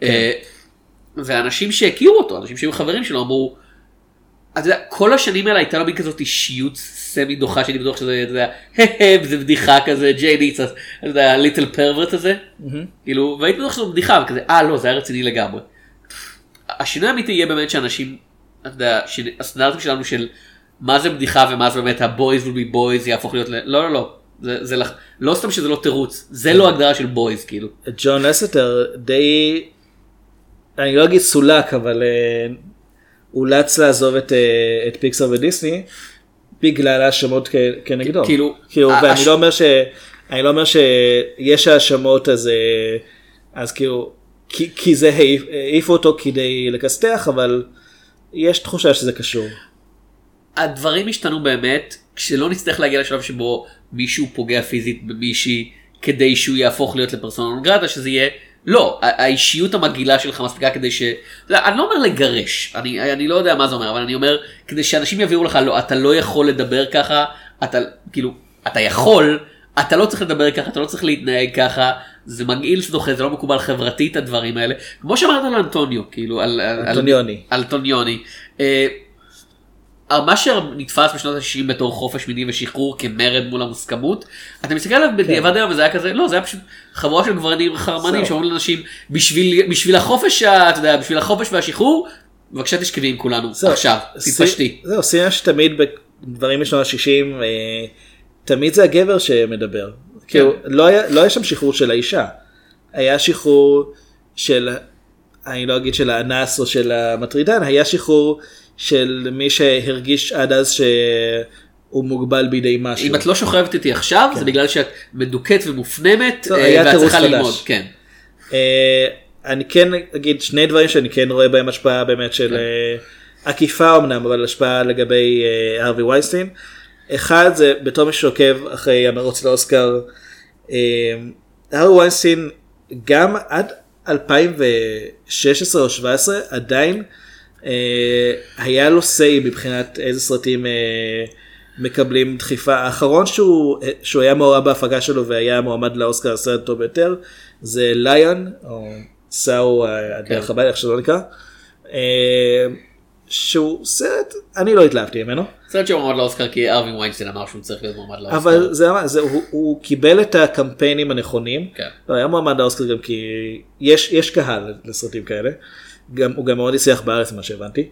ואנשים שהכירו אותו, אנשים שהיו חברים שלו, אמרו, אתה יודע, כל השנים האלה הייתה לו בין כזאת אישיות סמי דוחה, שאני בטוח שזה, אתה יודע, זה בדיחה כזה, ג'יי ניטס, אתה יודע, ליטל פרוורט הזה, כאילו, והייתי בטוח שזו בדיחה, וכזה, אה, לא, זה היה רציני לגמרי. השינוי האמיתי יהיה באמת שאנשים, אתה יודע, הסטנדרטים שלנו של מה זה בדיחה ומה זה באמת ה-boys will be boys יהפוך להיות, לא, לא, לא, זה לא סתם שזה לא תירוץ, זה לא הגדרה של boys, כאילו. ג'ון לסטר די, אני לא אגיד סולק, אבל אולץ לעזוב את, את פיקסר ודיסני, בגלל האשמות כנגדו. כאילו, כאילו ואני הש... לא אומר ש, אני לא אומר שיש האשמות, אז, אז כאילו, כי, כי זה העיפו אותו כדי לקסתח, אבל יש תחושה שזה קשור. הדברים השתנו באמת, כשלא נצטרך להגיע לשלב שבו מישהו פוגע פיזית במישהי, כדי שהוא יהפוך להיות לפרסונה נון גרטה, שזה יהיה, לא, האישיות המגעילה שלך מספיקה כדי ש... אני לא אומר לגרש, אני, אני לא יודע מה זה אומר, אבל אני אומר, כדי שאנשים יביאו לך, לא, אתה לא יכול לדבר ככה, אתה, כאילו, אתה יכול, אתה לא צריך לדבר ככה, אתה לא צריך להתנהג ככה, זה מגעיל שדוחה, זה לא מקובל חברתית הדברים האלה, כמו שאמרת על אנטוניו, כאילו, על... אנטוניוני. על אנטוניוני. מה שנתפס בשנות ה-שישים בתור חופש מיני ושחרור כמרד מול המוסכמות, אתה מסתכל עליו בדיעבד היום וזה היה כזה, לא, זה היה פשוט חבורה של גברים חרמנים שאומרים לאנשים, בשביל החופש, אתה יודע, בשביל החופש והשחרור, בבקשה תשכבי עם כולנו, עכשיו, תתפשטי. זהו, עושים שתמיד בדברים בשנות ה-שישים, תמיד זה הגבר שמדבר. לא היה שם שחרור של האישה, היה שחרור של, אני לא אגיד של האנס או של המטרידן, היה שחרור של מי שהרגיש עד אז שהוא מוגבל בידי משהו. אם את לא שוכבת איתי עכשיו, זה בגלל שאת מדוקת ומופנמת, ואת צריכה ללמוד. אני כן אגיד שני דברים שאני כן רואה בהם השפעה באמת של עקיפה אמנם, אבל השפעה לגבי הארווי ויינסטיין. אחד זה בתור מי שעוקב אחרי המרוץ לאוסקר, הארווי ויינסטיין גם עד אלפיים ושש עשרה או שבע עשרה עדיין היה לו סי מבחינת איזה סרטים מקבלים דחיפה. האחרון שהוא, שהוא היה מעורב בהפקה שלו והיה מועמד לאוסקר הסרט טוב יותר, זה ליון, או סאו הדרך הבאה, איך שלא נקרא, שהוא סרט, אני לא התלהבתי ממנו. סרט שהוא מועמד לאוסקר כי ארווי ויינסטיין אמר שהוא צריך להיות מועמד לאוסקר. אבל זה, זה, הוא, הוא קיבל את הקמפיינים הנכונים, כן. לא, היה מועמד לאוסקר גם כי יש, יש קהל לסרטים כאלה. גם, הוא גם מאוד יצליח בארץ, מה שהבנתי.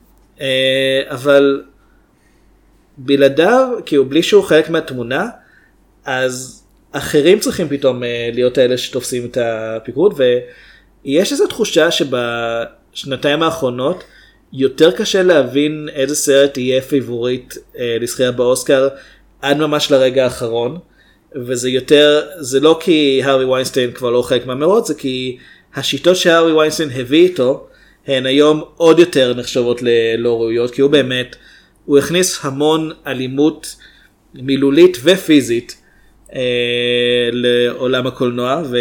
אבל בלעדיו, כאילו בלי שהוא חלק מהתמונה, אז אחרים צריכים פתאום להיות האלה שתופסים את הפיקוד, ויש איזו תחושה שבשנתיים האחרונות, יותר קשה להבין איזה סרט יהיה פיבורית לזכייה באוסקר, עד ממש לרגע האחרון, וזה יותר, זה לא כי הארווי ויינסטיין כבר לא חלק מהמרוץ, זה כי השיטות שהארווי ויינסטיין הביא איתו, הן היום עוד יותר נחשבות ללא ראויות, כי הוא באמת, הוא הכניס המון אלימות מילולית ופיזית אה, לעולם הקולנוע, ו,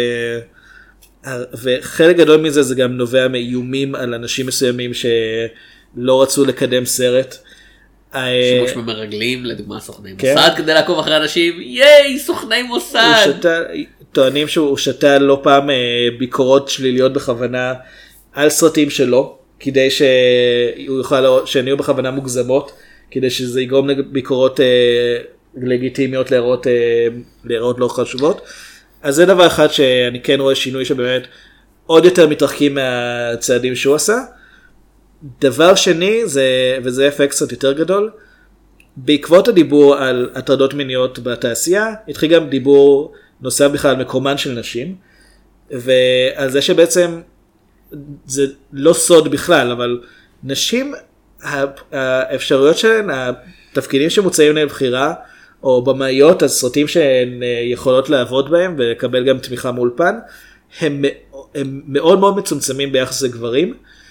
וחלק גדול מזה זה גם נובע מאיומים על אנשים מסוימים שלא רצו לקדם סרט. שימוש במרגלים, לדוגמה סוכני מוסד, כדי לעקוב אחרי אנשים, ייי, סוכני מוסד. הוא שתה, טוענים שהוא שתה לא פעם ביקורות שליליות בכוונה על סרטים שלו, כדי שהוא יוכל, שהן יהיו בכוונה מוגזמות, כדי שזה יגרום לביקורות לגיטימיות להיראות, להיראות לא חשובות. אז זה דבר אחד שאני כן רואה שינוי שבאמת עוד יותר מתרחקים מהצעדים שהוא עשה. דבר שני, זה, וזה אפקט קצת יותר גדול, בעקבות הדיבור על הטרדות מיניות בתעשייה, התחיל גם דיבור נוסף בכלל על מקומן של נשים, ועל זה שבעצם זה לא סוד בכלל, אבל נשים, האפשרויות שלהן, התפקידים שמוצאים להן בחירה, או במאיות, הסרטים שהן יכולות לעבוד בהם ולקבל גם תמיכה מאולפן, הם, הם מאוד מאוד מצומצמים ביחס לגברים,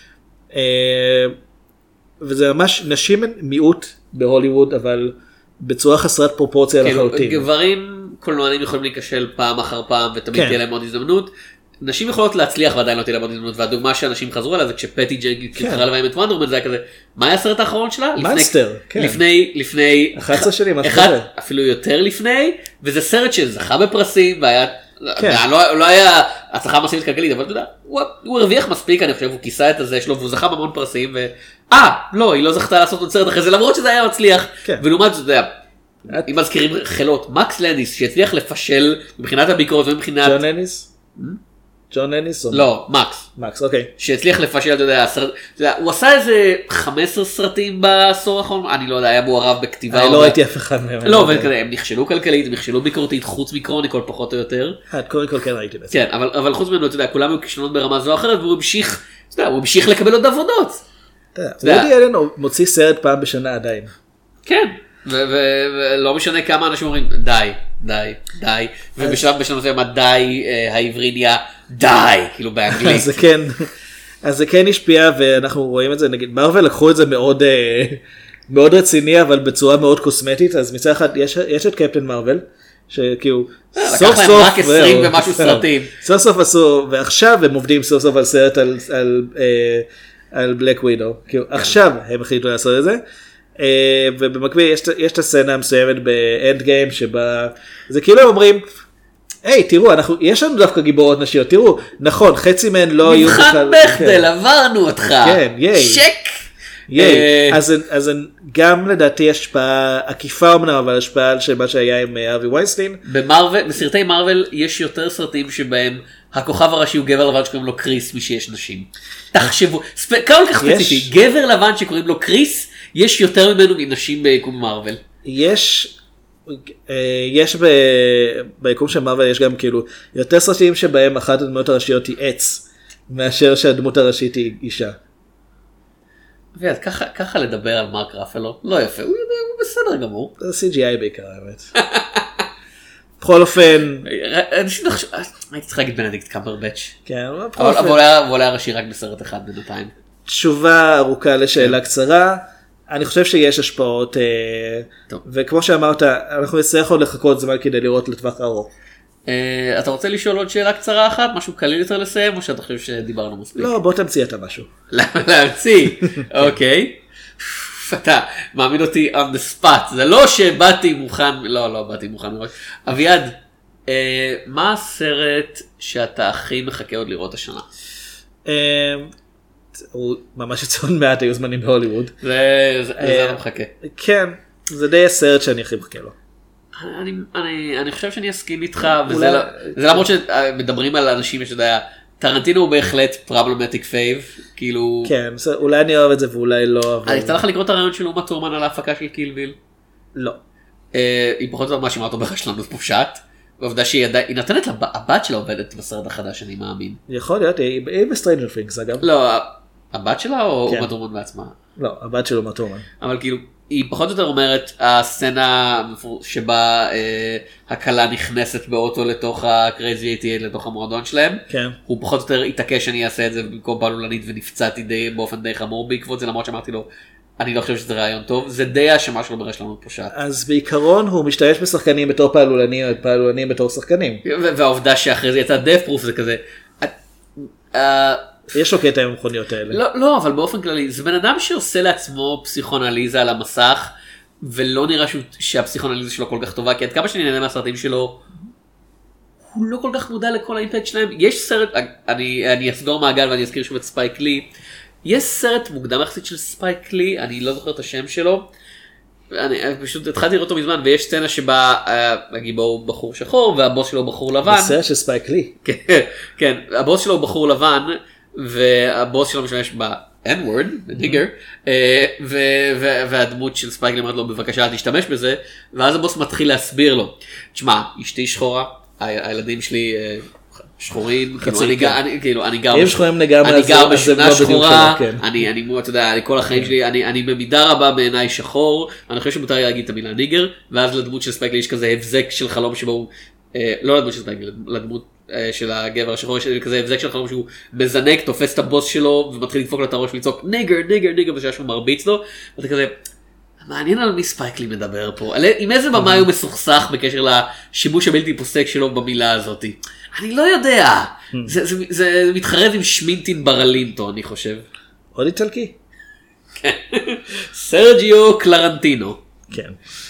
וזה ממש, נשים הן מיעוט בהוליווד, אבל בצורה חסרת פרופורציה לחלוטין. גברים קולנוענים יכולים להיכשל פעם אחר פעם, ותמיד תהיה להם עוד הזדמנות. נשים יכולות להצליח ועדיין לא תהיה להם עוד הזדמנות, והדוגמה שאנשים חזרו עליה זה כשפטי ג'נקינס קרא להם את וונדר וומן, זה היה כזה, מה היה הסרט האחרון שלה? מאנסטר, כן. לפני, לפני, אחת עשרה שנים, אפילו יותר לפני, וזה סרט שזכה בפרסים, והיה, לא היה הצלחה מסיבית כלכלית, אבל אתה יודע, הוא הרוויח מספיק, אני חושב, הוא כיסה את הזה שלו, והוא זכה בהמון פרסים, ו... אה, לא, היא לא זכתה לעשות עוד סרט אחרי זה, למרות שזה היה מצליח, ולעומת זאת, אתה יודע, אם מזכירים חילות, מקס לנדיס, שהצליח לפשל מבחינת הביקורת ומבחינת... ג'ון לנדיס? ג'ון לנדיס? לא, מקס. מקס, אוקיי. שהצליח לפשל, אתה יודע, הוא עשה איזה חמישה עשר סרטים בעשור האחרון, אני לא יודע, היה מעורב בכתיבה. אני לא ראיתי אף אחד מהם. לא, הם נכשלו כלכלית, הם נכשלו ביקורתית, חוץ מקרוניקול פחות או יותר. את קרוניקול כן ראיתי בעצם. כן, אבל חוץ ממנו, אתה יודע, כולם היו כישלונות ברמה זו או אחרת, והוא המשיך, אתה יודע, הוא המשיך לקבל עוד עבודות. וודי אלן מוציא סרט פעם בשנה עדיין. כן, ולא משנה כמה אנשים אומרים, די, די, די, ובשלב בשלב מסוים, די העברי נהיה די, כאילו באנגלית. אז זה כן, אז זה כן השפיע, ואנחנו רואים את זה, נגיד, מרוול לקחו את זה מאוד, מאוד רציני, אבל בצורה מאוד קוסמטית, אז מצד אחד, יש את קפטן מרוול, שכאילו, סוף סוף, רק עשרים ומשהו סרטים. סוף סוף עשו, ועכשיו הם עובדים סוף סוף על סרט על בלק ווידו, כאילו, עכשיו הם החליטו לעשות את זה, ובמקביל יש את הסצנה המסוימת באנד גיים, שבה, זה כאילו הם אומרים, היי, תראו, אנחנו, יש לנו דווקא גיבורות נשיות, תראו, נכון, חצי מהן לא היו בכלל... מבחן בכדל, עברנו אותך. כן, ייי. שק. ייי. אז, אז גם לדעתי השפעה, עקיפה אמנם, אבל השפעה של מה שהיה עם ארווי ויינסטיין. במרוול, בסרטי מרוול יש יותר סרטים שבהם הכוכב הראשי הוא גבר לבן שקוראים לו קריס, מי שיש נשים. תחשבו, כל כך ספציפי, גבר לבן שקוראים לו קריס, יש יותר ממנו מנשים ביקום מרוול. יש... יש ביקום של מרוול יש גם כאילו יותר סרטים שבהם אחת הדמות הראשיות היא עץ מאשר שהדמות הראשית היא אישה. ויד, ככה לדבר על מרק רפלו לא יפה, הוא בסדר גמור. זה סי ג'י איי בעיקר האמת. בכל אופן הייתי צריך להגיד בנדיקט קמברבץ', אבל הוא עולה ראשי רק בסרט אחד בינתיים. תשובה ארוכה לשאלה קצרה. אני חושב שיש השפעות, וכמו שאמרת, אנחנו נצטרך עוד לחכות זמן כדי לראות לטווח ארוך. אתה רוצה לשאול עוד שאלה קצרה אחת, משהו קליל יותר לסיים, או שאתה חושב שדיברנו מספיק? לא, בוא תמציא אתה משהו. להמציא, אוקיי. אתה מעמיד אותי on the spot, זה לא שבאתי מוכן, לא, לא באתי מוכן מראש. אביעד, מה הסרט שאתה הכי מחכה עוד לראות השנה? הוא ממש יצא עוד מעט, היו זמנים בהוליווד. זה לא מחכה. כן, זה די הסרט שאני הכי מחכה לו. אני חושב שאני אסכים איתך, וזה למרות שמדברים על אנשים שדעה, טרנטינו הוא בהחלט פרבלמטיק פייב, כאילו... כן, אולי אני אוהב את זה ואולי לא. אני אצטרך לקרוא את הרעיון של אומה תורמן על ההפקה של קיל ביל? לא. היא פחות או יותר מאשימה אותו ברשלנות פושעת, ועובדה שהיא נותנת לבת שלה עובדת בסרט החדש, אני מאמין. יכול להיות, היא בסטרנג'ר פינקס אגב. לא, הבת שלה או אומה תורמן בעצמה? לא, הבת של אומה תורמן. אבל כאילו, היא פחות או יותר אומרת, הסצנה שבה הכלה נכנסת באוטו לתוך הקרייזי אייטי אייט, לתוך המועדון שלהם, הוא פחות או יותר התעקש שאני אעשה את זה במקום פעלולנית, ונפצעתי באופן די חמור בעקבות זה, למרות שאמרתי לו, אני לא חושב שזה רעיון טוב, זה די האשמה שלו ברשלנות פושעת. אז בעיקרון הוא משתמש בשחקנים בתור פעלולנים, פעלולנים בתור שחקנים. והעובדה שאחרי זה יצא דף פרוף זה כזה, יש לו קטע עם המכוניות האלה. לא, לא, אבל באופן כללי, זה בן אדם שעושה לעצמו פסיכונליזה על המסך, ולא נראה שהפסיכונליזה שלו כל כך טובה, כי עד כמה שאני נהנה מהסרטים שלו, הוא לא כל כך מודע לכל האימפקט שלהם. יש סרט, אני, אני אסגור מעגל ואני אזכיר שוב את ספייק לי, יש סרט מוקדם יחסית של ספייק לי, אני לא זוכר את השם שלו, אני פשוט התחלתי לראות אותו מזמן, ויש סצנה שבה הגיבור הוא בחור שחור, והבוס שלו הוא בחור לבן. זה סרט של ספייק לי. כן, כן, הבוס שלו הוא בחור לבן, והבוס שלו משתמש ב-N-word, ניגר, והדמות של ספייק אומרת לו בבקשה תשתמש בזה, ואז הבוס מתחיל להסביר לו, תשמע, אשתי שחורה, הילדים שלי שחורים, כאילו אני גר בשכונה שחורה, אני כל החיים שלי, אני במידה רבה בעיניי שחור, אני חושב שמותר להגיד את המילה ניגר, ואז לדמות של ספייק יש כזה הבזק של חלום שבו הוא, לא לדמות של ספייק, לדמות של הגבר השחור, יש כזה הבזק של חלום שהוא מזנק, תופס את הבוס שלו ומתחיל לדפוק לו את הראש ולצעוק ניגר, ניגר, ניגר, ושהוא מרביץ לו, ואתה כזה, מעניין על מי ספייקלי מדבר פה, עם איזה במה הוא מסוכסך בקשר לשימוש הבלתי פוסק שלו במילה הזאת. אני לא יודע, זה מתחרז עם שמינטין ברלינטו, אני חושב. עוד איטלקי? כן, סרג'יו קלרנטינו. כן.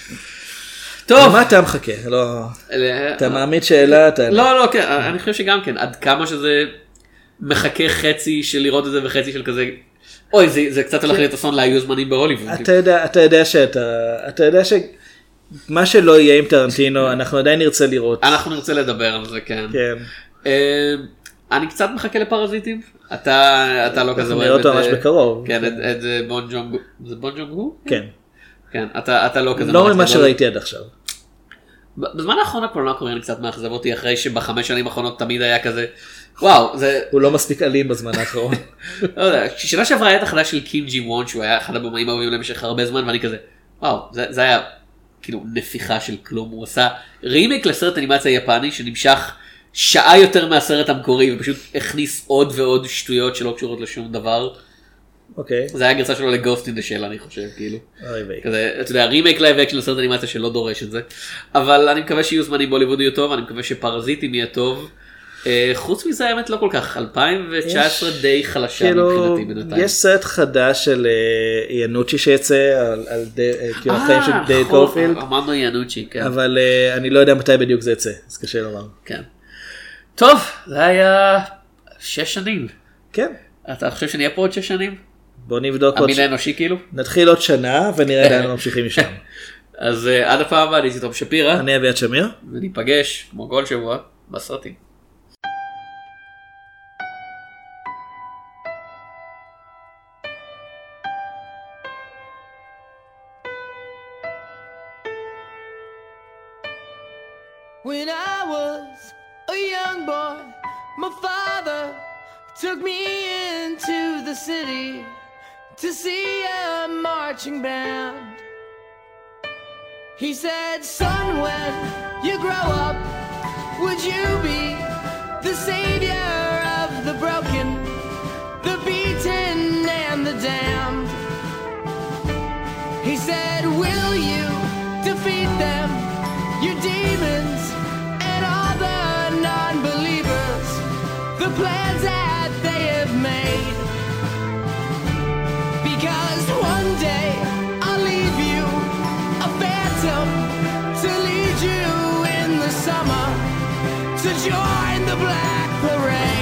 טוב. מה אתה מחכה? אתה מעמיד שאלה? לא, לא, כן, אני חושב שגם כן, עד כמה שזה מחכה חצי של לראות את זה וחצי של כזה, אוי, זה קצת הולך להיות אסון להיו זמנים בהוליווד. אתה יודע שאתה, אתה יודע שמה שלא יהיה עם טרנטינו, אנחנו עדיין נרצה לראות. אנחנו נרצה לדבר על זה, כן. כן. אני קצת מחכה לפרזיטים. אתה לא כזה נראה אותו ממש בקרוב. כן, את בון ג'ונג, זה בון ג'ונג הוא? כן. כן, אתה לא כזה. לא ממה שראיתי עד עכשיו. בזמן האחרון הקולנוע הקוריאני קצת מאכזב אותי, אחרי שבחמש שנים האחרונות תמיד היה כזה, וואו, זה... הוא לא מספיק אלים בזמן האחרון. לא יודע, שנה שעברה היה את החדש של קים ג'י וון, שהוא היה אחד הבמאים האהובים למשך הרבה זמן, ואני כזה, וואו, זה היה כאילו נפיחה של כלום, הוא עשה רימייק לסרט אנימציה יפני, שנמשך שעה יותר מהסרט המקורי, ופשוט הכניס עוד ועוד שטויות שלא קשורות לשום דבר. אוקיי. זה היה גרסה שלו לגוסט אין דה של, אני חושב, כאילו. כזה, אתה יודע, רימייק לייב אקשן לסרט אנימציה שלא דורש את זה. אבל אני מקווה שיהיו זמנים בהוליווד יהיו טוב, אני מקווה שפרזיטים יהיה טוב. חוץ מזה האמת לא כל כך, אלפיים תשע עשרה די חלשה מבחינתי בינתיים. יש סרט חדש של ינוצ'י שיצא, על החיים של דייוויד קופילד. אמרנו ינוצ'י, כן. אבל אני לא יודע מתי בדיוק זה יצא, אז קשה לומר. כן. טוב, זה היה שש שנים. כן. אתה חושב שנהיה פה עוד שש שנים? בוא נבדוק עוד המין האנושי כאילו? נתחיל עוד שנה ונראה לאן ממשיכים משם. אז עד הפעם הבאה, אני זיתום שפירה. אני אביעד שמיר. וניפגש, כמו כל שבוע, בסרטים. When I was a young boy, my father took me into the city to see a marching band. He said, son, when you grow up, would you be the savior of the broken, the beaten and the damned? He said, will you defeat them, your demons and all the non-believers, the plans that they have made? Because one day I'll leave you a phantom to lead you in the summer to join the Black Parade.